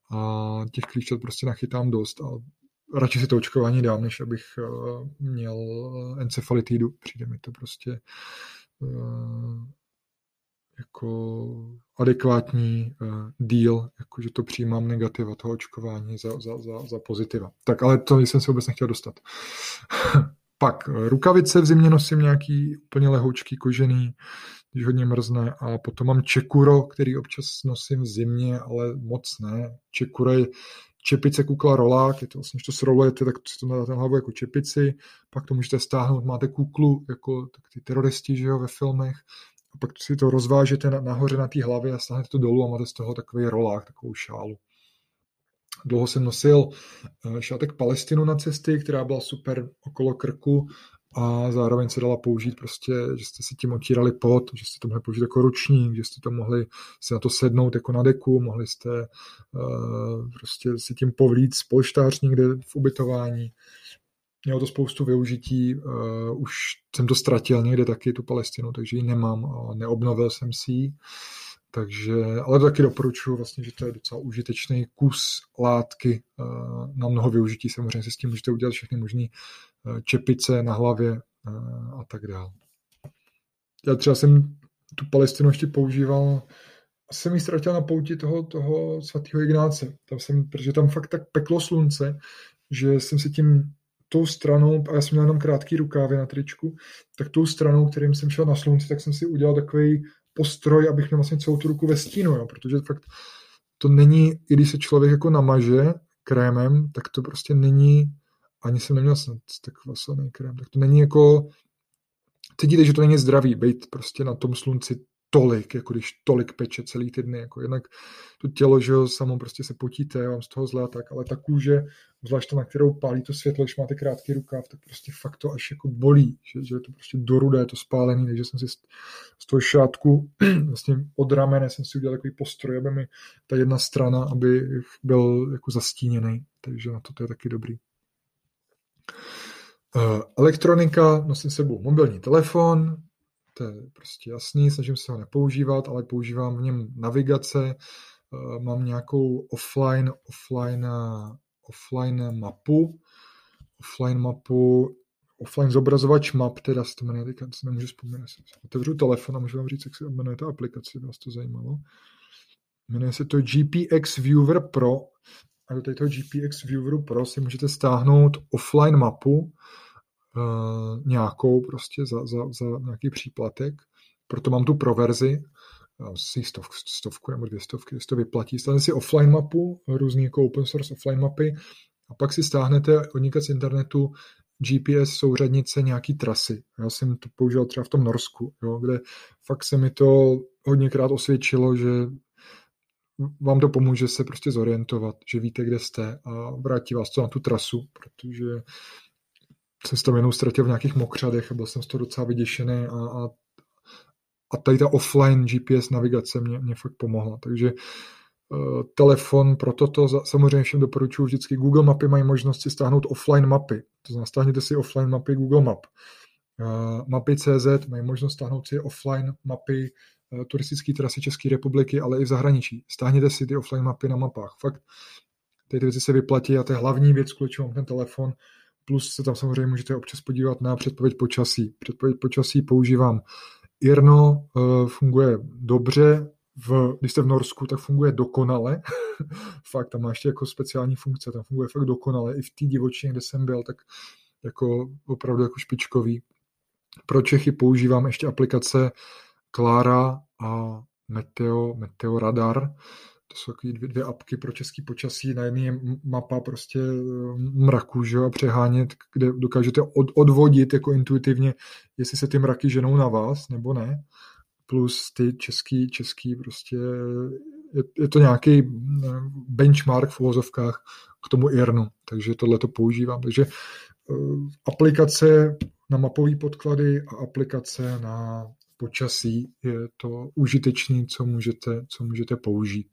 a těch klíšťat prostě nachytám dost a radši si to očkování dám, než abych uh, měl encefalitidu. Přijde mi to prostě uh, jako adekvátní uh, deal, jakože to přijímám negativa toho očkování za, za, za, za pozitiva. Tak, ale to jsem se vůbec nechtěl dostat. Pak rukavice v zimě nosím nějaký úplně lehoučký kožený, když hodně mrzne, a potom mám čekuro, který občas nosím v zimě, ale moc ne. Čekuro je čepice kukla rolák, je to vlastně, když to srolujete, tak si to dáte na hlavu jako čepici, pak to můžete stáhnout, máte kuklu, jako tak ty teroristi, že jo, ve filmech, a pak si to rozvážete na, nahoře na té hlavě a stáhnete to dolů a máte z toho takový rolák, takovou šálu. Dlouho jsem nosil šátek Palestinu na cesty, která byla super okolo krku a zároveň se dala použít prostě, že jste si tím otírali pot, že jste to mohli použít jako ručník, že jste to mohli si na to sednout jako na deku, mohli jste uh, prostě si tím povlít polštář někde v ubytování. Mělo to spoustu využití, uh, už jsem to ztratil někde taky, tu Palestinu, takže ji nemám a neobnovil jsem si ji. Takže, ale to taky doporučuji vlastně, že to je docela užitečný kus látky uh, na mnoho využití. Samozřejmě si s tím můžete udělat všechny možné uh, čepice na hlavě uh, a tak dále. Já třeba jsem tu Palestinu ještě používal, jsem ji ztratil na pouti toho, toho svatého Ignáce. Tam jsem, protože tam fakt tak peklo slunce, že jsem si tím tou stranou, a já jsem měl jenom krátký rukávy na tričku, tak tou stranou, kterým jsem šel na slunci, tak jsem si udělal takový postroj, abych měl vlastně celou tu ruku ve stínu, jo, protože fakt to není, i když se člověk jako namaže krémem, tak to prostě není, ani jsem neměl snad tak vasaný krém, tak to není jako, cítíte, že to není zdravý, být prostě na tom slunci tolik, jako když tolik peče celý ty dny. Jako jednak to tělo, že jo, samo prostě se potíte, vám z toho zle tak, ale ta kůže, zvlášť ta, na kterou pálí to světlo, když máte krátký rukáv, tak prostě fakt to až jako bolí, že, že je to prostě dorudé, to spálený, takže jsem si z, z toho šátku vlastně od ramene jsem si udělal takový postroj, aby mi ta jedna strana, aby byl jako zastíněný, takže na to to je taky dobrý. Uh, elektronika, nosím s sebou mobilní telefon, to je prostě jasný, snažím se ho nepoužívat, ale používám v něm navigace, uh, mám nějakou offline, offline, offline mapu, offline mapu, offline zobrazovač map, teda se to jmenuje, teďka se nemůžu vzpomínat, otevřu telefon a můžu vám říct, jak se jmenuje ta aplikace, by vás to zajímalo. Jmenuje se to G P X Viewer Pro a do této G P X Vieweru Pro si můžete stáhnout offline mapu, Uh, nějakou prostě za, za, za nějaký příplatek. Proto mám tu pro verzi, asi stov, stovku nebo dvě stovky, když to vyplatí. Stáhnete si offline mapu, různý jako open source offline mapy a pak si stáhnete odnikat z internetu G P S souřadnice nějaký trasy. Já jsem to použil třeba v tom Norsku, jo, kde fakt se mi to hodněkrát osvědčilo, že vám to pomůže se prostě zorientovat, že víte, kde jste a vrátí vás to na tu trasu, protože jsem se tam jenom ztratil v nějakých mokřadech a byl jsem z toho docela vyděšený a, a, a tady ta offline G P S navigace mě, mě fakt pomohla. Takže uh, telefon pro toto, samozřejmě všem doporučuji vždycky, Google mapy mají možnost si stáhnout offline mapy. To znamená, stáhněte si offline mapy Google Map. Uh, mapy tečka cé zet mají možnost stáhnout si offline mapy uh, turistické trasy České republiky, ale i v zahraničí. Stáhněte si ty offline mapy na mapách. Fakt, ty věci se vyplatí a to je hlavní věc, kvůli čemu mám ten telefon. Plus se tam samozřejmě můžete občas podívat na předpověď počasí. Předpověď počasí používám Irno, funguje dobře, v, když jste v Norsku, tak funguje dokonale. Fakt, tam má ještě jako speciální funkce, tam funguje fakt dokonale. I v té divočině, kde jsem byl, tak jako opravdu jako špičkový. Pro Čechy používám ještě aplikace Klára a Meteo, Meteo Radar. To jsou takové dvě, dvě apky pro český počasí. Na jedné je mapa prostě mraku, že? A přehánět, kde dokážete od, odvodit jako intuitivně, jestli se ty mraky ženou na vás, nebo ne. Plus ty český, český prostě je, je to nějaký benchmark v uvozovkách k tomu Irnu, takže tohle to používám. Takže uh, aplikace na mapové podklady a aplikace na počasí je to užitečný, co můžete, co můžete použít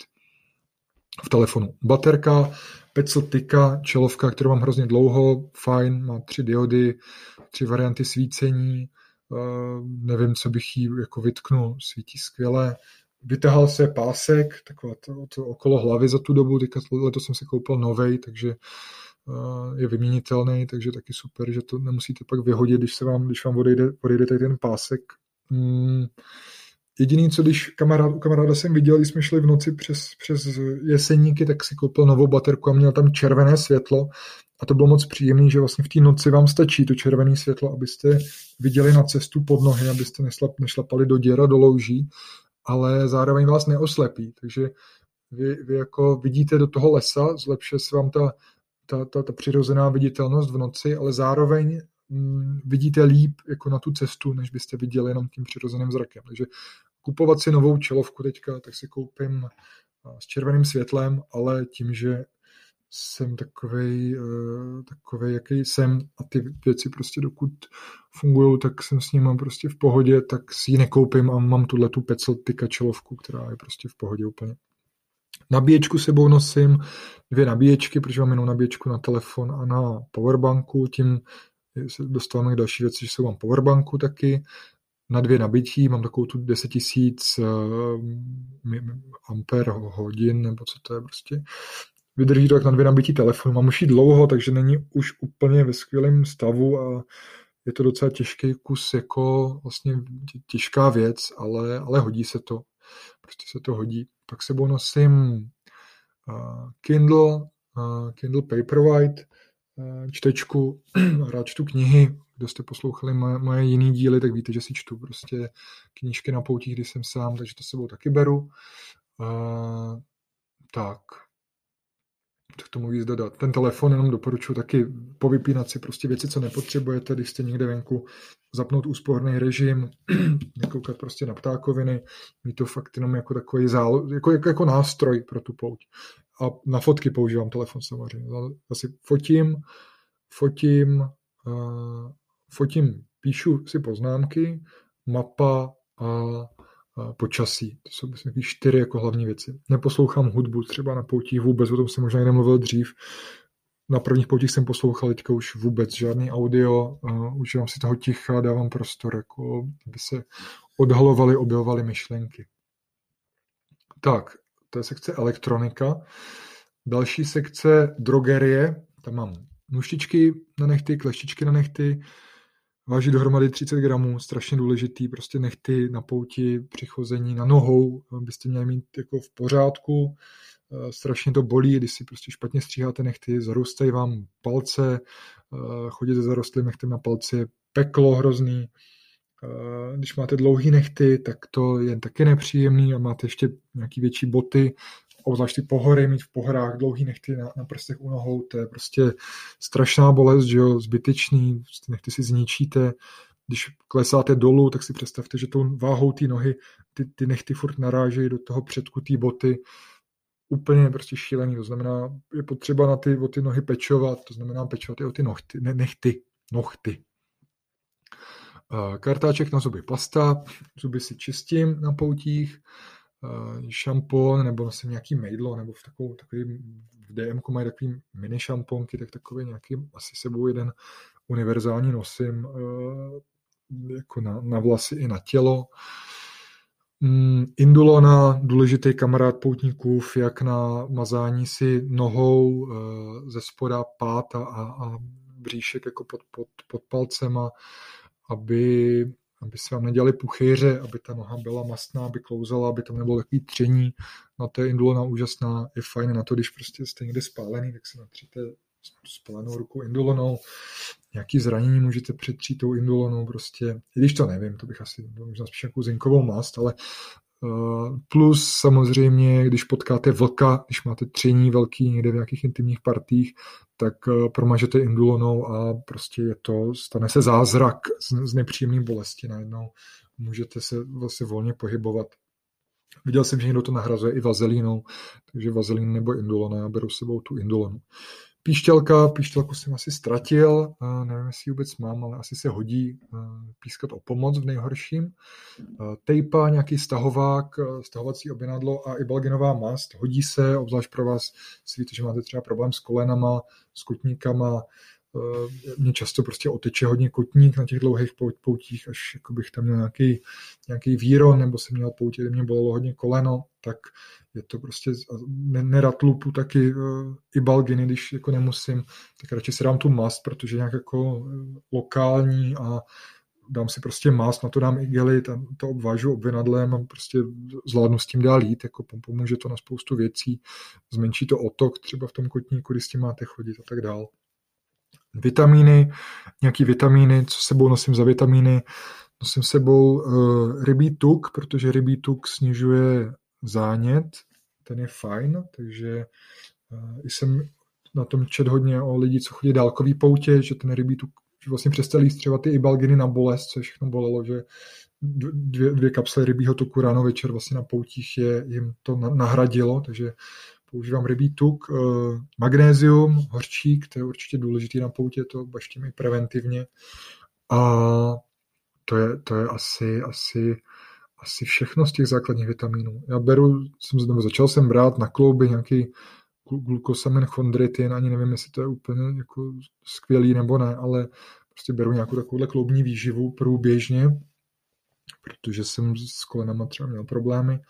v telefonu. Baterka, Petzl Tika, čelovka, kterou mám hrozně dlouho, fajn, má tři diody, tři varianty svícení, uh, nevím, co bych jí jako vytknul, svítí skvěle. Vytahal se pásek, takové to, to okolo hlavy za tu dobu, teďka letos jsem si koupil novej, takže uh, je vyměnitelný, takže taky super, že to nemusíte pak vyhodit, když se vám, když vám odejde, odejde tady ten pásek. Hmm. Jediný, co když kamarád, u kamaráda jsem viděl, když jsme šli v noci přes, přes Jeseníky, tak si koupil novou baterku a měl tam červené světlo a to bylo moc příjemné, že vlastně v té noci vám stačí to červené světlo, abyste viděli na cestu pod nohy, abyste nešlap, nešlapali do děra, do louží, ale zároveň vás neoslepí, takže vy, vy jako vidíte do toho lesa, zlepšuje se vám ta, ta, ta, ta přirozená viditelnost v noci, ale zároveň mm, vidíte líp jako na tu cestu, než byste viděli jenom tím přirozeným zrakem. Takže kupovat si novou čelovku teďka, tak si koupím s červeným světlem, ale tím, že jsem takovej, takovej, jaký jsem a ty věci prostě dokud fungují, tak jsem s nimi prostě v pohodě, tak si ji nekoupím a mám tuhle tu Petzl Tika čelovku, která je prostě v pohodě úplně. Nabíječku sebou nosím, dvě nabíječky, protože mám jenom nabíječku na telefon a na powerbanku, tím se dostáváme k další věci, že jsou mám powerbanku taky, na dvě nabití, mám takovou tu deset tisíc ampér hodin, nebo co to je prostě. Vydrží to tak na dvě nabití telefonu. Mám už jí dlouho, takže není už úplně ve skvělém stavu a je to docela těžký kus, jako vlastně těžká věc, ale, ale hodí se to. Prostě se to hodí. Pak sebou nosím uh, Kindle, uh, Kindle Paperwhite, uh, čtečku, rád čtu knihy. Kdo jste poslouchali moje, moje jiný díly, tak víte, že si čtu prostě knížky na poutích, když jsem sám, takže to sebou taky beru. Uh, tak. k tomu víc dodat. Ten telefon jenom doporučuji taky povypínat si prostě věci, co nepotřebujete, když jste někde venku, zapnout úsporný režim, nekoukat prostě na ptákoviny, mít to fakt jenom jako takový zálo, jako, jako, jako nástroj pro tu pouť. A na fotky používám telefon samozřejmě. Asi fotím, fotím, uh, fotím, píšu si poznámky, mapa a počasí. To jsou myslím čtyři jako hlavní věci. Neposlouchám hudbu třeba na poutích vůbec, o tom jsem možná někde mluvil dřív. Na prvních poutích jsem poslouchal, teďka už vůbec žádný audio, uh, užívám si toho ticha, dávám prostor, jako, aby se odhalovaly, objevovaly myšlenky. Tak, to je sekce elektronika. Další sekce drogerie, tam mám nůžtičky na nehty, kleštičky na nehty, váží dohromady třicet gramů, strašně důležitý, prostě nehty na pouti, při chození na nohou, byste měli mít jako v pořádku, strašně to bolí, když si prostě špatně stříháte nehty, zarůstají vám palce, chodit se zarostlým nechtem na palci je peklo hrozný, když máte dlouhý nehty, tak to je taky nepříjemný a máte ještě nějaký větší boty, obzvlášť ty pohory, mít v pohorách dlouhý nehty na, na prstech u nohou, to je prostě strašná bolest, že jo, zbytečný, ty nehty si zničíte, když klesáte dolů, tak si představte, že tou váhou té nohy ty, ty nehty furt narážejí do toho předku té boty, úplně prostě šílený, to znamená, je potřeba na ty, o ty nohy pečovat, to znamená pečovat i o ty nohty, ne, nehty, nohty. Kartáček na zuby, pasta, zuby si čistím na poutích, šampon, nebo nosím nějaký mejdlo, nebo v takovou, takový, v D M ku mají takový mini šamponky, tak takový nějaký, asi sebou jeden univerzální nosím, jako na, na vlasy i na tělo. Indulona, důležitý kamarád poutníků, jak na mazání si nohou ze spoda pát a, a bříšek jako pod, pod, pod palcema, aby, aby se vám nedělali puchýře, aby ta noha byla mastná, aby klouzala, aby tam nebylo takový tření. Na to je indulona úžasná, je fajn na to, když prostě jste někde spálený, tak se natříte spálenou rukou indulonou. Nějaký zranění můžete přetřít tou indulonou prostě, i když to nevím, to bych asi možná spíš nějakou zinkovou mast, ale uh, plus samozřejmě, když potkáte vlka, když máte tření velký někde v nějakých intimních partích, tak uh, promažete indulonou a prostě je to, stane se zázrak z, z nepříjemné bolesti najednou. Můžete se vlastně volně pohybovat. Viděl jsem, že někdo to nahrazuje i vazelínou, takže vazelín nebo indulona, já beru s sebou tu indulonu. Píšťalka, píšťalku jsem asi ztratil, nevím, jestli ji vůbec mám, ale asi se hodí pískat o pomoc v nejhorším. Tejpa, nějaký stahovák, stahovací oběnadlo a ibalginová mast, hodí se, obzvlášť pro vás, si víte, že máte třeba problém s kolenama, s kotníkama, mě často prostě oteče hodně kotník na těch dlouhých poutích, až jako bych tam měl nějaký, nějaký víron, nebo jsem měl poutě, kde mě bolelo hodně koleno, tak je to prostě, nerad lupu taky uh, i balginy, když jako nemusím, tak radši si dám tu mast, protože nějak jako lokální a dám si prostě mast, na to dám igely, tam to obvážu obvinadlem a prostě zvládnu s tím dál jít, jako pomůže to na spoustu věcí, zmenší to otok třeba v tom kotníku, když s tím máte chodit a tak dál. Vitamíny, nějaký vitamíny, co sebou nosím za vitamíny, nosím sebou uh, rybí tuk, protože rybí tuk snižuje zánět, ten je fajn, takže uh, jsem na tom čet hodně o lidi, co chodí dálkový poutě, že ten rybí tuk, že vlastně přestali jíst třeba ty ibalginy na bolest, co všechno bolelo, že dvě, dvě kapsle rybího tuku ráno večer vlastně na poutích je, jim to nahradilo, takže používám rybí tuk, magnézium, hořčík, to je určitě důležitý na poutě, to baštím i preventivně. A to je, to je asi, asi, asi všechno z těch základních vitamínů. Já beru, jsem, nebo začal jsem brát na klouby nějaký glukosamin chondroitin, ani nevím, jestli to je úplně jako skvělý nebo ne, ale prostě beru nějakou takovouhle kloubní výživu průběžně, protože jsem s kolenama třeba měl problémy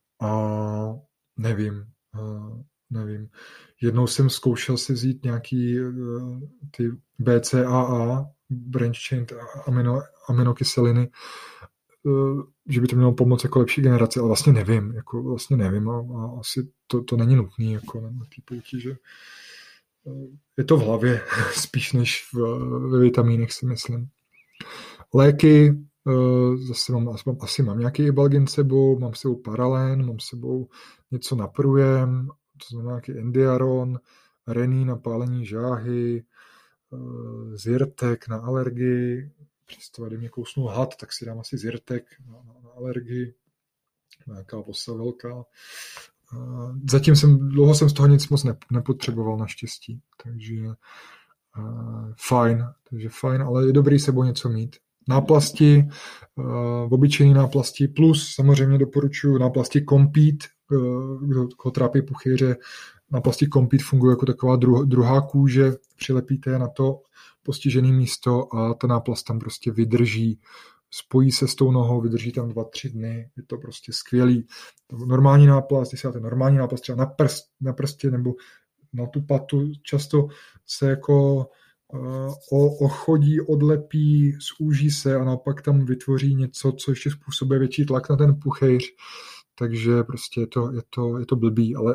a nevím, Uh, nevím. Jednou jsem zkoušel si vzít nějaký uh, ty B C A A, branch chain amino, aminokyseliny, uh, že by to mělo pomoct jako lepší generaci, ale vlastně nevím, jako vlastně nevím a, a asi to, to není nutný jako na, na té pouti, že uh, je to v hlavě spíš než v, ve vitamínech, si myslím. Léky, zase mám, asi mám nějaký ibalgin sebou, mám sebou paralen, mám sebou něco na průjem, to znamená nějaký endiaron, Rení na pálení žáhy, Zyrtek na alergii, představa, kdy mě kousnul had, tak si dám asi Zyrtek na, na, na alergii, nějaká posa velká. Zatím jsem, dlouho jsem z toho nic moc nepotřeboval naštěstí, takže uh, fajn, takže fajn, ale je dobrý sebou něco mít. Náplasti, uh, obyčejný náplasti, plus samozřejmě doporučuji náplasti Compeed, uh, kdo koho trápí puchýře, náplasti Compeed fungují jako taková dru, druhá kůže, přilepíte na to postižené místo a ta náplast tam prostě vydrží, spojí se s tou nohou, vydrží tam dva, tři dny, je to prostě skvělý. Normální náplast, když si dáte normální náplast třeba na, prst, na prstě nebo na tu patu, často se jako uh, ochodí, odlepí, zúží se a naopak tam vytvoří něco, co ještě způsobuje větší tlak na ten puchejř, takže prostě je to, je to, je to blbý, ale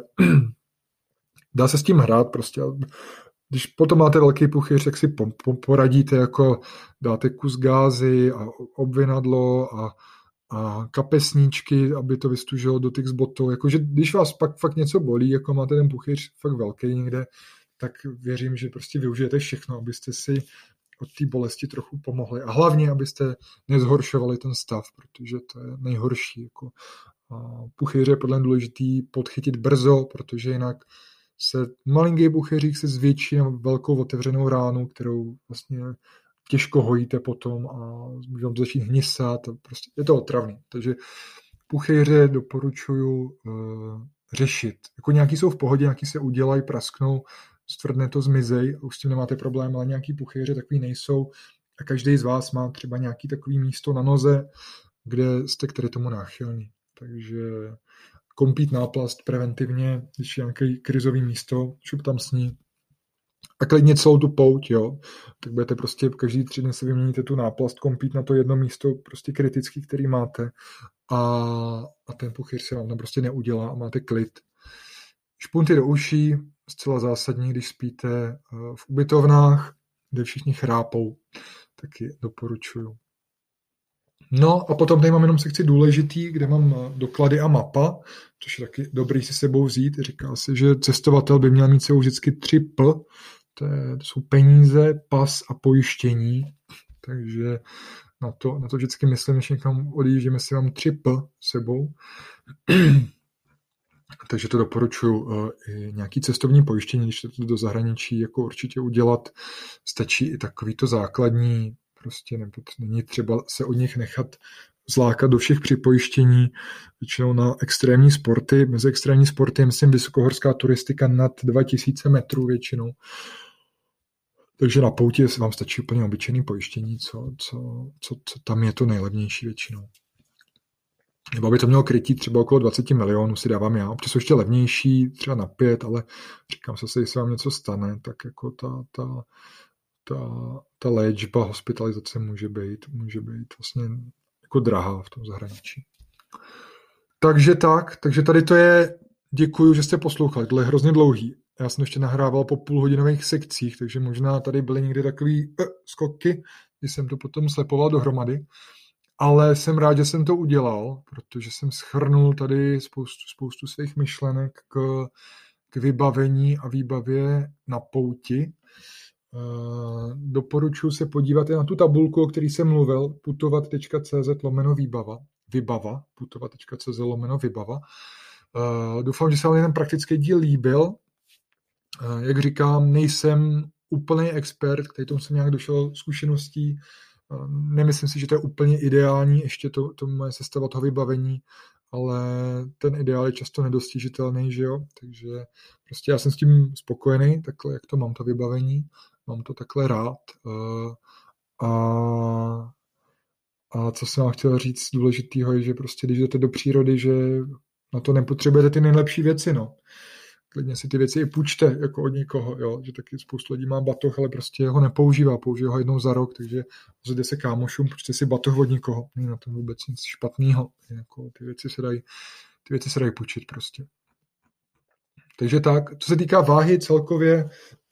dá se s tím hrát prostě. Když potom máte velký puchýř, tak si poradíte, jako dáte kus gázy a obvinadlo a, a kapesníčky, aby to vystužilo dotyk s botou. Jakože když vás pak fakt něco bolí, jako máte ten puchýř fakt velký někde, tak věřím, že prostě využijete všechno, abyste si od té bolesti trochu pomohli. A hlavně, abyste nezhoršovali ten stav, protože to je nejhorší. Jako puchýře je podle mě důležitý podchytit brzo, protože jinak se malinký puchýřík se zvětší na velkou otevřenou ránu, kterou vlastně těžko hojíte potom a může vám to začít hnisat. A prostě je to otravný. Takže puchýře doporučuju uh, řešit. Jako nějaký jsou v pohodě, nějaký se udělají, prasknou, stvrdne to, zmizej, už s tím nemáte problém, ale nějaký puchýře takový nejsou a každý z vás má třeba nějaký takový místo na noze, kde jste k tomu náchylný. Takže Compeed náplast preventivně, když je nějaké krizové místo, šup tam s ní. A klidně celou tu pouť, jo. Tak budete prostě každý tři dny si vyměníte tu náplast Compeed na to jedno místo prostě kritický, který máte a, a ten puchýř se vám tam prostě neudělá a máte klid. Špunty do uší, zcela zásadní, když spíte v ubytovnách, kde všichni chrápou, taky doporučuju. No a potom tady mám jenom sekci důležitý, kde mám doklady a mapa, což je taky dobrý si sebou vzít. Říká se, že cestovatel by měl mít sebou vždycky tři P, to, je, to jsou peníze, pas a pojištění, takže na to, na to vždycky myslím, když někam odjíždíme, si mám tři P sebou. Takže to doporučuji i nějaký cestovní pojištění, když to do zahraničí jako určitě udělat. Stačí i takový to základní, prostě nebo není třeba se od nich nechat zlákat do všech připojištění, většinou na extrémní sporty. Mezi extrémní sporty je, myslím, vysokohorská turistika nad dva tisíce metrů většinou. Takže na poutě vám stačí úplně obyčejný pojištění, co, co, co, co tam je to nejlevnější většinou. Nebo aby to mělo krytí třeba okolo dvacet milionů, si dávám já. Občas jsou ještě levnější, třeba na pět, ale říkám se, jestli vám něco stane, tak jako ta, ta, ta, ta léčba, hospitalizace může být, může být vlastně jako drahá v tom zahraničí. Takže tak, takže tady to je, děkuju, že jste poslouchali, tohle je hrozně dlouhý. Já jsem ještě nahrával po půlhodinových sekcích, takže možná tady byly někdy takový uh, skoky, kdy jsem to potom slepoval dohromady. Ale jsem rád, že jsem to udělal, protože jsem shrnul tady spoustu, spoustu svých myšlenek k, k vybavení a výbavě na pouti. Uh, doporučuji se podívat i na tu tabulku, o který jsem mluvil, putovat.cz lomeno výbava, vybava, putovat.cz lomeno vybava. Uh, doufám, že se vám ten praktický díl líbil. Uh, jak říkám, nejsem úplný expert, který tomu jsem nějak došel zkušeností. Nemyslím si, že to je úplně ideální, ještě to, to moje sestava toho vybavení, ale ten ideál je často nedostižitelný, že jo, takže prostě já jsem s tím spokojený, takhle, jak to mám, to vybavení, mám to takhle rád a, a co jsem vám chtěl říct důležitýho je, že prostě když jdete do přírody, že na to nepotřebujete ty nejlepší věci, no. Klidně si ty věci i půjčte jako od někoho, jo? Že taky spoustu lidí má batoh, ale prostě ho nepoužívá, použije ho jednou za rok, takže zjde se kámošům, půjčte si batoh od někoho, není na tom vůbec nic špatného, jako ty věci se dají, ty věci se dají půjčit prostě. Takže tak, co se týká váhy celkově,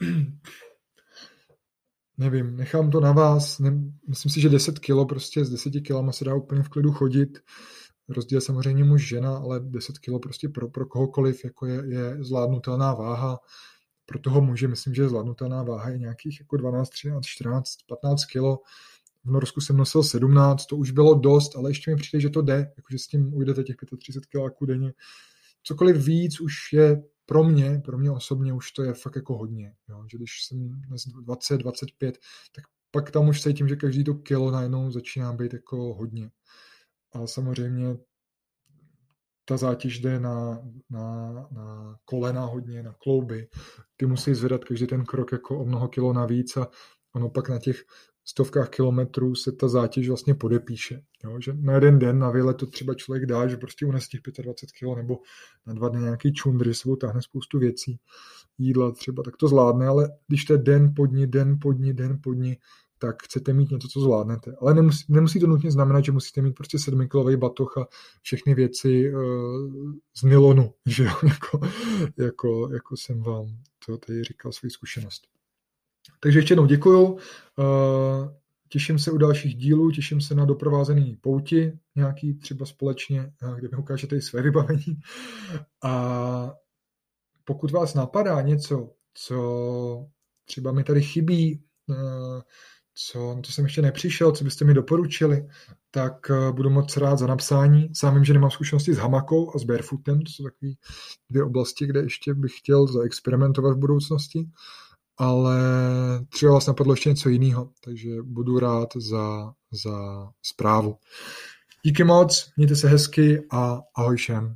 nevím, nechám to na vás, ne, myslím si, že deset kilo prostě s deseti kilama se dá úplně v klidu chodit. Rozdíl samozřejmě muž žena, ale deset kilo prostě pro, pro kohokoliv jako je, je zvládnutelná váha. pro toho muže myslím, že zvládnutelná váha je nějakých jako dvanáct, třináct, čtrnáct, patnáct kilo. V Norsku jsem nosil sedmnáct, to už bylo dost, ale ještě mi přijde, že to jde, jakože s tím ujdete těch třicet pět kiláků denně. Cokoliv víc už je pro mě, pro mě osobně už to je fakt jako hodně. Jo? Že když jsem dvacet, dvacet pět, tak pak tam už cítím, že každý to kilo najednou začíná být jako hodně. A samozřejmě ta zátěž jde na, na, na kolena hodně, na klouby. Ty musí zvedat každý ten krok jako o mnoho kilo navíc a ono pak na těch stovkách kilometrů se ta zátěž vlastně podepíše. Jo? Že na jeden den na výlet to třeba člověk dá, že prostě unese těch dvacet pět kilo nebo na dva dny nějaký čundry, sebou táhne spoustu věcí, jídla třeba, tak to zvládne, ale když to je den po dni, den po dni, den po dni, tak chcete mít něco, co zvládnete. Ale nemusí, nemusí to nutně znamenat, že musíte mít prostě sedmikilový batoh a všechny věci uh, z nylonu, že jo? jako, jako, jako jsem vám to tady říkal svou zkušenost. Takže ještě jednou děkuju. Uh, těším se u dalších dílů, těším se na doprovázený pouti, nějaký třeba společně, kde mi ukážete i své vybavení. A pokud vás napadá něco, co třeba mi tady chybí, uh, co, to jsem ještě nepřišel, co byste mi doporučili, tak budu moc rád za napsání. Sám vím, že nemám zkušenosti s hamakou a s barefootem, to jsou takové dvě oblasti, kde ještě bych chtěl zaexperimentovat v budoucnosti, ale třeba vás napadlo ještě něco jiného, takže budu rád za, za zprávu. Díky moc, mějte se hezky a ahoj všem.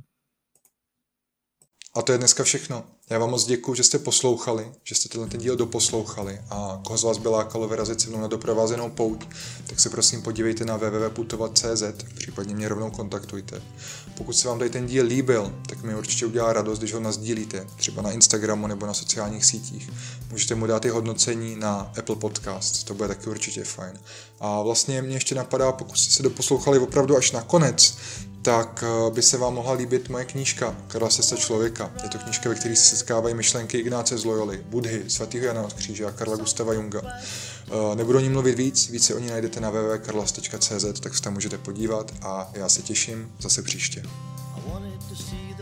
A to je dneska všechno. Já vám moc děkuju, že jste poslouchali, že jste tenhle ten díl doposlouchali a koho z vás by lákalo vyrazit se mnou na doprovázenou pouť, tak se prosím podívejte na w w w tečka putovat tečka c z, případně mě rovnou kontaktujte. Pokud se vám tady ten díl líbil, tak mi určitě udělá radost, když ho nasdílíte, třeba na Instagramu nebo na sociálních sítích. Můžete mu dát i hodnocení na Apple Podcast, to bude taky určitě fajn. A vlastně mě ještě napadá, pokud jste se doposlouchali opravdu až na konec, tak by se vám mohla líbit moje knížka Karla Cesta člověka. Je to knížka, ve které se setkávají myšlenky Ignáce z Loyoly, Buddhy, svatého Jana od Kříže a Karla Gustava Junga. Nebudu o ní mluvit víc, více o ní najdete na w w w tečka karlas tečka c z, tak se tam můžete podívat a já se těším zase příště.